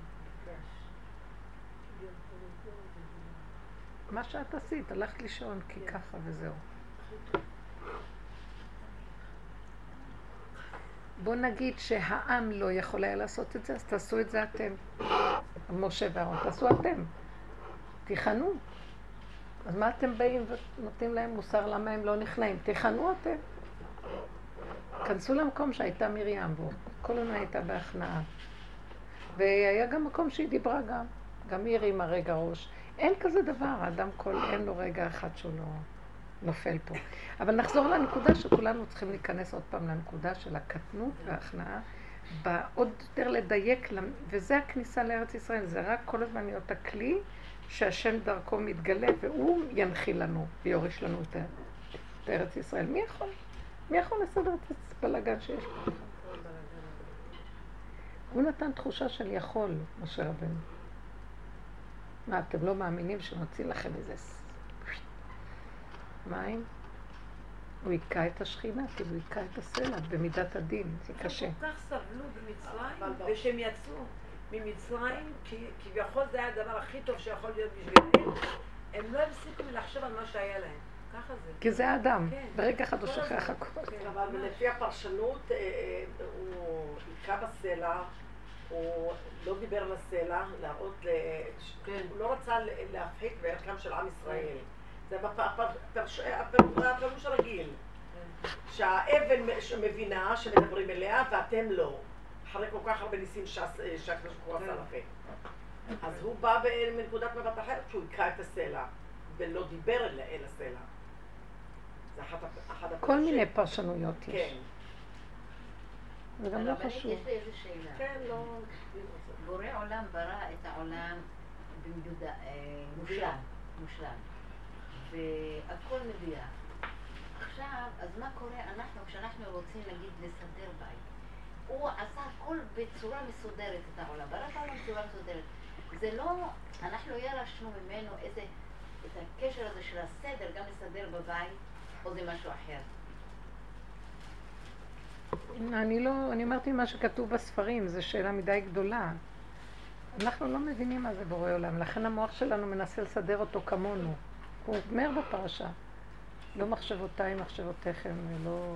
מה שאת עשית, הלכת לישון, כי ככה וזהו. בוא נגיד שהעם לא יכול היה לעשות את זה, אז תעשו את זה אתם. משה ואהרון, תעשו אתם. תיכנו. אז מה אתם באים ונותנים להם מוסר למה הם לא נכנעים? תיכנו אתם. כנסו למקום שהייתה מרים בו. כל הזמן הייתה בהכנעה. והיה גם מקום שהיא דיברה גם. גם היא הרימה רגע ראש. אין כזה דבר, האדם כל, אין לו רגע אחד שהוא לא נופל פה. אבל נחזור לנקודה שכולנו צריכים להיכנס עוד פעם לנקודה של הקטנות וההכנעה. בעוד יותר לדייק, וזה הכניסה לארץ ישראל. זה רק כל הזמן להיות הכלי שהשם דרכו מתגלה, והוא ינחיל לנו ויוריש לנו את ארץ ישראל. מי יכול? מי יכול לסדר את הבלגן שיש פה? הוא נתן תחושה של יכול, משה רבנו. מה, אתם לא מאמינים שנוציא לכם איזה מים? הוא יקע את השכינה, כאילו הוא יקע את הסלע במידת הדין, זה קשה. הם כל כך סבלו במצרים, ושהם יצאו ממצרים, כי כביכול זה היה הדבר הכי טוב שיכול להיות בשבילם, הם לא הפסיקו מלחשוב על מה שהיה להם. ככה זה. כי זה האדם, ברגע אחד הוא שוכח הכל. אבל לפי הפרשנות, הוא יקע בסלע, הוא לא דיבר לסלע, להראות, הוא לא רצה להפחית בערכם של עם ישראל. זה הפירוש הרגיל, שהאבן מבינה שמדברים אליה ואתם לא, אחרי כל כך הרבה ניסים שהקדוש ברוך הוא עשה לכם. אז הוא בא מנקודת מבט אחרת שהוא יקע את הסלע ולא דיבר אל הסלע. זה אחת הפרשות. כל מיני פרשנויות יש. כן. זה גם לא חשוב. יש לי איזו שאלה. כן, לא... בורא עולם ברא את העולם מושלם, מושלם. והכל מדויק. עכשיו, אז מה קורה? אנחנו, כשאנחנו רוצים להגיד לסדר בית, הוא עשה הכל בצורה מסודרת את העולם, ברא את העולם בצורה מסודרת. זה לא, אנחנו ירשנו ממנו איזה, את הקשר הזה של הסדר, גם לסדר בבית, או זה משהו אחר. אני לא, אני אמרתי מה שכתוב בספרים, זו שאלה מדי גדולה. אנחנו לא מבינים מה זה בורא עולם, לכן המוח שלנו מנסה לסדר אותו כמונו. הוא אומר בפרשה, לא מחשבותיי מחשבותיכם, ולא...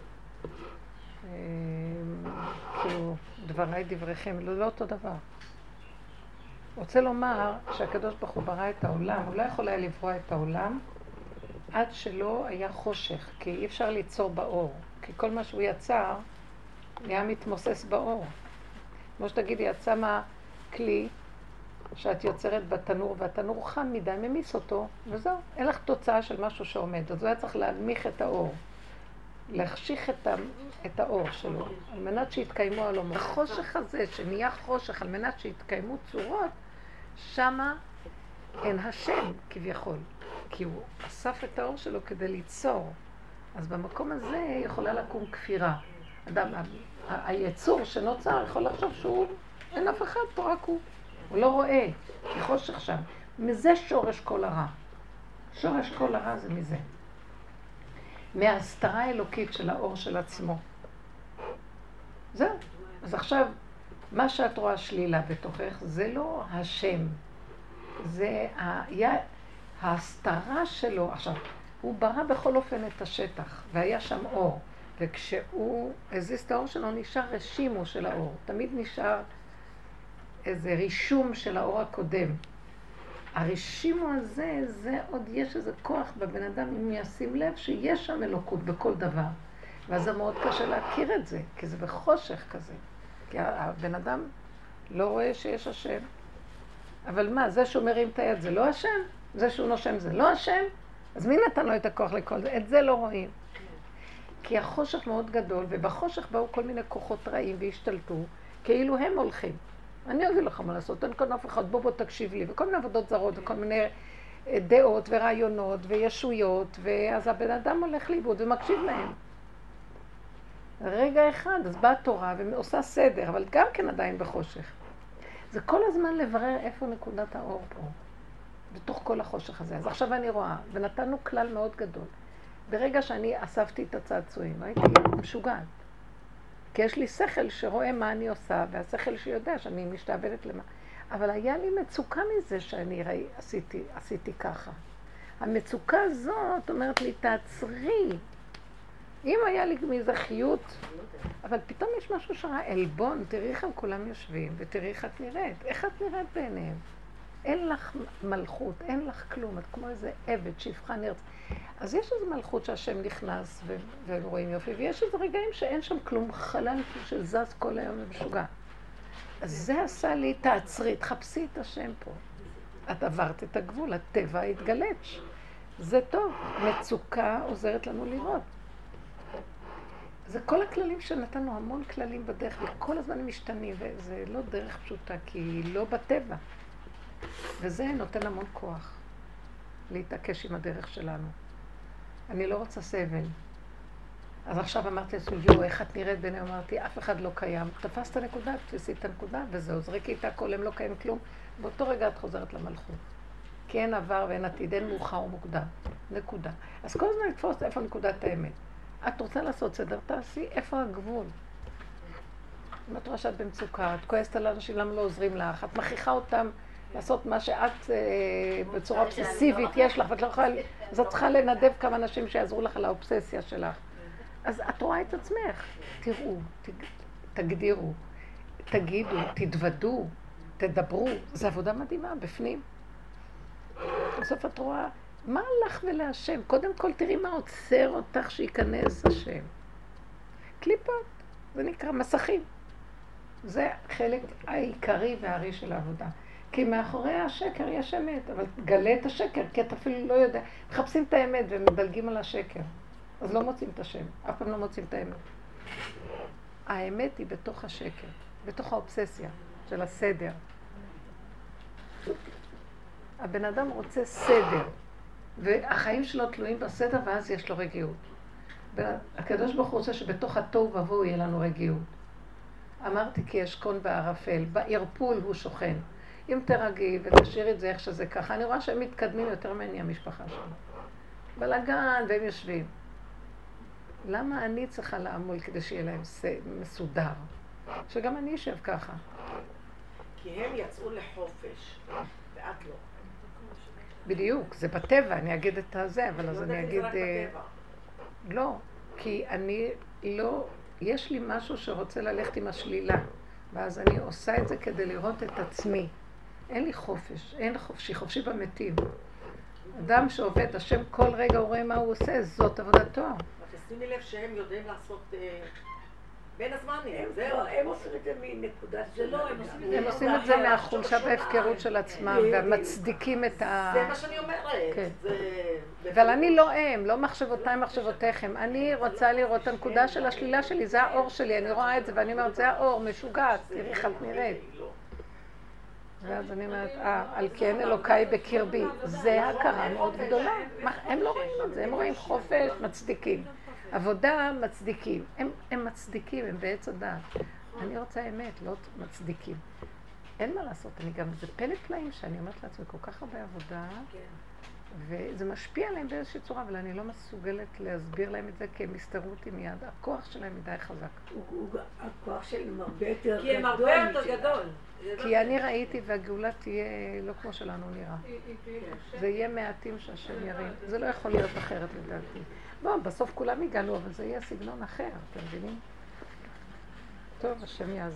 כאילו, דבריי דבריכם, לא, לא אותו דבר. רוצה לומר שהקדוש ברוך הוא ברא את העולם, הוא לא יכול היה לברוא את העולם עד שלא היה חושך, כי אי אפשר ליצור באור, כי כל מה שהוא יצר היה מתמוסס באור. כמו שתגידי, יצא מהכלי שאת יוצרת בתנור, והתנור חם מדי, ממיס אותו, וזהו, אין לך תוצאה של משהו שעומד, אז הוא היה צריך להנמיך את האור. להחשיך את, ה, את האור שלו, על מנת שיתקיימו העולם. החושך הזה, שנהיה חושך, על מנת שיתקיימו צורות, שמה אין השם כביכול, כי הוא אסף את האור שלו כדי ליצור. אז במקום הזה יכולה לקום כפירה. אדם, היצור שנוצר יכול לחשוב שהוא, אין אף אחד פה, רק הוא. הוא לא רואה, כי חושך שם. מזה שורש כל הרע. שורש כל הרע זה מזה. מההסתרה האלוקית של האור של עצמו. זהו. אז עכשיו, מה שאת רואה שלילה בתוכך, זה לא השם. זה היה ההסתרה שלו. עכשיו, הוא ברא בכל אופן את השטח, והיה שם אור. וכשהוא הזיז את האור שלו, נשאר רשימו של האור. תמיד נשאר איזה רישום של האור הקודם. הרשימו הזה, זה עוד יש איזה כוח בבן אדם, אם ישים לב שיש שם אלוקות בכל דבר. ואז זה מאוד קשה להכיר את זה, כי זה בחושך כזה. כי הבן אדם לא רואה שיש השם. אבל מה, זה שהוא מרים את היד זה לא השם? זה שהוא נושם זה לא השם? אז מי נתן לו את הכוח לכל זה? את זה לא רואים. כי החושך מאוד גדול, ובחושך באו כל מיני כוחות רעים והשתלטו, כאילו הם הולכים. אני אביא לך מה לעשות, אין כאן אף אחד, בוא בוא תקשיב לי, וכל מיני עבודות זרות, וכל מיני דעות ורעיונות וישויות, ואז הבן אדם הולך לאיבוד ומקשיב להם. רגע אחד, אז באה תורה ועושה סדר, אבל גם כן עדיין בחושך. זה כל הזמן לברר איפה נקודת האור פה, בתוך כל החושך הזה. אז עכשיו אני רואה, ונתנו כלל מאוד גדול. ברגע שאני אספתי את הצעצועים, הייתי משוגעת. כי יש לי שכל שרואה מה אני עושה, והשכל שיודע שאני משתעבדת למה. אבל היה לי מצוקה מזה שאני ראי, עשיתי, עשיתי ככה. המצוקה הזאת אומרת לי, תעצרי. אם היה לי מזה חיות, אבל פתאום יש משהו שראה, אלבון, תראי איך הם כולם יושבים, ותראי איך את נראית. איך את נראית בעיניהם? אין לך מלכות, אין לך כלום, את כמו איזה עבד, שפחה נרצה. אז יש איזו מלכות שהשם נכנס ו- ורואים יופי, ויש איזה רגעים שאין שם כלום, חלל של זז כל היום ומשוגע. אז זה עשה לי, תעצרי, תחפשי את השם פה. את עברת את הגבול, הטבע התגלץ'. זה טוב, מצוקה עוזרת לנו לראות. זה כל הכללים שנתנו, המון כללים בדרך, וכל הזמן הם משתנים, וזה לא דרך פשוטה, כי היא לא בטבע. וזה נותן המון כוח להתעקש עם הדרך שלנו. אני לא רוצה סבל. אז עכשיו אמרתי לעצמי, יו, איך את נראית ביניהם? אמרתי, אף אחד לא קיים. תפס את הנקודה, תפסי את הנקודה, וזהו, זריקי את הכל, הם לא קיים כלום. באותו רגע את חוזרת למלכות. כי אין עבר ואין עתיד, אין מאוחר ומוקדם. נקודה. אז כל הזמן לתפוס איפה נקודת האמת. את רוצה לעשות סדר, תעשי איפה הגבול. אם את רואה שאת במצוקה, את כועסת על אנשים, למה לא עוזרים לך? את מכריחה אותם לעשות מה שאת בצורה אובססיבית יש לך, ואת לא יכולה, אז את צריכה לנדב כמה אנשים שיעזרו לך על האובססיה שלך. אז את רואה את עצמך, תראו, תגדירו, תגידו, תתוודו, תדברו, זו עבודה מדהימה, בפנים. בסוף את רואה, מה לך ולהשם? קודם כל תראי מה עוצר אותך שיכנס השם. קליפות, זה נקרא מסכים. זה חלק העיקרי והערי של העבודה. כי מאחורי השקר יש אמת, אבל גלה את השקר, כי אתה אפילו לא יודע. מחפשים את האמת ומדלגים על השקר. אז לא מוצאים את השם, אף פעם לא מוצאים את האמת. האמת היא בתוך השקר, בתוך האובססיה של הסדר. הבן אדם רוצה סדר, והחיים שלו תלויים בסדר, ואז יש לו רגיעות. הקדוש ברוך הוא רוצה שבתוך התוהו ובוהו יהיה לנו רגיעות. אמרתי כי ישכון בערפל, בערפול הוא שוכן. אם תרגי ותשאיר את זה איך שזה ככה, אני רואה שהם מתקדמים יותר ממני המשפחה שלנו. בלגן והם יושבים. למה אני צריכה לעמול כדי שיהיה להם מסודר? שגם אני אשב ככה. כי הם יצאו לחופש, ואת לא. בדיוק, זה בטבע, אני אגיד את הזה, אבל אז אני אגיד... לא יודעת אם זה רק בטבע. לא, כי אני לא... יש לי משהו שרוצה ללכת עם השלילה, ואז אני עושה את זה כדי לראות את עצמי. אין לי חופש, אין חופשי, חופשי במתים. אדם שעובד, השם כל רגע הוא רואה מה הוא עושה, זאת עבודתו. אז תשימי לב שהם יודעים לעשות בין הזמנים, זהו. הם עושים את זה מנקודת זה לא, הם עושים את זה. הם עושים את זה מהחולשה וההפקרות של עצמם, ומצדיקים את ה... זה מה שאני אומרת. כן. זה- אבל אני לא הם, לא מחשבותיי מחשבותיכם. אני רוצה לראות את הנקודה של השלילה שלי, זה האור שלי, אני רואה את זה ואני אומרת, זה האור, משוגעת, תראי איך את נראית. ואז אני אומרת, אה, על כן אלוקיי בקרבי, זה הכרה מאוד גדולה. מה, הם לא רואים את זה, הם רואים חופש, מצדיקים. עבודה, מצדיקים. הם, הם מצדיקים, הם בעץ הדעת. אני רוצה אמת, לא מצדיקים. אין מה לעשות, אני גם, זה פלא פלאים שאני אומרת לעצמי, כל כך הרבה עבודה, וזה משפיע עליהם באיזושהי צורה, אבל אני לא מסוגלת להסביר להם את זה, כי הם הסתרו אותי מיד. הכוח שלהם מדי חזק. הכוח שלהם הרבה יותר גדול. כי הם הרבה יותר גדול. כי אני ראיתי והגאולה תהיה לא כמו שלנו נראה. זה יהיה מעטים שהשם ירים. זה לא יכול להיות אחרת לדעתי. בואו, בסוף כולם הגענו, אבל זה יהיה סגנון אחר, אתם מבינים? טוב, השם יעזור.